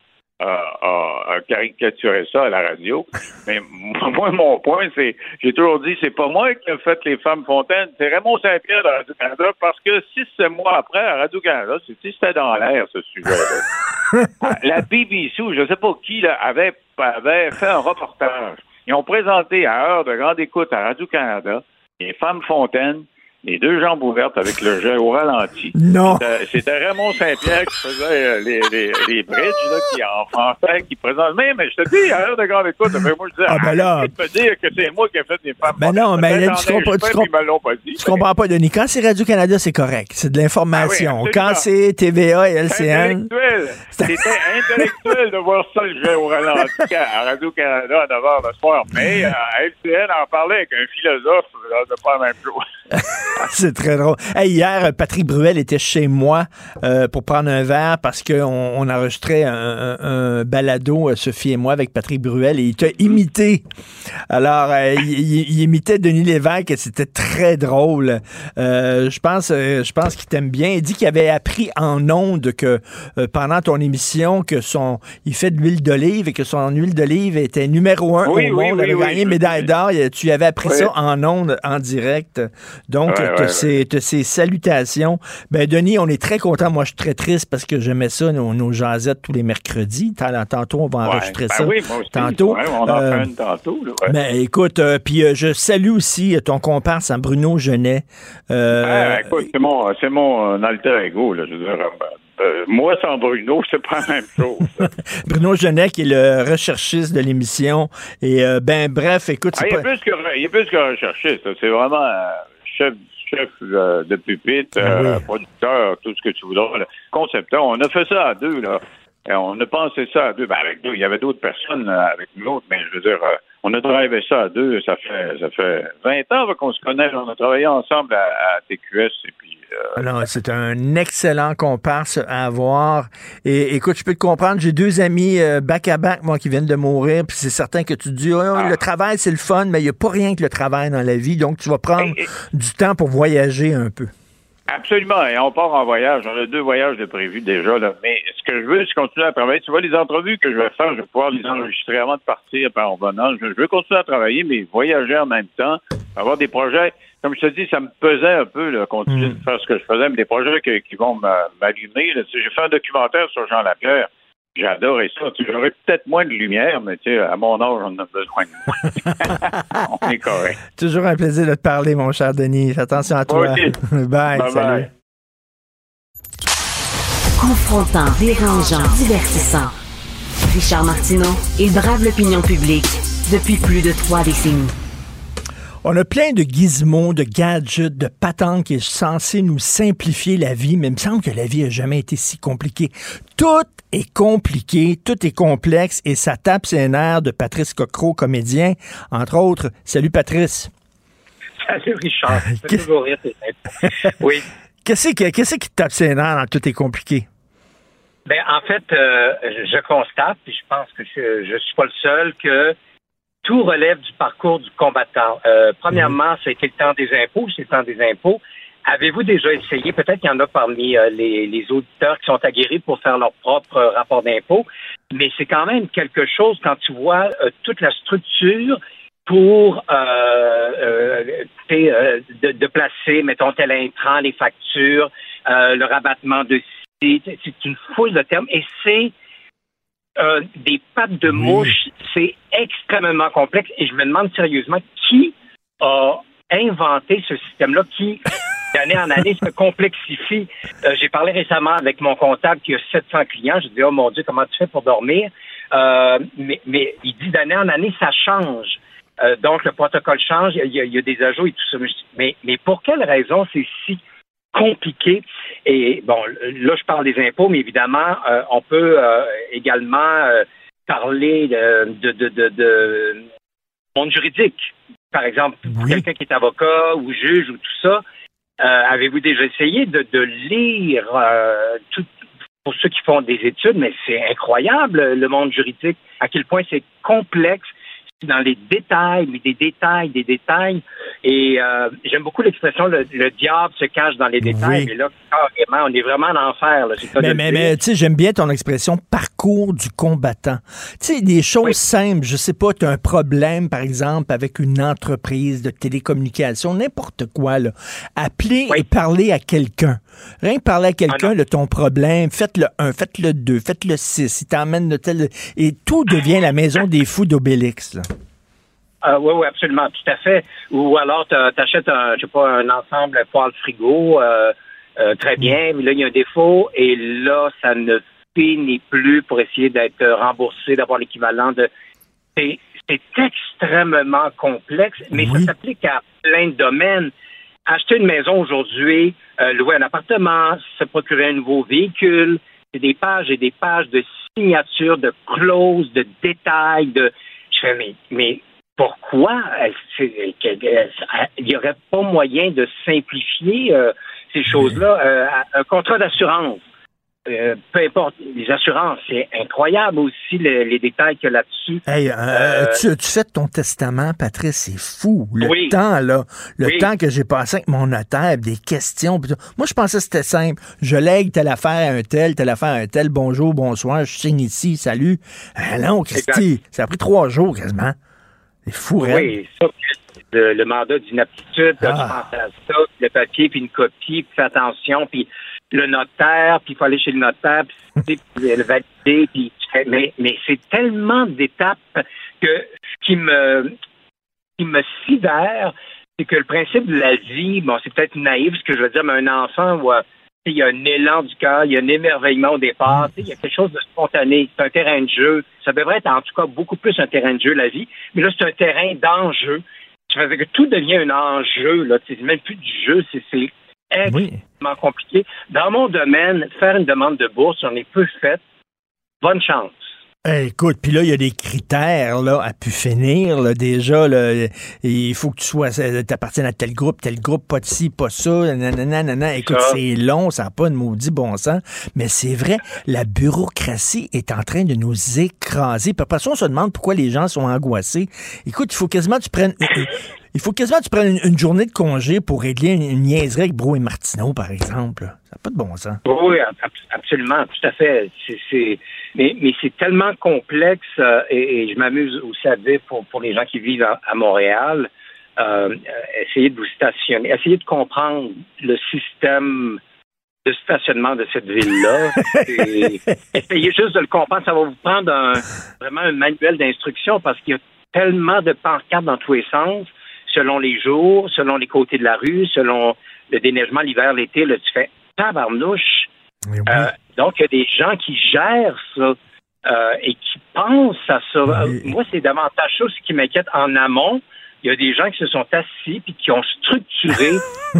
a, a caricaturé ça à la radio. Mais moi, mon point, c'est, j'ai toujours dit, c'est pas moi qui ai fait les femmes fontaines, c'est Raymond Saint-Pierre de Radio-Canada, parce que six, sept mois après, à Radio-Canada, c'était c'était dans l'air, ce sujet-là. La B B C, ou je sais pas qui, là, avait, avait fait un reportage. Ils ont présenté à heure de grande écoute à Radio-Canada les femmes fontaines, les deux jambes ouvertes avec le jet au ralenti. Non. C'était, c'était Raymond Saint-Pierre qui faisait euh, les, les, les bridges, là, qui en français, qui présente. Mais, mais je te dis, à heure de grande écoute, mais moi, je disais, Ah, ben là. arrête de me dire que c'est moi qui ai fait des femmes Ben fontaines. non, mais Peut-être là, en tu comprends- neige tu fin, comp- puis ils me l'ont pas dit. Tu comprends pas, Denis. Quand c'est Radio-Canada, c'est correct. C'est de l'information. Ah oui, Quand absolument. c'est T V A et L C C'est N... intellectuel. C'était intellectuel de voir ça, le jet au ralenti à Radio-Canada à neuf heures le soir. Mais euh, à L C N en parlait avec un philosophe, là, c'est pas la même chose. C'est très drôle. Hey, hier, Patrick Bruel était chez moi euh, pour prendre un verre parce qu'on on enregistrait un, un, un balado, euh, Sophie et moi, avec Patrick Bruel, et il t'a imité. Alors, euh, il, il- il imitait Denis Lévesque et c'était très drôle. Euh, je pense, euh, je pense qu'il t'aime bien. Il dit qu'il avait appris en ondes que euh, pendant ton émission que son, il fait de l'huile d'olive et que son huile d'olive était numéro un Oui, au oui, monde. oui, Elle a oui, gagné je- médaille d'or. Tu avais appris Oui. ça en ondes, en direct. Donc, Ouais, t'as ouais, ces, t'as ces salutations. Ben, Denis, on est très content. Moi, je suis très triste parce que j'aimais ça, nos, nos jasettes tous les mercredis. Tant- Tantôt, on va Ouais. enregistrer Ben ça. oui, moi aussi. Tantôt. Ouais, on en Euh, fait une tantôt. Là, ouais. ben, écoute, euh, puis euh, je salue aussi ton comparse, hein, Bruno Genet. Euh, Ah, écoute, c'est mon, c'est mon euh, alter ego, là. Je veux dire, euh, euh, moi sans Bruno, c'est pas la même chose. Bruno Genet, qui est le recherchiste de l'émission. Et euh, ben, bref, écoute, Ah, c'est il, est pas... plus que, il est plus que recherchiste. là. C'est vraiment euh, chef, chef euh, de pupitre, euh, Oui. producteur, tout ce que tu voudras. là. Concepteur. On a fait ça à deux, là. Et on a pensé ça à deux. Ben, avec deux, il y avait d'autres personnes euh, avec nous autres, mais je veux dire, euh, On a travaillé ça à deux, ça fait ça fait vingt ans qu'on se connaît. On a travaillé ensemble à, à T Q S et puis. Euh... Non, c'est un excellent comparse à avoir. Et écoute, je peux te comprendre, j'ai deux amis euh, back à back, moi, qui viennent de mourir, puis c'est certain que tu te dis, oh, ah. le travail, c'est le fun, mais il n'y a pas rien que le travail dans la vie, donc tu vas prendre et, et... du temps pour voyager un peu. Absolument, et on part en voyage. On a deux voyages de prévus déjà, là. Mais ce que je veux, c'est continuer à travailler. Tu vois, les entrevues que je vais faire, je vais pouvoir les enregistrer avant de partir par revenant. Je veux continuer à travailler, mais voyager en même temps, avoir des projets. Comme je te dis, ça me pesait un peu, là, continuer mmh. de faire ce que je faisais, mais des projets que, qui vont m'allumer. Là. Tu sais, j'ai fait un documentaire sur Jean Lapierre. J'ai adoré ça. Tu sais, j'aurais peut-être moins de lumière, mais tu sais, à mon âge, on a besoin de moins. On est correct. Toujours un plaisir de te parler, mon cher Denis. Attention à toi. Okay. Bye, bye, salut. Bye. Confrontant, dérangeant, divertissant. Richard Martineau, il brave l'opinion publique depuis plus de trois décennies. On a plein de gizmos, de gadgets, de patentes qui est censé nous simplifier la vie, mais il me semble que la vie n'a jamais été si compliquée. Tout est compliqué, tout est complexe et ça tape ses nerfs de Patrice Cocro, comédien, entre autres. Salut Patrice. Salut Richard. C'est toujours rire, c'est oui. Qu'est-ce qui, qu'est-ce qui te tape ses nerfs dans tout est compliqué? Ben en fait, euh, je constate, puis je pense que je, je suis pas le seul, que tout relève du parcours du combattant. Euh, premièrement, c'était le temps des impôts, c'est le temps des impôts. Avez-vous déjà essayé, peut-être qu'il y en a parmi euh, les, les auditeurs qui sont aguerris pour faire leur propre euh, rapport d'impôt, mais c'est quand même quelque chose quand tu vois euh, toute la structure pour euh, euh, euh, de, de placer, mettons, tel intrant, les factures, euh, le rabattement de sites, c'est une foule de termes et c'est Euh, des pattes de mouche, oui. C'est extrêmement complexe et je me demande sérieusement qui a inventé ce système-là qui, d'année en année, se complexifie. Euh, j'ai parlé récemment avec mon comptable qui a sept cents clients. Je dis, oh mon Dieu, comment tu fais pour dormir? Euh, mais, mais il dit d'année en année, ça change. Euh, donc, le protocole change, il y, a, il y a des ajouts et tout ça. Mais, mais pour quelle raison c'est si compliqué? Et bon, là, je parle des impôts, mais évidemment, euh, on peut euh, également euh, parler de, de, de, de, de monde juridique. Par exemple, oui. Quelqu'un qui est avocat ou juge ou tout ça, euh, avez-vous déjà essayé de, de lire euh, tout, pour ceux qui font des études, mais c'est incroyable, le monde juridique, à quel point c'est complexe, dans les détails, mais des détails, des détails. Et euh, j'aime beaucoup l'expression le, le diable se cache dans les détails. Oui. Mais là, carrément, on est vraiment en enfer. Là, c'est mais mais, mais tu sais, j'aime bien ton expression parcours du combattant. Tu sais, des choses oui. simples. Je sais pas, tu as un problème, par exemple, avec une entreprise de télécommunication, n'importe quoi, là. Appeler oui. et parler à quelqu'un. Rien que parler à quelqu'un ah de ton problème, faites le un, faites le deux, faites le six, il t'emmène de tel... Et tout devient la maison des fous d'Obélix, là. Euh, oui, oui, absolument, tout à fait. Ou alors, tu achètes un, je sais pas, un ensemble poêle frigo, euh, euh, très bien, mais là, il y a un défaut, et là, ça ne finit plus pour essayer d'être remboursé, d'avoir l'équivalent de... C'est, c'est extrêmement complexe, mais oui. Ça s'applique à plein de domaines. Acheter une maison aujourd'hui, euh, louer un appartement, se procurer un nouveau véhicule, c'est des pages et des pages de signatures, de clauses, de détails, de... Je fais, mais... mais pourquoi il n'y aurait pas moyen de simplifier euh, ces choses-là? Euh, un contrat d'assurance, euh, peu importe, les assurances, c'est incroyable aussi le, les détails qu'il y a là-dessus. Hey, euh, euh, tu as fait ton testament, Patrice, c'est fou. Le oui. temps, là, le oui. temps que j'ai passé avec mon notaire, des questions. Moi, je pensais que c'était simple. Je lègue telle affaire à un tel, telle affaire à un tel, bonjour, bonsoir, je signe ici, salut. Ah non, Christy, exact. Ça a pris trois jours quasiment. C'est fou, raide. Oui, ça, le, le mandat d'inaptitude, ah. Là, tu penses à ça, le papier, puis une copie, puis fais attention, puis le notaire, puis il faut aller chez le notaire, puis, puis le valider, puis mais, mais c'est tellement d'étapes que ce qui me, qui me sidère, c'est que le principe de la vie, bon, c'est peut-être naïf ce que je veux dire, mais un enfant où il y a un élan du cœur, il y a un émerveillement au départ, il y a quelque chose de spontané, c'est un terrain de jeu. Ça devrait être en tout cas beaucoup plus un terrain de jeu, la vie, mais là, c'est un terrain d'enjeu. Ça veut dire que tout devient un enjeu, là. C'est même plus du jeu, c'est, c'est extrêmement oui. compliqué. Dans mon domaine, faire une demande de bourse, j'en ai peu fait. Bonne chance. Eh, écoute, puis là, il y a des critères là, à pu finir. Là, déjà, là, il faut que tu sois, t'appartiennes à tel groupe, tel groupe, pas de ci, pas ça, nanana, nanana. Écoute, ça. C'est long, ça n'a pas de maudit bon sens. Mais c'est vrai, la bureaucratie est en train de nous écraser. Puis après ça, on se demande pourquoi les gens sont angoissés. Écoute, il faut quasiment que tu prennes... Il faut quasiment que tu prennes une, une journée de congé pour régler une, une niaiserie avec Bro et Martineau, par exemple. Ça n'a pas de bon sens. Oui, absolument, tout à fait. C'est, c'est... Mais, mais c'est tellement complexe, euh, et, et je m'amuse aussi à dire pour, pour les gens qui vivent à, à Montréal, euh, essayez de vous stationner, essayez de comprendre le système de stationnement de cette ville-là. Et essayez juste de le comprendre. Ça va vous prendre un, vraiment un manuel d'instruction parce qu'il y a tellement de pancartes dans tous les sens, selon les jours, selon les côtés de la rue, selon le déneigement l'hiver, l'été, là, tu fais tabarnouche. Oui. Euh, donc, il y a des gens qui gèrent ça euh, et qui pensent à ça. Oui. Moi, c'est davantage ça ce qui m'inquiète en amont. Il y a des gens qui se sont assis et qui ont structuré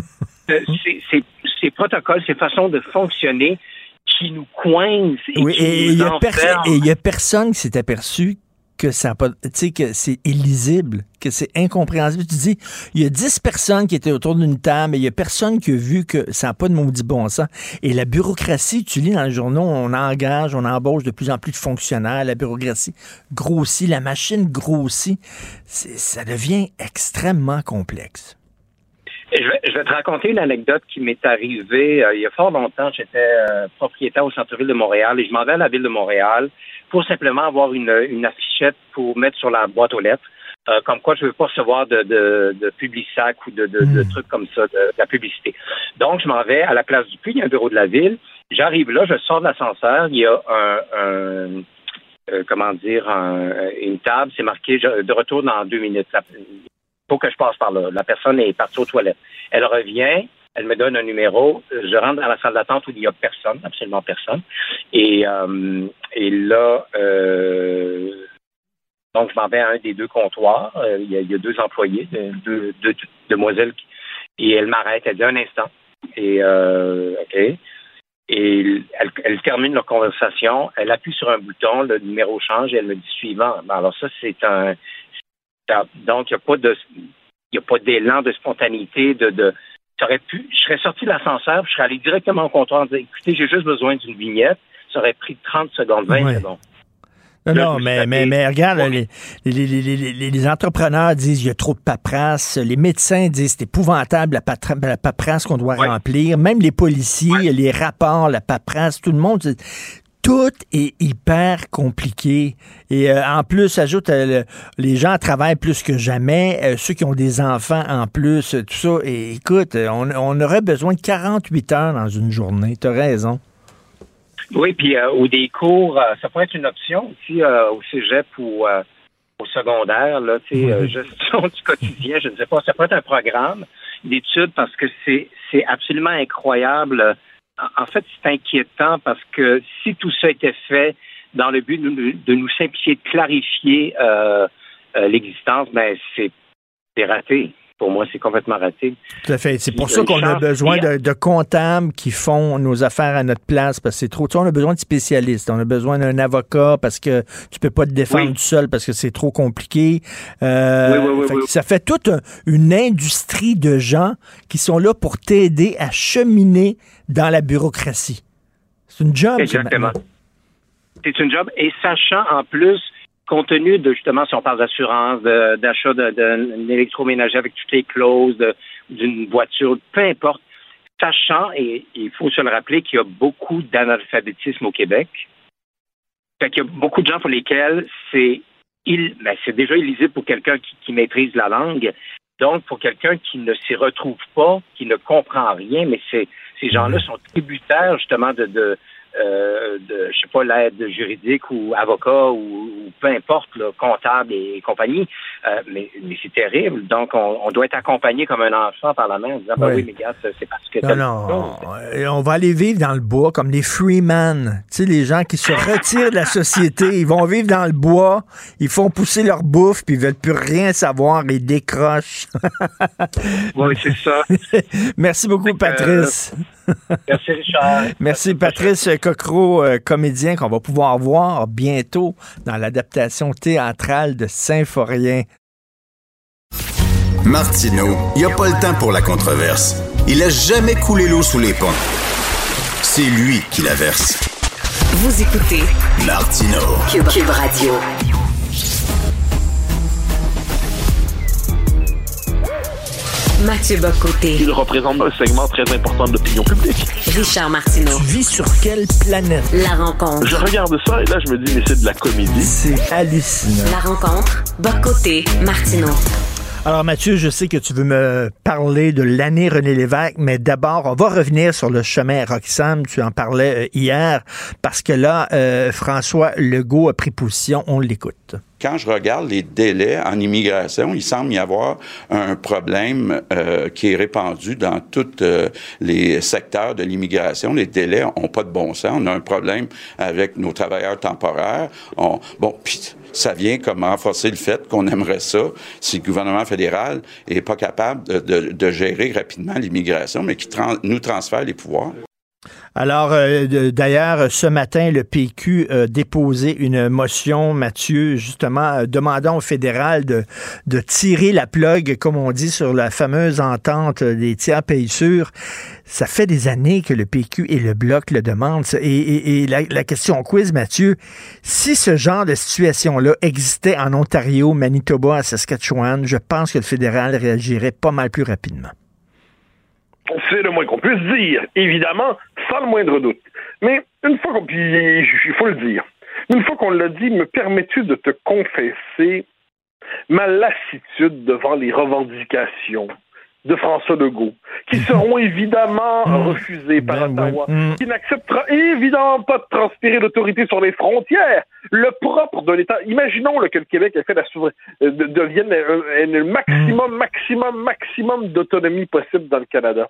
ces, ces, ces protocoles, ces façons de fonctionner qui nous coincent et oui, qui et nous il enferment. Et il n'y a personne qui s'est aperçu que ça pas, tu sais, que c'est illisible, que c'est incompréhensible. Tu dis, il y a dix personnes qui étaient autour d'une table et il y a personne qui a vu que ça n'a pas de maudit bon sens. Et la bureaucratie, tu lis dans les journaux, on engage, on embauche de plus en plus de fonctionnaires, la bureaucratie grossit, la machine grossit. C'est, ça devient extrêmement complexe. Je vais, je vais te raconter une anecdote qui m'est arrivée euh, il y a fort longtemps. J'étais euh, propriétaire au centre-ville de Montréal et je m'en vais à la ville de Montréal pour simplement avoir une, une affichette pour mettre sur la boîte aux lettres, euh, comme quoi je ne veux pas recevoir de, de, de Publisac ou de, de, mmh. de trucs comme ça, de, de la publicité. Donc, je m'en vais à la place du Puy, il y a un bureau de la ville. J'arrive là, je sors de l'ascenseur, il y a un, un euh, comment dire, un, une table, c'est marqué de retour dans deux minutes. Il faut que je passe par là. La personne est partie aux toilettes. Elle revient. Elle me donne un numéro. Je rentre dans la salle d'attente où il n'y a personne, absolument personne. Et, euh, et là, euh, donc, je m'en vais à un des deux comptoirs. Euh, il, y a, il y a deux employés, deux, deux, deux demoiselles. Et elle m'arrête. Elle dit un instant. Et, euh, OK. Et elle, elle termine leur conversation. Elle appuie sur un bouton. Le numéro change et elle me dit suivant. Alors, ça, c'est un. C'est un donc, il n'y a pas de. Il n'y a pas d'élan de spontanéité, de. de Aurait pu, je serais sorti de l'ascenseur, je serais allé directement au comptoir en disant, écoutez, j'ai juste besoin d'une vignette. Ça aurait pris trente secondes, vingt ouais. secondes. Non, là, non, mais, mais, mais regarde, ouais. les, les, les, les, les entrepreneurs disent il y a trop de paperasse. Les médecins disent c'est épouvantable la, patra, la paperasse qu'on doit ouais. remplir. Même les policiers, ouais. les rapports, la paperasse, tout le monde dit tout est hyper compliqué. Et euh, en plus, ajoute, euh, les gens travaillent plus que jamais. Euh, ceux qui ont des enfants en plus, tout ça. Et écoute, on, on aurait besoin de quarante-huit heures dans une journée. Tu as raison. Oui, puis euh, ou des cours, euh, ça pourrait être une option aussi euh, au cégep ou euh, au secondaire, là, tu sais, euh, gestion du quotidien, je ne sais pas. Ça pourrait être un programme d'études parce que c'est, c'est absolument incroyable. En fait, c'est inquiétant parce que si tout ça était fait dans le but de, de nous simplifier, de clarifier euh, euh, l'existence, ben c'est, c'est raté. Pour moi, c'est complètement raté. Tout à fait. C'est pour ça qu'on a besoin de, de comptables qui font nos affaires à notre place parce que c'est trop. Tu sais, on a besoin de spécialistes. On a besoin d'un avocat parce que tu peux pas te défendre oui. tout seul parce que c'est trop compliqué. Euh, oui, oui, oui, fait oui. Ça fait toute une industrie de gens qui sont là pour t'aider à cheminer dans la bureaucratie. C'est une job. Exactement. C'est une job. Et sachant en plus, compte tenu de, justement, si on parle d'assurance, de, d'achat de, de, d'électroménager avec toutes les clauses, de, d'une voiture, peu importe, sachant, et il faut se le rappeler, qu'il y a beaucoup d'analphabétisme au Québec. Fait qu'il y a beaucoup de gens pour lesquels c'est, il, ben, c'est déjà illisible pour quelqu'un qui, qui maîtrise la langue. Donc, pour quelqu'un qui ne s'y retrouve pas, qui ne comprend rien, mais c'est, ces gens-là sont tributaires, justement, de... de Euh, de, je sais pas, l'aide juridique ou avocat ou, ou peu importe, là, comptable et, et compagnie. Euh, mais, mais c'est terrible. Donc, on, on doit être accompagné comme un enfant par la main en disant, ben oui, oui mais gars, c'est parce que... Non, non, on, on va aller vivre dans le bois comme les freeman. Tu sais, les gens qui se retirent de la société, ils vont vivre dans le bois, ils font pousser leur bouffe, puis ils veulent plus rien savoir, ils décrochent. Oui, c'est ça. Merci beaucoup, Patrice. Euh, Merci, Richard. Merci, Patrice Cocro, euh, comédien qu'on va pouvoir voir bientôt dans l'adaptation théâtrale de Symphorien. Martineau, il n'y a pas le temps pour la controverse. Il a jamais coulé l'eau sous les ponts. C'est lui qui la verse. Vous écoutez Martineau. Cube, Cube Radio. Mathieu Bock-Côté. Il représente un segment très important de l'opinion publique. Richard Martineau. Tu vis sur quelle planète? La rencontre. Je regarde ça et là, je me dis, mais c'est de la comédie. C'est hallucinant. La rencontre. Bock-Côté, Martineau. Alors Mathieu, je sais que tu veux me parler de l'année René Lévesque, mais d'abord, on va revenir sur le chemin Roxham. Tu en parlais euh, hier, parce que là, euh, François Legault a pris position. On l'écoute. Quand je regarde les délais en immigration, il semble y avoir un problème euh, qui est répandu dans tous euh, les secteurs de l'immigration. Les délais n'ont pas de bon sens. On a un problème avec nos travailleurs temporaires. On, bon, puis ça vient comme renforcer le fait qu'on aimerait ça si le gouvernement fédéral est pas capable de, de, de gérer rapidement l'immigration, mais qui trans, nous transfère les pouvoirs. Alors, euh, d'ailleurs, ce matin, le P Q a déposé une motion, Mathieu, justement, euh, demandant au fédéral de, de tirer la plug, comme on dit, sur la fameuse entente des tiers pays sûrs. Ça fait des années que le P Q et le Bloc le demandent. Et, et, et la, la question quiz, Mathieu, si ce genre de situation-là existait en Ontario, Manitoba, à Saskatchewan, je pense que le fédéral réagirait pas mal plus rapidement. C'est le moins qu'on puisse dire, évidemment, sans le moindre doute. Mais une fois qu'on... Puis, il faut le dire. Une fois qu'on l'a dit, me permets-tu de te confesser ma lassitude devant les revendications de François Legault, qui seront évidemment mmh. refusées par ben, Ottawa, mmh. qui n'acceptera évidemment pas de transférer l'autorité sur les frontières. Le propre de l'État... Imaginons là, que le Québec ait fait la souver... de, devienne le maximum, maximum, maximum d'autonomie possible dans le Canada.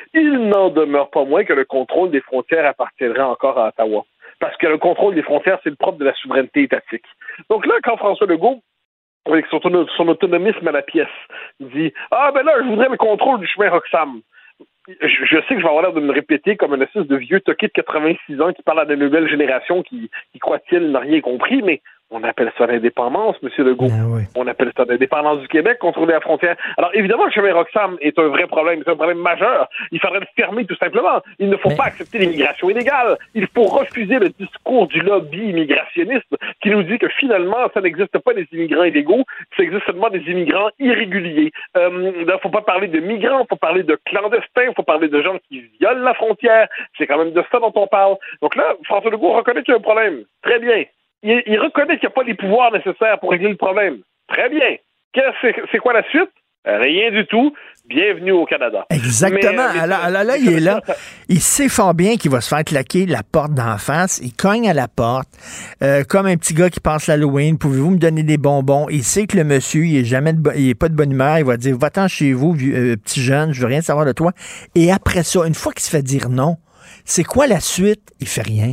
Il n'en demeure pas moins que le contrôle des frontières appartiendrait encore à Ottawa. Parce que le contrôle des frontières, c'est le propre de la souveraineté étatique. Donc là, quand François Legault, avec son, son autonomisme à la pièce, dit « Ah, ben là, je voudrais le contrôle du chemin Roxham. » Je, je sais que je vais avoir l'air de me répéter comme un espèce de vieux toqué de quatre-vingt-six ans qui parle à de nouvelles générations qui, qui croit-il, n'a rien compris, mais on appelle ça l'indépendance, M. Legault. Ah oui. On appelle ça l'indépendance du Québec, contrôler la frontière. Alors, évidemment, le chemin Roxham est un vrai problème, c'est un problème majeur. Il faudrait le fermer, tout simplement. Il ne faut mais... pas accepter l'immigration illégale. Il faut refuser le discours du lobby immigrationniste qui nous dit que finalement, ça n'existe pas des immigrants illégaux, ça existe seulement des immigrants irréguliers. Euh, il ne faut pas parler de migrants, il faut parler de clandestins, il faut parler de gens qui violent la frontière. C'est quand même de ça dont on parle. Donc là, François Legault reconnaît qu'il y a un problème. Très bien. Il, il reconnaît qu'il n'y a pas les pouvoirs nécessaires pour régler le problème. Très bien. Qu'est-ce, c'est, c'est quoi la suite? Rien du tout. Bienvenue au Canada. Exactement. Mais, alors, alors là, il est là. Il sait fort bien qu'il va se faire claquer la porte d'en face. Il cogne à la porte, euh, comme un petit gars qui passe l'Halloween. Pouvez-vous me donner des bonbons? Il sait que le monsieur, il est jamais de bo- il est pas de bonne humeur. Il va dire, va-t'en chez vous, euh, petit jeune, je veux rien savoir de toi. Et après ça, une fois qu'il se fait dire non, c'est quoi la suite? Il fait rien.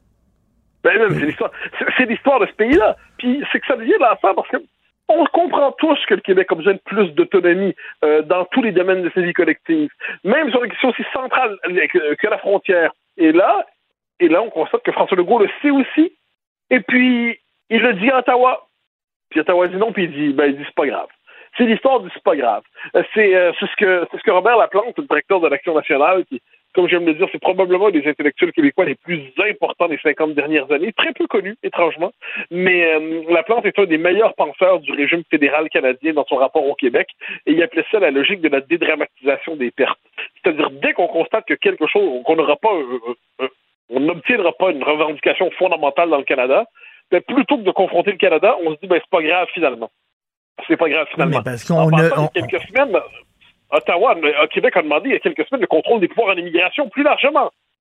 Ben même, c'est l'histoire, c'est, c'est l'histoire de ce pays-là. Puis c'est que ça devient l'enfer parce que on comprend tous que le Québec a besoin de plus d'autonomie euh, dans tous les domaines de sa vie collective, même sur des questions aussi centrales que, que la frontière. Et là, et là, on constate que François Legault le sait aussi. Et puis il le dit à Ottawa. Puis Ottawa dit non, puis il dit, ben il dit c'est pas grave. C'est l'histoire du c'est pas grave. C'est, euh, c'est ce que c'est ce que Robert Laplante, le directeur de l'Action nationale, qui, comme j'aime le dire, c'est probablement un des intellectuels québécois les plus importants des cinquante dernières années, très peu connu, étrangement, mais euh, Laplante est un des meilleurs penseurs du régime fédéral canadien dans son rapport au Québec, et il appelait ça la logique de la dédramatisation des pertes. C'est-à-dire, dès qu'on constate que quelque chose, qu'on n'aura pas, euh, euh, on n'obtiendra pas une revendication fondamentale dans le Canada, ben, plutôt que de confronter le Canada, on se dit, ben c'est pas grave finalement. C'est pas grave finalement. Mais parce qu'on en a, on... quelques semaines, Ottawa, Québec a demandé il y a quelques semaines le contrôle des pouvoirs en immigration plus largement.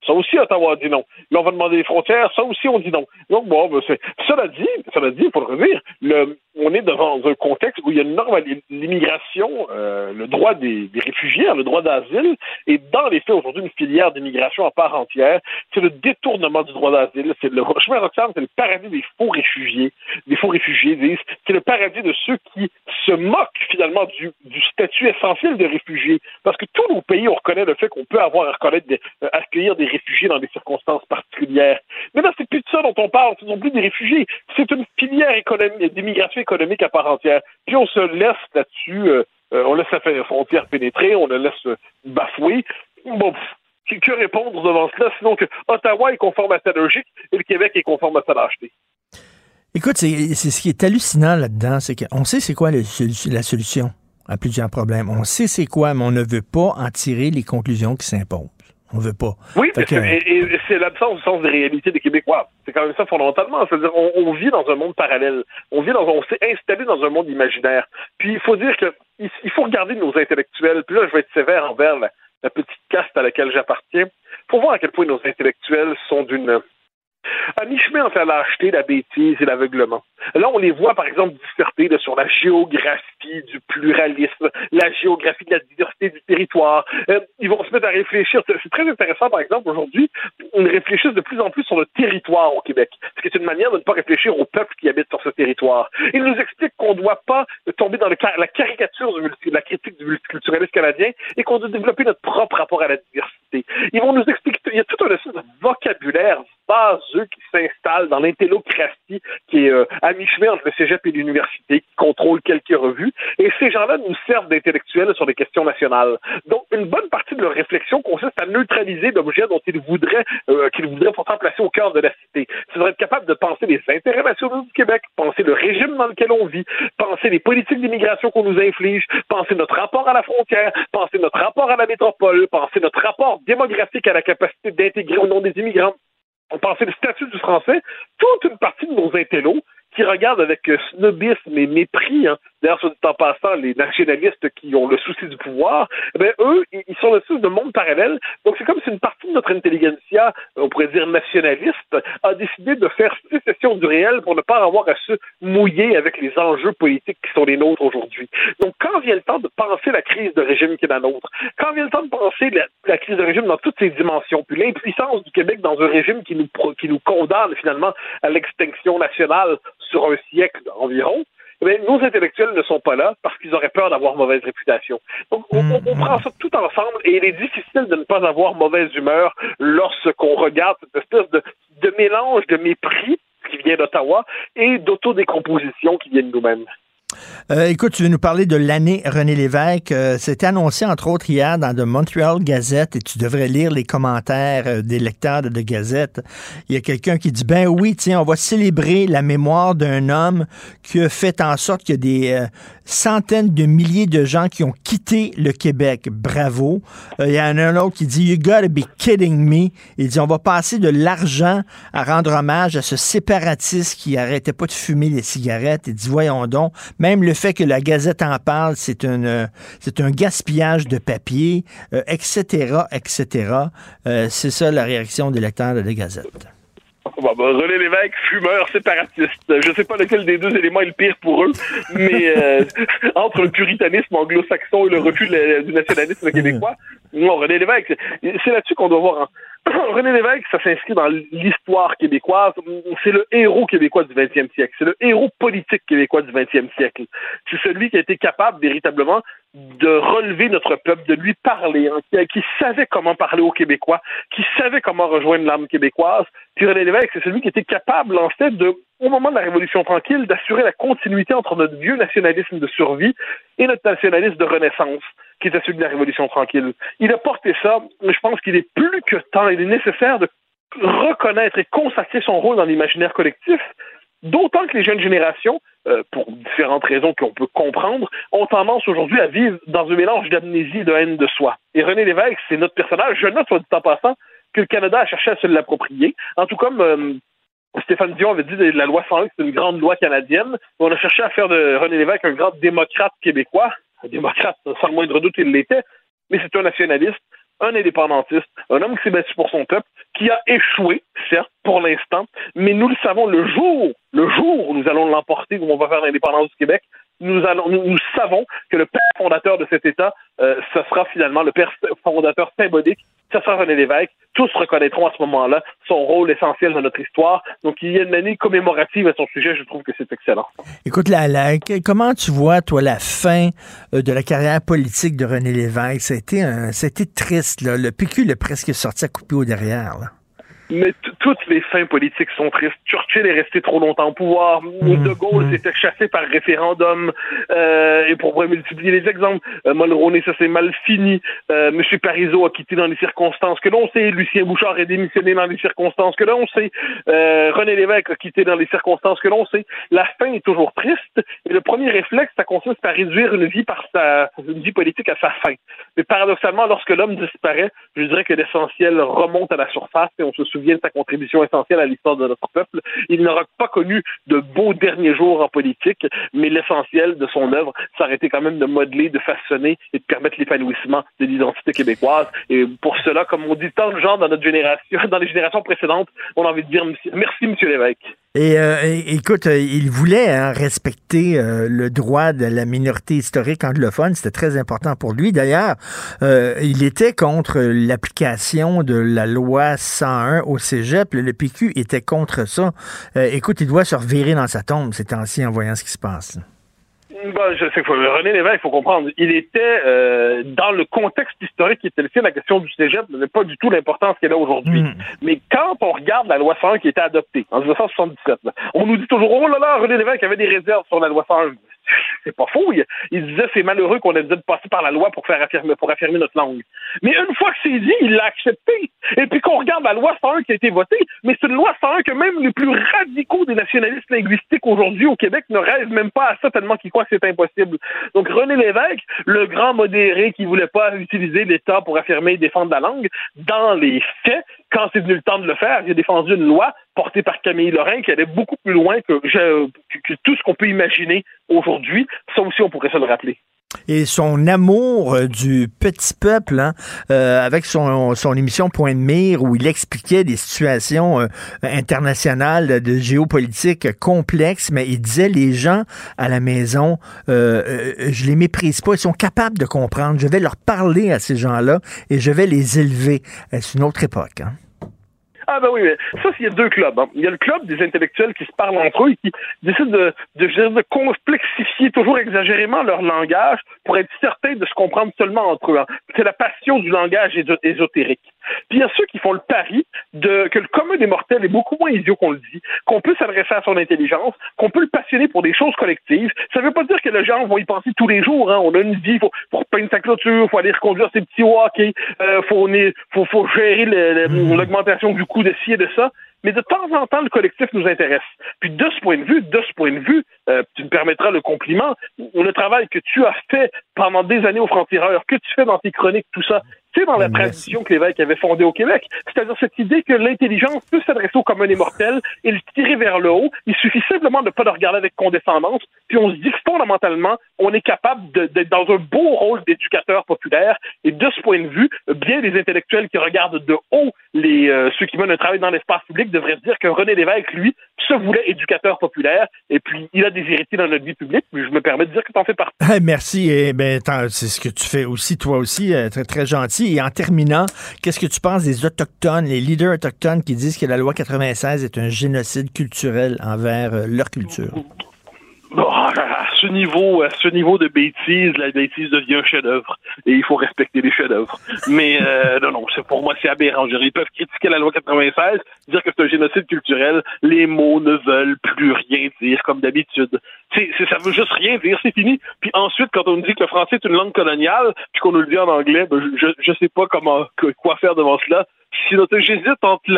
Ça aussi, Ottawa dit non. Là, on va demander les frontières. Ça aussi, on dit non. Donc, bon, ben, c'est... Cela dit, cela dit, il faut le redire, le... on est devant un contexte où il y a une norme, l'immigration, euh, le droit des, des réfugiés, le droit d'asile, et dans les faits, aujourd'hui, une filière d'immigration à part entière. C'est le détournement du droit d'asile. C'est le chemin Roxham, c'est le paradis des faux réfugiés. Des faux réfugiés disent, c'est le paradis de ceux qui se moquent, finalement, du, du statut essentiel de réfugié. Parce que tous nos pays, on reconnaît le fait qu'on peut avoir à reconnaître des, euh, accueillir des réfugiés dans des circonstances particulières. Mais là, c'est plus de ça dont on parle, ce ne sont plus des réfugiés. C'est une filière économique, d'immigration économique à part entière. Puis on se laisse là-dessus, euh, euh, on laisse la frontière pénétrer, on le laisse euh, bafouer. Bon, pff, que répondre devant cela, sinon que Ottawa est conforme à sa logique et le Québec est conforme à sa lâcheté. Écoute, c'est, c'est ce qui est hallucinant là-dedans, c'est qu'on sait c'est quoi le, la solution à plusieurs problèmes. On sait c'est quoi, mais on ne veut pas en tirer les conclusions qui s'imposent. On veut pas. Oui, que... et, et c'est l'absence du sens des réalités des Québécois. C'est quand même ça fondamentalement. C'est-à-dire, on, on vit dans un monde parallèle. On vit dans, on s'est installé dans un monde imaginaire. Puis il faut dire que il, il faut regarder nos intellectuels. Puis là, je vais être sévère envers la, la petite caste à laquelle j'appartiens. Il faut voir à quel point nos intellectuels sont d'une à mi-chemin entre la lâcheté, la bêtise et l'aveuglement. Là, on les voit, par exemple, disserter là, sur la géographie du pluralisme, la géographie de la diversité du territoire. Euh, ils vont se mettre à réfléchir. C'est, c'est très intéressant, par exemple, aujourd'hui, ils réfléchissent de plus en plus sur le territoire au Québec, ce qui est une manière de ne pas réfléchir au peuple qui habite sur ce territoire. Ils nous expliquent qu'on ne doit pas tomber dans le, la caricature du multi, la critique du multiculturalisme canadien et qu'on doit développer notre propre rapport à la diversité. Ils vont nous expliquer qu'il y a tout un espèce de vocabulaire baseux qui s'installe dans l'intellocratie qui est euh, à mi-chemin entre le cégep et l'université, qui contrôle quelques revues, et ces gens-là nous servent d'intellectuels sur des questions nationales. Donc, une bonne partie de leur réflexion consiste à neutraliser l'objet dont ils voudraient, euh, qu'ils voudraient pourtant placer au cœur de la cité. C'est être capable de penser les intérêts nationaux du Québec, penser le régime dans lequel on vit, penser les politiques d'immigration qu'on nous inflige, penser notre rapport à la frontière, penser notre rapport à la métropole, penser notre rapport démographique à la capacité d'intégrer ou non des immigrants. On pensait le statut du français, toute une partie de nos intellos qui regardent avec euh, snobisme et mépris, hein, d'ailleurs, sur du temps passant, les nationalistes qui ont le souci du pouvoir, eh bien, eux, ils sont le de monde parallèle. Donc, c'est comme si une partie de notre intelligentsia, on pourrait dire nationaliste, a décidé de faire sécession du réel pour ne pas avoir à se mouiller avec les enjeux politiques qui sont les nôtres aujourd'hui. Donc, quand vient le temps de penser la crise de régime qui est la nôtre, quand vient le temps de penser la, la crise de régime dans toutes ses dimensions, puis l'impuissance du Québec dans un régime qui nous, qui nous condamne finalement à l'extinction nationale sur un siècle environ, eh bien, nos intellectuels ne sont pas là parce qu'ils auraient peur d'avoir mauvaise réputation. Donc, on, on, on prend ça tout ensemble et il est difficile de ne pas avoir mauvaise humeur lorsqu'on regarde cette espèce de, de mélange de mépris qui vient d'Ottawa et d'autodécomposition qui vient de nous-mêmes. Euh, écoute, tu veux nous parler de l'année René Lévesque. Euh, c'était annoncé, entre autres, hier dans The Montreal Gazette, et tu devrais lire les commentaires euh, des lecteurs de The Gazette. Il y a quelqu'un qui dit, ben oui, tiens, on va célébrer la mémoire d'un homme qui a fait en sorte qu'il y a des euh, centaines de milliers de gens qui ont quitté le Québec. Bravo. Euh, il y en a un autre qui dit, you gotta be kidding me. Il dit, on va passer de l'argent à rendre hommage à ce séparatiste qui arrêtait pas de fumer les cigarettes. Il dit, voyons donc, même le fait que la Gazette en parle, c'est, une, c'est un gaspillage de papier, euh, et cetera, et cetera. Euh, c'est ça la réaction des lecteurs de la Gazette. Bon, ben, René Lévesque, fumeur séparatiste. Je ne sais pas lequel des deux éléments est le pire pour eux, mais euh, entre le puritanisme anglo-saxon et le refus du nationalisme québécois, non, René Lévesque, c'est là-dessus qu'on doit voir. Hein. René Lévesque, ça s'inscrit dans l'histoire québécoise. C'est le héros québécois du vingtième siècle. C'est le héros politique québécois du vingtième siècle. C'est celui qui a été capable véritablement de relever notre peuple, de lui parler, hein, qui, qui savait comment parler aux Québécois, qui savait comment rejoindre l'âme québécoise. Puis René Lévesque, c'est celui qui était capable, en fait, de, au moment de la Révolution tranquille, d'assurer la continuité entre notre vieux nationalisme de survie et notre nationalisme de renaissance, qui était celui de la Révolution tranquille. Il a porté ça, mais je pense qu'il est plus que temps, il est nécessaire de reconnaître et consacrer son rôle dans l'imaginaire collectif, d'autant que les jeunes générations, euh, pour différentes raisons qu'on peut comprendre, ont tendance aujourd'hui à vivre dans un mélange d'amnésie et de haine de soi. Et René Lévesque, c'est notre personnage. Je note, soit dit en passant, que le Canada a cherché à se l'approprier. En tout cas, euh, Stéphane Dion avait dit que la loi cent un, c'est une grande loi canadienne. On a cherché à faire de René Lévesque un grand démocrate québécois. Un démocrate, sans le moindre doute, il l'était, mais c'est un nationaliste, un indépendantiste, un homme qui s'est battu pour son peuple, qui a échoué, certes, pour l'instant, mais nous le savons, le jour, le jour où nous allons l'emporter, où on va faire l'indépendance du Québec, nous, allons, nous, nous savons que le père fondateur de cet État, euh, ce sera finalement le père fondateur symbolique, ce sera René Lévesque. Tous reconnaîtront à ce moment-là son rôle essentiel dans notre histoire. Donc, il y a une année commémorative à son sujet. Je trouve que c'est excellent. Écoute, la, la, comment tu vois, toi, la fin de la carrière politique de René Lévesque? Ça a été, un, ça a été triste, là. Le P Q l'a presque sorti à coups de pied au derrière, là. Mais t- toutes les fins politiques sont tristes. Churchill est resté trop longtemps au pouvoir. Mmh, de Gaulle mmh. s'était chassé par référendum. Euh, et pour multiplier les exemples, euh, Mulroney, ça s'est mal fini. Euh, M. Parizeau a quitté dans les circonstances que l'on sait. Lucien Bouchard a démissionné dans les circonstances que l'on sait. Euh, René Lévesque a quitté dans les circonstances que l'on sait. La fin est toujours triste. Et le premier réflexe, ça consiste à réduire une vie par sa, une vie politique à sa fin. Mais paradoxalement, lorsque l'homme disparaît, je dirais que l'essentiel remonte à la surface et on se souvient de sa contribution essentielle à l'histoire de notre peuple. Il n'aura pas connu de beaux derniers jours en politique, mais l'essentiel de son œuvre, ça aurait été quand même de modeler, de façonner et de permettre l'épanouissement de l'identité québécoise. Et pour cela, comme on dit tant de gens dans notre génération, dans les générations précédentes, on a envie de dire merci, M. Lévesque. Et euh, écoute, il voulait hein, respecter euh, le droit de la minorité historique anglophone. C'était très important pour lui. D'ailleurs, euh, il était contre l'application de la loi cent un au cégep. Le P Q était contre ça. Euh, écoute, il doit se revirer dans sa tombe ces temps-ci en voyant ce qui se passe. Ben, je sais que René Lévesque, il faut comprendre, il était euh, dans le contexte historique qui était le sien, la question du cégep n'avait pas du tout l'importance qu'elle a aujourd'hui. Mm. Mais quand on regarde la loi cent un qui était adoptée en dix-neuf cent soixante-dix-sept, là, on nous dit toujours, oh là là, René Lévesque avait des réserves sur la loi cent un. C'est pas faux. Il, il disait c'est malheureux qu'on ait besoin de passer par la loi pour faire affirmer, pour affirmer notre langue. Mais une fois que c'est dit, il l'a accepté. Et puis qu'on regarde la loi cent un qui a été votée, mais c'est une loi cent un que même les plus radicaux des nationalistes linguistiques aujourd'hui au Québec ne rêvent même pas à ça tellement qu'ils croient que c'est impossible. Donc René Lévesque, le grand modéré qui voulait pas utiliser l'État pour affirmer et défendre la langue, dans les faits, quand c'est venu le temps de le faire, il a défendu une loi portée par Camille Lorrain qui allait beaucoup plus loin que, que, que tout ce qu'on peut imaginer aujourd'hui. Ça aussi, on pourrait se le rappeler. Et son amour euh, du petit peuple, hein, euh, avec son, son émission Point de mire, où il expliquait des situations euh, internationales de géopolitique complexes, mais il disait les gens à la maison, euh, euh, je les méprise pas, ils sont capables de comprendre, je vais leur parler à ces gens-là et je vais les élever. Euh, c'est une autre époque, hein. Ah ben oui, mais ça, il y a deux clubs. Hein. Il y a le club des intellectuels qui se parlent entre eux et qui décident de, de, de complexifier toujours exagérément leur langage pour être certains de se comprendre seulement entre eux. Hein. C'est la passion du langage ésotérique. Puis il y a ceux qui font le pari de que le commun des mortels est beaucoup moins idiot qu'on le dit, qu'on peut s'adresser à son intelligence, qu'on peut le passionner pour des choses collectives. Ça veut pas dire que les gens vont y penser tous les jours. Hein. On a une vie, faut, faut peindre sa clôture, faut aller reconduire ses petits hockey, euh, faut, faut, faut gérer le, le, l'augmentation du coût de ci et de ça. Mais de temps en temps, le collectif nous intéresse. Puis de ce point de vue, de ce point de vue, euh, tu me permettras le compliment, le travail que tu as fait pendant des années au Franc-Tireur, que tu fais dans tes chroniques, tout ça, c'est dans la Merci. tradition que l'évêque avait fondée au Québec. C'est-à-dire cette idée que l'intelligence peut s'adresser au commun des mortels et le tirer vers le haut. Il suffit simplement de ne pas le regarder avec condescendance. Puis on se dit que fondamentalement, on est capable de, d'être dans un beau rôle d'éducateur populaire. Et de ce point de vue, bien des intellectuels qui regardent de haut les euh, ceux qui menent un travail dans l'espace public devraient se dire que René Lévesque, lui, se voulait éducateur populaire. Et puis, il a des héritiers dans notre vie publique. Puis je me permets de dire que tu en fais partie. Merci. Et ben, c'est ce que tu fais aussi, toi aussi, très, très gentil. Et en terminant, qu'est-ce que tu penses des Autochtones, les leaders autochtones qui disent que la loi quatre-vingt-seize est un génocide culturel envers euh, leur culture? Bon, à ce niveau, à ce niveau de bêtise, la bêtise devient un chef-d'œuvre et il faut respecter les chefs-d'œuvre. Mais euh, non, non, c'est pour moi c'est aberrant. Ils peuvent critiquer la loi quatre-vingt-seize, dire que c'est un génocide culturel. Les mots ne veulent plus rien dire comme d'habitude. C'est, c'est, ça veut juste rien dire, c'est fini. Puis ensuite, quand on nous dit que le français est une langue coloniale, puis qu'on nous le dit en anglais, ben, je, je sais pas comment, quoi faire devant cela. Si j'hésite entre la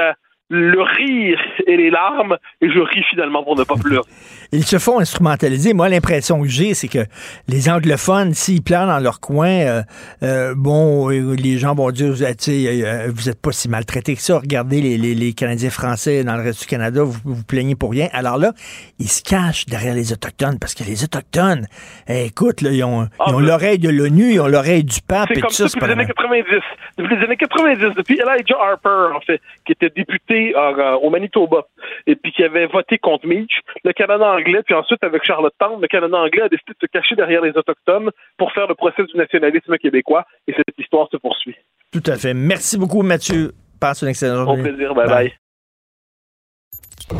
le rire et les larmes, et je ris finalement pour ne pas pleurer. Ils se font instrumentaliser. Moi, l'impression que j'ai, c'est que les anglophones, s'ils pleurent dans leur coin, euh, euh, bon, les gens vont dire, tu sais, euh, vous êtes pas si maltraités que ça. Regardez les, les, les Canadiens français dans le reste du Canada, vous vous plaignez pour rien. Alors là, ils se cachent derrière les Autochtones, parce que les Autochtones, eh, écoute, là, ils ont, ah, ils ont ben, l'oreille de l'ONU, ils ont l'oreille du pape. C'est et comme tout ça, ça depuis les années quatre-vingt-dix. Depuis les années quatre-vingt-dix, depuis Elijah Harper, en fait, qui était député euh, au Manitoba, et puis qui avait voté contre Meach, le Canada anglais, puis ensuite avec Charlottetown, le Canada anglais a décidé de se cacher derrière les Autochtones pour faire le procès du nationalisme québécois, et cette histoire se poursuit. Tout à fait. Merci beaucoup, Mathieu. Passe une excellente journée. Au plaisir. Bye bye. bye.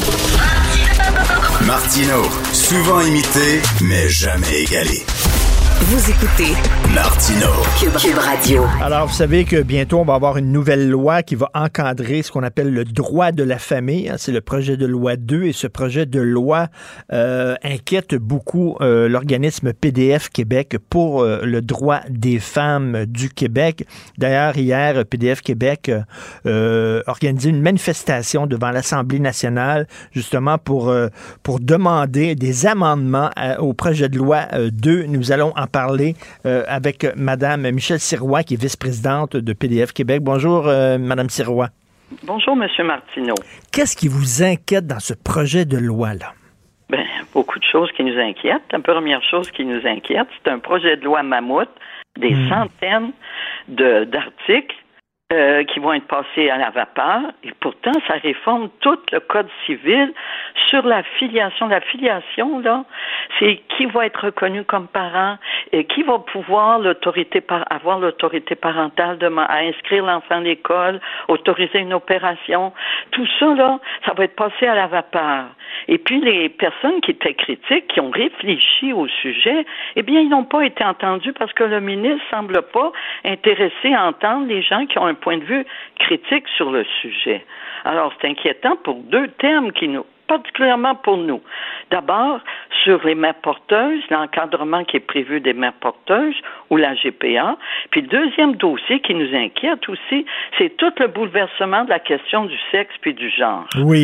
Martino, souvent imité, mais jamais égalé. Vous écoutez Martino, Cube, Cube Radio. Alors, vous savez que bientôt, on va avoir une nouvelle loi qui va encadrer ce qu'on appelle le droit de la famille. C'est le projet de loi deux, et ce projet de loi euh, inquiète beaucoup euh, l'organisme P D F Québec pour euh, le droit des femmes du Québec. D'ailleurs, hier, P D F Québec euh, organisé une manifestation devant l'Assemblée nationale, justement pour, euh, pour demander des amendements à, au projet de loi euh, deux. Nous allons en parler euh, avec Mme Michèle Sirois, qui est vice-présidente de P D F Québec. Bonjour, euh, Mme Sirois. Bonjour, M. Martineau. Qu'est-ce qui vous inquiète dans ce projet de loi-là? Bien, beaucoup de choses qui nous inquiètent. La première chose qui nous inquiète, c'est un projet de loi mammouth, des mmh. centaines de, d'articles euh, qui vont être passés à la vapeur. Et pourtant, ça réforme tout le Code civil sur la filiation. La filiation, là, c'est qui va être reconnu comme parent et qui va pouvoir l'autorité par, avoir l'autorité parentale de, à inscrire l'enfant à l'école, autoriser une opération. Tout ça, là, ça va être passé à la vapeur. Et puis, les personnes qui étaient critiques, qui ont réfléchi au sujet, eh bien, ils n'ont pas été entendus parce que le ministre semble pas intéressé à entendre les gens qui ont un point de vue critique sur le sujet. Alors, c'est inquiétant pour deux termes qui nous, particulièrement pour nous. D'abord, sur les mères porteuses, l'encadrement qui est prévu des mères porteuses ou la G P A. Puis le deuxième dossier qui nous inquiète aussi, c'est tout le bouleversement de la question du sexe puis du genre. Oui.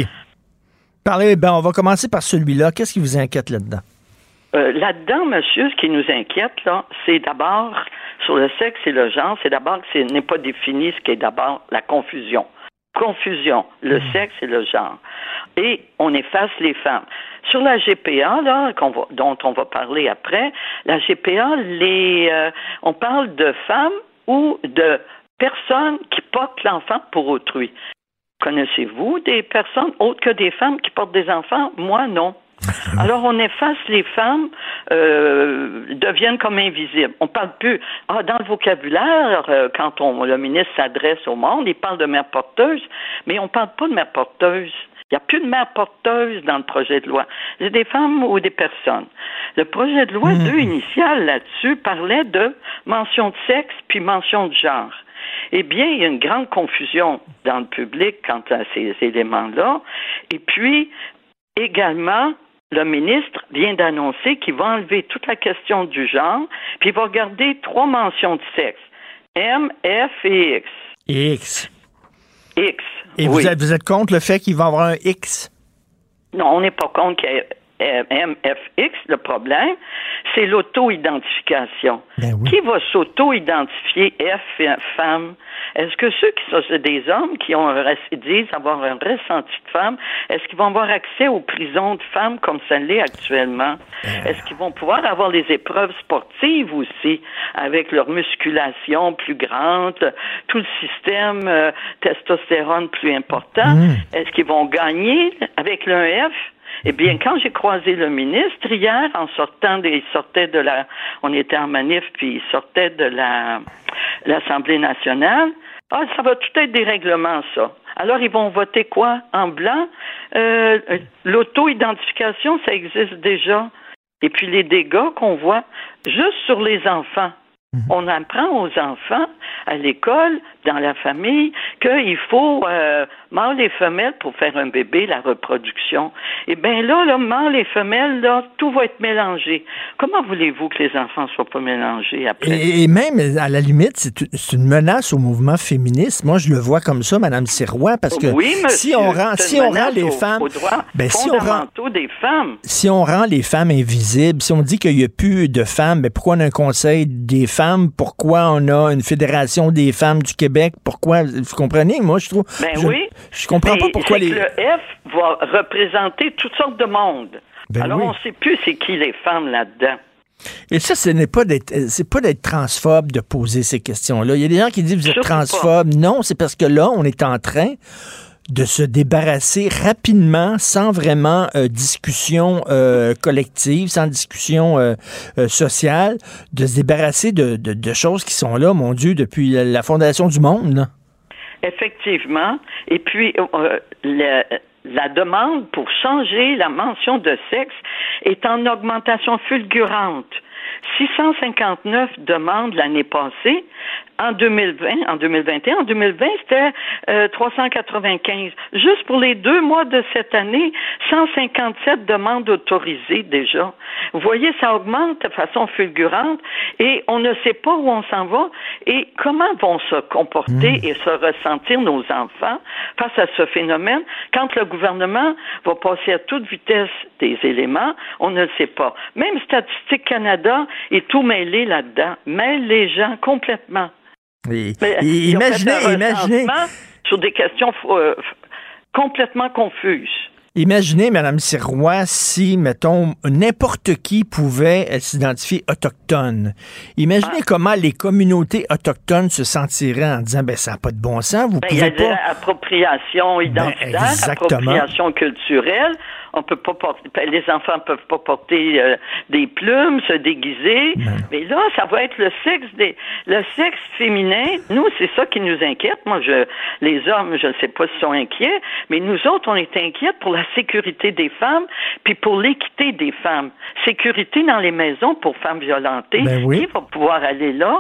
Parlez, ben, on va commencer par celui-là. Qu'est-ce qui vous inquiète là-dedans? Euh, là-dedans, monsieur, ce qui nous inquiète, là, c'est d'abord, sur le sexe et le genre, c'est d'abord que ce n'est pas défini ce qui est d'abord la confusion. Confusion, le mmh. sexe et le genre. Et on efface les femmes. Sur la G P A, là, qu'on va, dont on va parler après, la G P A, les, euh, on parle de femmes ou de personnes qui portent l'enfant pour autrui. Connaissez-vous des personnes autres que des femmes qui portent des enfants? Moi, non. Alors, on efface les femmes, euh, deviennent comme invisibles. On parle plus. Ah, dans le vocabulaire, euh, quand on, le ministre s'adresse au monde, il parle de mère porteuse, mais on parle pas de mère porteuse. Il n'y a plus de mère porteuse dans le projet de loi. C'est des femmes ou des personnes. Le projet de loi mmh. deux initial là-dessus parlait de mention de sexe puis mention de genre. Eh bien, il y a une grande confusion dans le public quant à ces éléments-là. Et puis, également, le ministre vient d'annoncer qu'il va enlever toute la question du genre, puis il va garder trois mentions de sexe. M, F et X. X. X, Et oui. vous êtes, vous êtes contre le fait qu'il va y avoir un X? Non, on n'est pas contre qu'il y ait M F X. Le problème, c'est l'auto-identification. Ben oui. Qui va s'auto-identifier F, femme? Est-ce que ceux qui sont des hommes qui ont un, disent avoir un ressenti de femme, est-ce qu'ils vont avoir accès aux prisons de femmes comme ça l'est actuellement? Est-ce qu'ils vont pouvoir avoir les épreuves sportives aussi, avec leur musculation plus grande, tout le système euh, testostérone plus important? Mmh. Est-ce qu'ils vont gagner avec l'un F? Eh bien, quand j'ai croisé le ministre hier, en sortant, des, il sortait de la, on était en manif, puis il sortait de la, l'Assemblée nationale. Ah, ça va tout être des règlements, ça. Alors, ils vont voter quoi? En blanc? Euh, l'auto-identification, ça existe déjà. Et puis, les dégâts qu'on voit juste sur les enfants. On apprend aux enfants à l'école dans la famille qu'il faut euh, mâles et femelles pour faire un bébé, la reproduction. Eh bien là, là, mâles et femelles, là, tout va être mélangé. Comment voulez-vous que les enfants soient pas mélangés après? Et, et même, à la limite, c'est, c'est une menace au mouvement féministe. Moi, je le vois comme ça, Mme Sirois, parce que oui, monsieur, si on rend, si on rend les aux, femmes... aux droits ben, si on rend, des femmes. Si on rend les femmes invisibles, si on dit qu'il n'y a plus de femmes, ben pourquoi on a un conseil des femmes? Pourquoi on a une fédération des femmes du Québec? Pourquoi? Vous comprenez? Moi, je trouve... Ben je, oui. Je comprends mais pas pourquoi les... le F va représenter toutes sortes de monde. Ben Alors, oui. on ne sait plus c'est qui les femmes là-dedans. Et ça, ce n'est pas d'être, c'est pas d'être transphobe de poser ces questions-là. Il y a des gens qui disent vous êtes Surtout transphobe. Pas. Non, c'est parce que là, on est en train de se débarrasser rapidement, sans vraiment euh, discussion euh, collective, sans discussion euh, euh, sociale, de se débarrasser de, de, de choses qui sont là, mon Dieu, depuis la, la fondation du monde. Là. Effectivement. Et puis, euh, le, la demande pour changer la mention de sexe est en augmentation fulgurante. six cent cinquante-neuf demandes l'année passée. En deux mille vingt, en deux mille vingt et un, en deux mille vingt, c'était euh, trois cent quatre-vingt-quinze. Juste pour les deux mois de cette année, cent cinquante-sept demandes autorisées déjà. Vous voyez, ça augmente de façon fulgurante et on ne sait pas où on s'en va et comment vont se comporter mmh. et se ressentir nos enfants face à ce phénomène. Quand le gouvernement va passer à toute vitesse des éléments, on ne le sait pas. Même Statistique Canada est tout mêlé là-dedans, mêle les gens complètement. Et, et, imaginez, imaginez. Sur des questions euh, complètement confuses. Imaginez, Mme Sirois, si, mettons, n'importe qui pouvait s'identifier autochtone. Imaginez ah. comment les communautés autochtones se sentiraient en disant, ben ça n'a pas de bon sens, vous ben, pouvez il y a pas... appropriation identitaire, ben, appropriation culturelle. On peut pas porter, les enfants peuvent pas porter euh, des plumes, se déguiser. Ben. Mais là, ça va être le sexe des, le sexe féminin. Nous, c'est ça qui nous inquiète. Moi, je, les hommes, je ne sais pas s'ils sont inquiets, mais nous autres, on est inquiets pour la sécurité des femmes, puis pour l'équité des femmes. Sécurité dans les maisons pour femmes violentées. Ben oui. Qui va pouvoir aller là?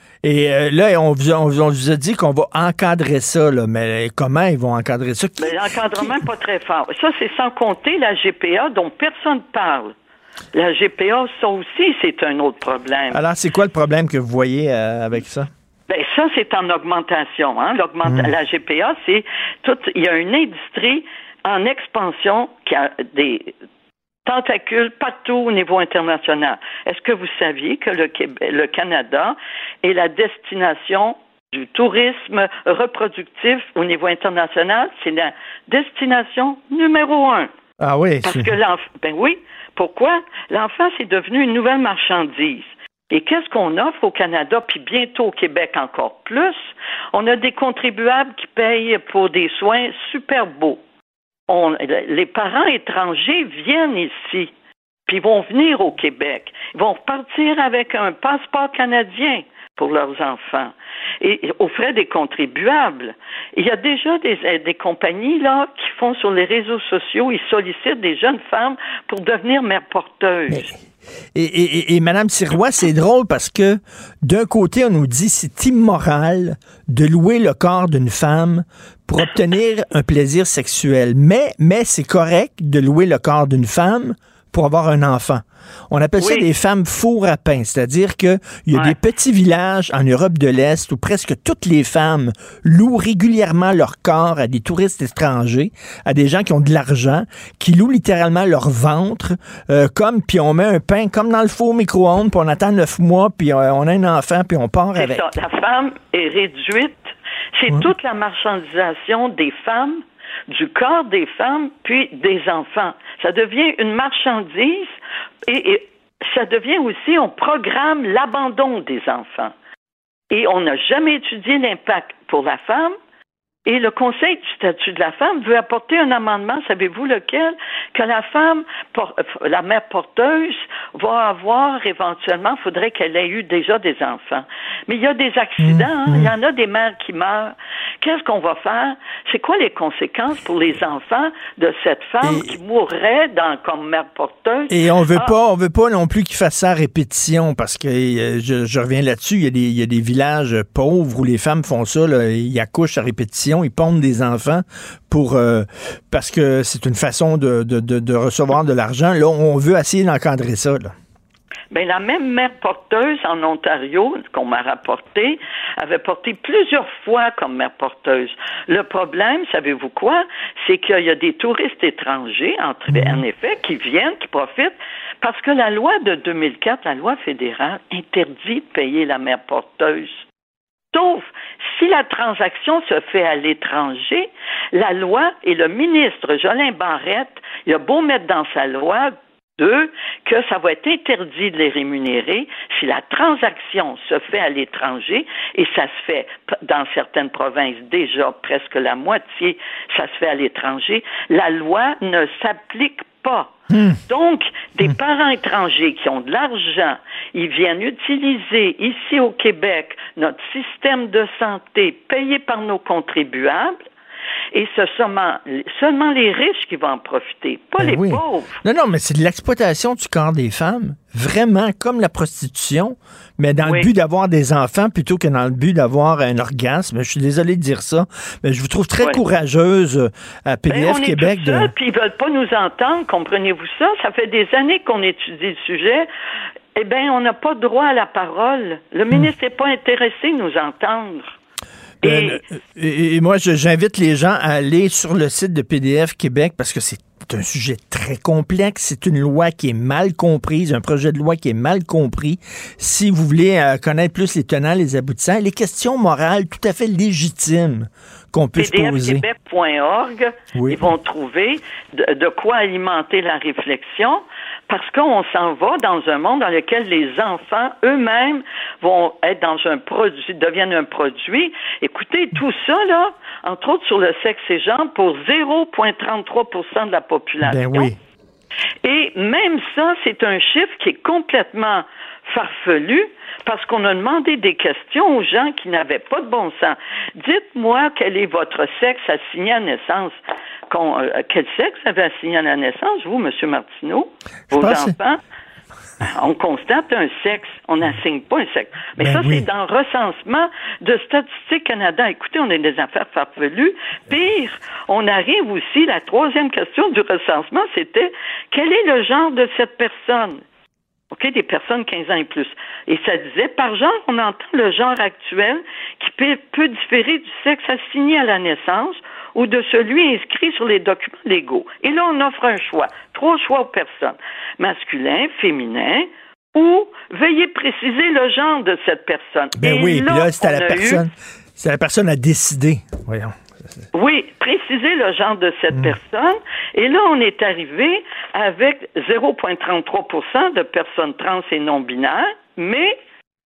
Et euh, là, on vous, a, on vous a dit qu'on va encadrer ça, là, mais comment ils vont encadrer ça? Qui, ben, l'encadrement n'est qui... pas très fort. Ça, c'est sans compter la G P A dont personne ne parle. La G P A, ça aussi, c'est un autre problème. Alors, c'est quoi le problème que vous voyez euh, avec ça? Ben ça, c'est en augmentation. Hein? L'augmenta- mmh. La G P A, c'est tout. Il y a une industrie en expansion qui a des tentacules partout au niveau international. Est-ce que vous saviez que le, Québec, le Canada est la destination du tourisme reproductif au niveau international? C'est la destination numéro un. Ah oui? Parce c'est... que l'enfant... Ben oui. Pourquoi? L'enfant, c'est devenu une nouvelle marchandise. Et qu'est-ce qu'on offre au Canada, puis bientôt au Québec encore plus? On a des contribuables qui payent pour des soins super beaux. On, les parents étrangers viennent ici, puis ils vont venir au Québec. Ils vont repartir avec un passeport canadien pour leurs enfants, et, et aux frais des contribuables. Il y a déjà des, des compagnies là qui font sur les réseaux sociaux, ils sollicitent des jeunes femmes pour devenir mères porteuses. Mais... Et, et, et, et Mme Sirois, c'est drôle parce que d'un côté, on nous dit c'est immoral de louer le corps d'une femme pour obtenir un plaisir sexuel. Mais, mais c'est correct de louer le corps d'une femme pour avoir un enfant. On appelle oui. ça des femmes four à pain, c'est-à-dire qu'il y a ouais. des petits villages en Europe de l'Est où presque toutes les femmes louent régulièrement leur corps à des touristes étrangers, à des gens qui ont de l'argent, qui louent littéralement leur ventre, euh, comme, puis on met un pain comme dans le four micro-ondes, puis on attend neuf mois, puis euh, on a un enfant, puis on part c'est avec. Ça. La femme est réduite. C'est ouais. toute la marchandisation des femmes, du corps des femmes, puis des enfants. Ça devient une marchandise et, et ça devient aussi, on programme l'abandon des enfants. Et on n'a jamais étudié l'impact pour la femme. Et le Conseil du statut de la femme veut apporter un amendement, savez-vous lequel? Que la femme, la mère porteuse, va avoir éventuellement, il faudrait qu'elle ait eu déjà des enfants. Mais il y a des accidents, mmh. hein? Il y en a des mères qui meurent qu'est-ce qu'on va faire? C'est quoi les conséquences pour les enfants de cette femme et, qui mourrait dans, comme mère porteuse? Et on veut ah, pas, on veut pas non plus qu'il fasse ça à répétition, parce que euh, je, je reviens là-dessus, il y a des, il y a des villages pauvres où les femmes font ça, là, ils accouchent à répétition, ils pondent des enfants pour euh, parce que c'est une façon de, de, de, de recevoir de l'argent. Là, on veut essayer d'encadrer ça, là. Ben, la même mère porteuse en Ontario, qu'on m'a rapporté, avait porté plusieurs fois comme mère porteuse. Le problème, savez-vous quoi? C'est qu'il y a des touristes étrangers, entre, en effet, qui viennent, qui profitent, parce que la loi de deux mille quatre, la loi fédérale, interdit de payer la mère porteuse. Sauf si la transaction se fait à l'étranger, la loi et le ministre Jolin Barrette, il a beau mettre dans sa loi Deux, que ça va être interdit de les rémunérer si la transaction se fait à l'étranger, et ça se fait dans certaines provinces déjà presque la moitié, ça se fait à l'étranger. La loi ne s'applique pas. Mmh. Donc, des mmh. parents étrangers qui ont de l'argent, ils viennent utiliser ici au Québec notre système de santé payé par nos contribuables. Et ce seulement, seulement les riches qui vont en profiter, pas ben les oui. pauvres. Non, non, mais c'est de l'exploitation du corps des femmes, vraiment comme la prostitution, mais dans oui. le but d'avoir des enfants plutôt que dans le but d'avoir un orgasme. Je suis désolé de dire ça, mais je vous trouve très oui. courageuse à P D F ben, on Québec. Est tout seul, de... Puis ils veulent pas nous entendre, comprenez-vous ça? Ça fait des années qu'on étudie le sujet. Eh bien, on n'a pas droit à la parole. Le ministre n'est hum. pas intéressé de nous entendre. Et, et, et moi, je, j'invite les gens à aller sur le site de P D F Québec parce que c'est un sujet très complexe. C'est une loi qui est mal comprise, un projet de loi qui est mal compris. Si vous voulez euh, connaître plus les tenants, les aboutissants, les questions morales tout à fait légitimes qu'on peut se poser. P D F Québec point org, oui. Ils vont trouver de, de quoi alimenter la réflexion. Parce qu'on s'en va dans un monde dans lequel les enfants eux-mêmes vont être dans un produit, deviennent un produit. Écoutez, tout ça, là, entre autres sur le sexe et genre, pour zéro virgule trente-trois pour cent de la population. Ben oui. Et même ça, c'est un chiffre qui est complètement farfelu parce qu'on a demandé des questions aux gens qui n'avaient pas de bon sens. Dites-moi quel est votre sexe assigné à naissance. Qu'on, euh, quel sexe avez assigné à la naissance, vous, M. Martineau? Vos enfants? On constate un sexe, on n'assigne pas un sexe. Mais ben ça, oui. c'est dans le recensement de Statistique Canada. Écoutez, on a des affaires farfelues. Pire, on arrive aussi, la troisième question du recensement, c'était quel est le genre de cette personne? OK, des personnes quinze ans et plus. Et ça disait, par genre, on entend le genre actuel qui peut, peut différer du sexe assigné à la naissance ou de celui inscrit sur les documents légaux. Et là, on offre un choix. Trois choix aux personnes. Masculin, féminin, ou veuillez préciser le genre de cette personne. Ben et oui, puis là, c'est à la personne. Eu... C'est à la personne à décider. Voyons. Oui, préciser le genre de cette mmh. personne. Et là, on est arrivé avec zéro virgule trente-trois pour cent de personnes trans et non-binaires, mais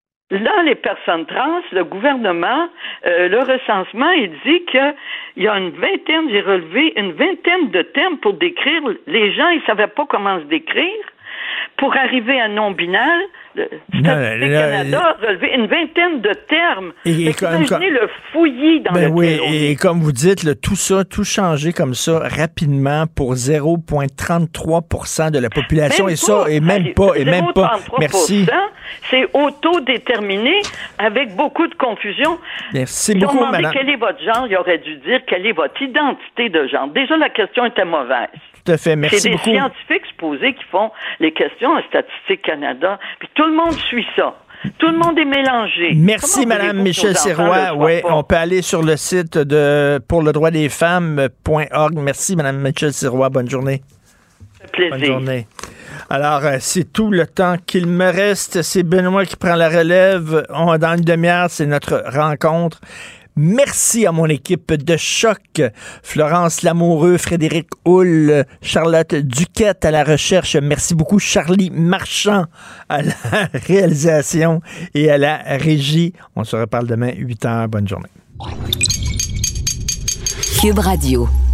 là, les personnes trans, le gouvernement, euh, le recensement, il dit qu'il y a une vingtaine, j'ai relevé une vingtaine de termes pour décrire les gens, ils ne savaient pas comment se décrire. Pour arriver à non-binaire, le Statistique Canada a relevé une vingtaine de termes. Et, et comme, imaginez le fouillis dans ben le oui, et comme vous dites, là, tout ça, tout changé comme ça rapidement pour zéro virgule trente-trois pour cent de la population. Même et ça, pas, et même pas, et même pas. Merci. C'est autodéterminé avec beaucoup de confusion. Merci Ils beaucoup, ont demandé madame. Quel est votre genre? Il aurait dû dire quelle est votre identité de genre. Déjà, la question était mauvaise. Tout à fait. Merci C'est des beaucoup. scientifiques supposés qui font les questions à Statistique Canada. Puis tout le monde suit ça. Tout le monde est mélangé. Merci, Mme Michelle Sirois. Oui, on peut aller sur le site de pour le droit des femmes point org. Merci, Mme Michelle Sirois. Bonne journée. Plaisir. Bonne journée. Alors, euh, c'est tout le temps qu'il me reste. C'est Benoît qui prend la relève. On, dans une demi-heure, c'est notre rencontre. Merci à mon équipe de choc. Florence Lamoureux, Frédéric Hull, Charlotte Duquette à la recherche. Merci beaucoup. Charlie Marchand à la réalisation et à la régie. On se reparle demain, huit heures. Bonne journée. Cube Radio.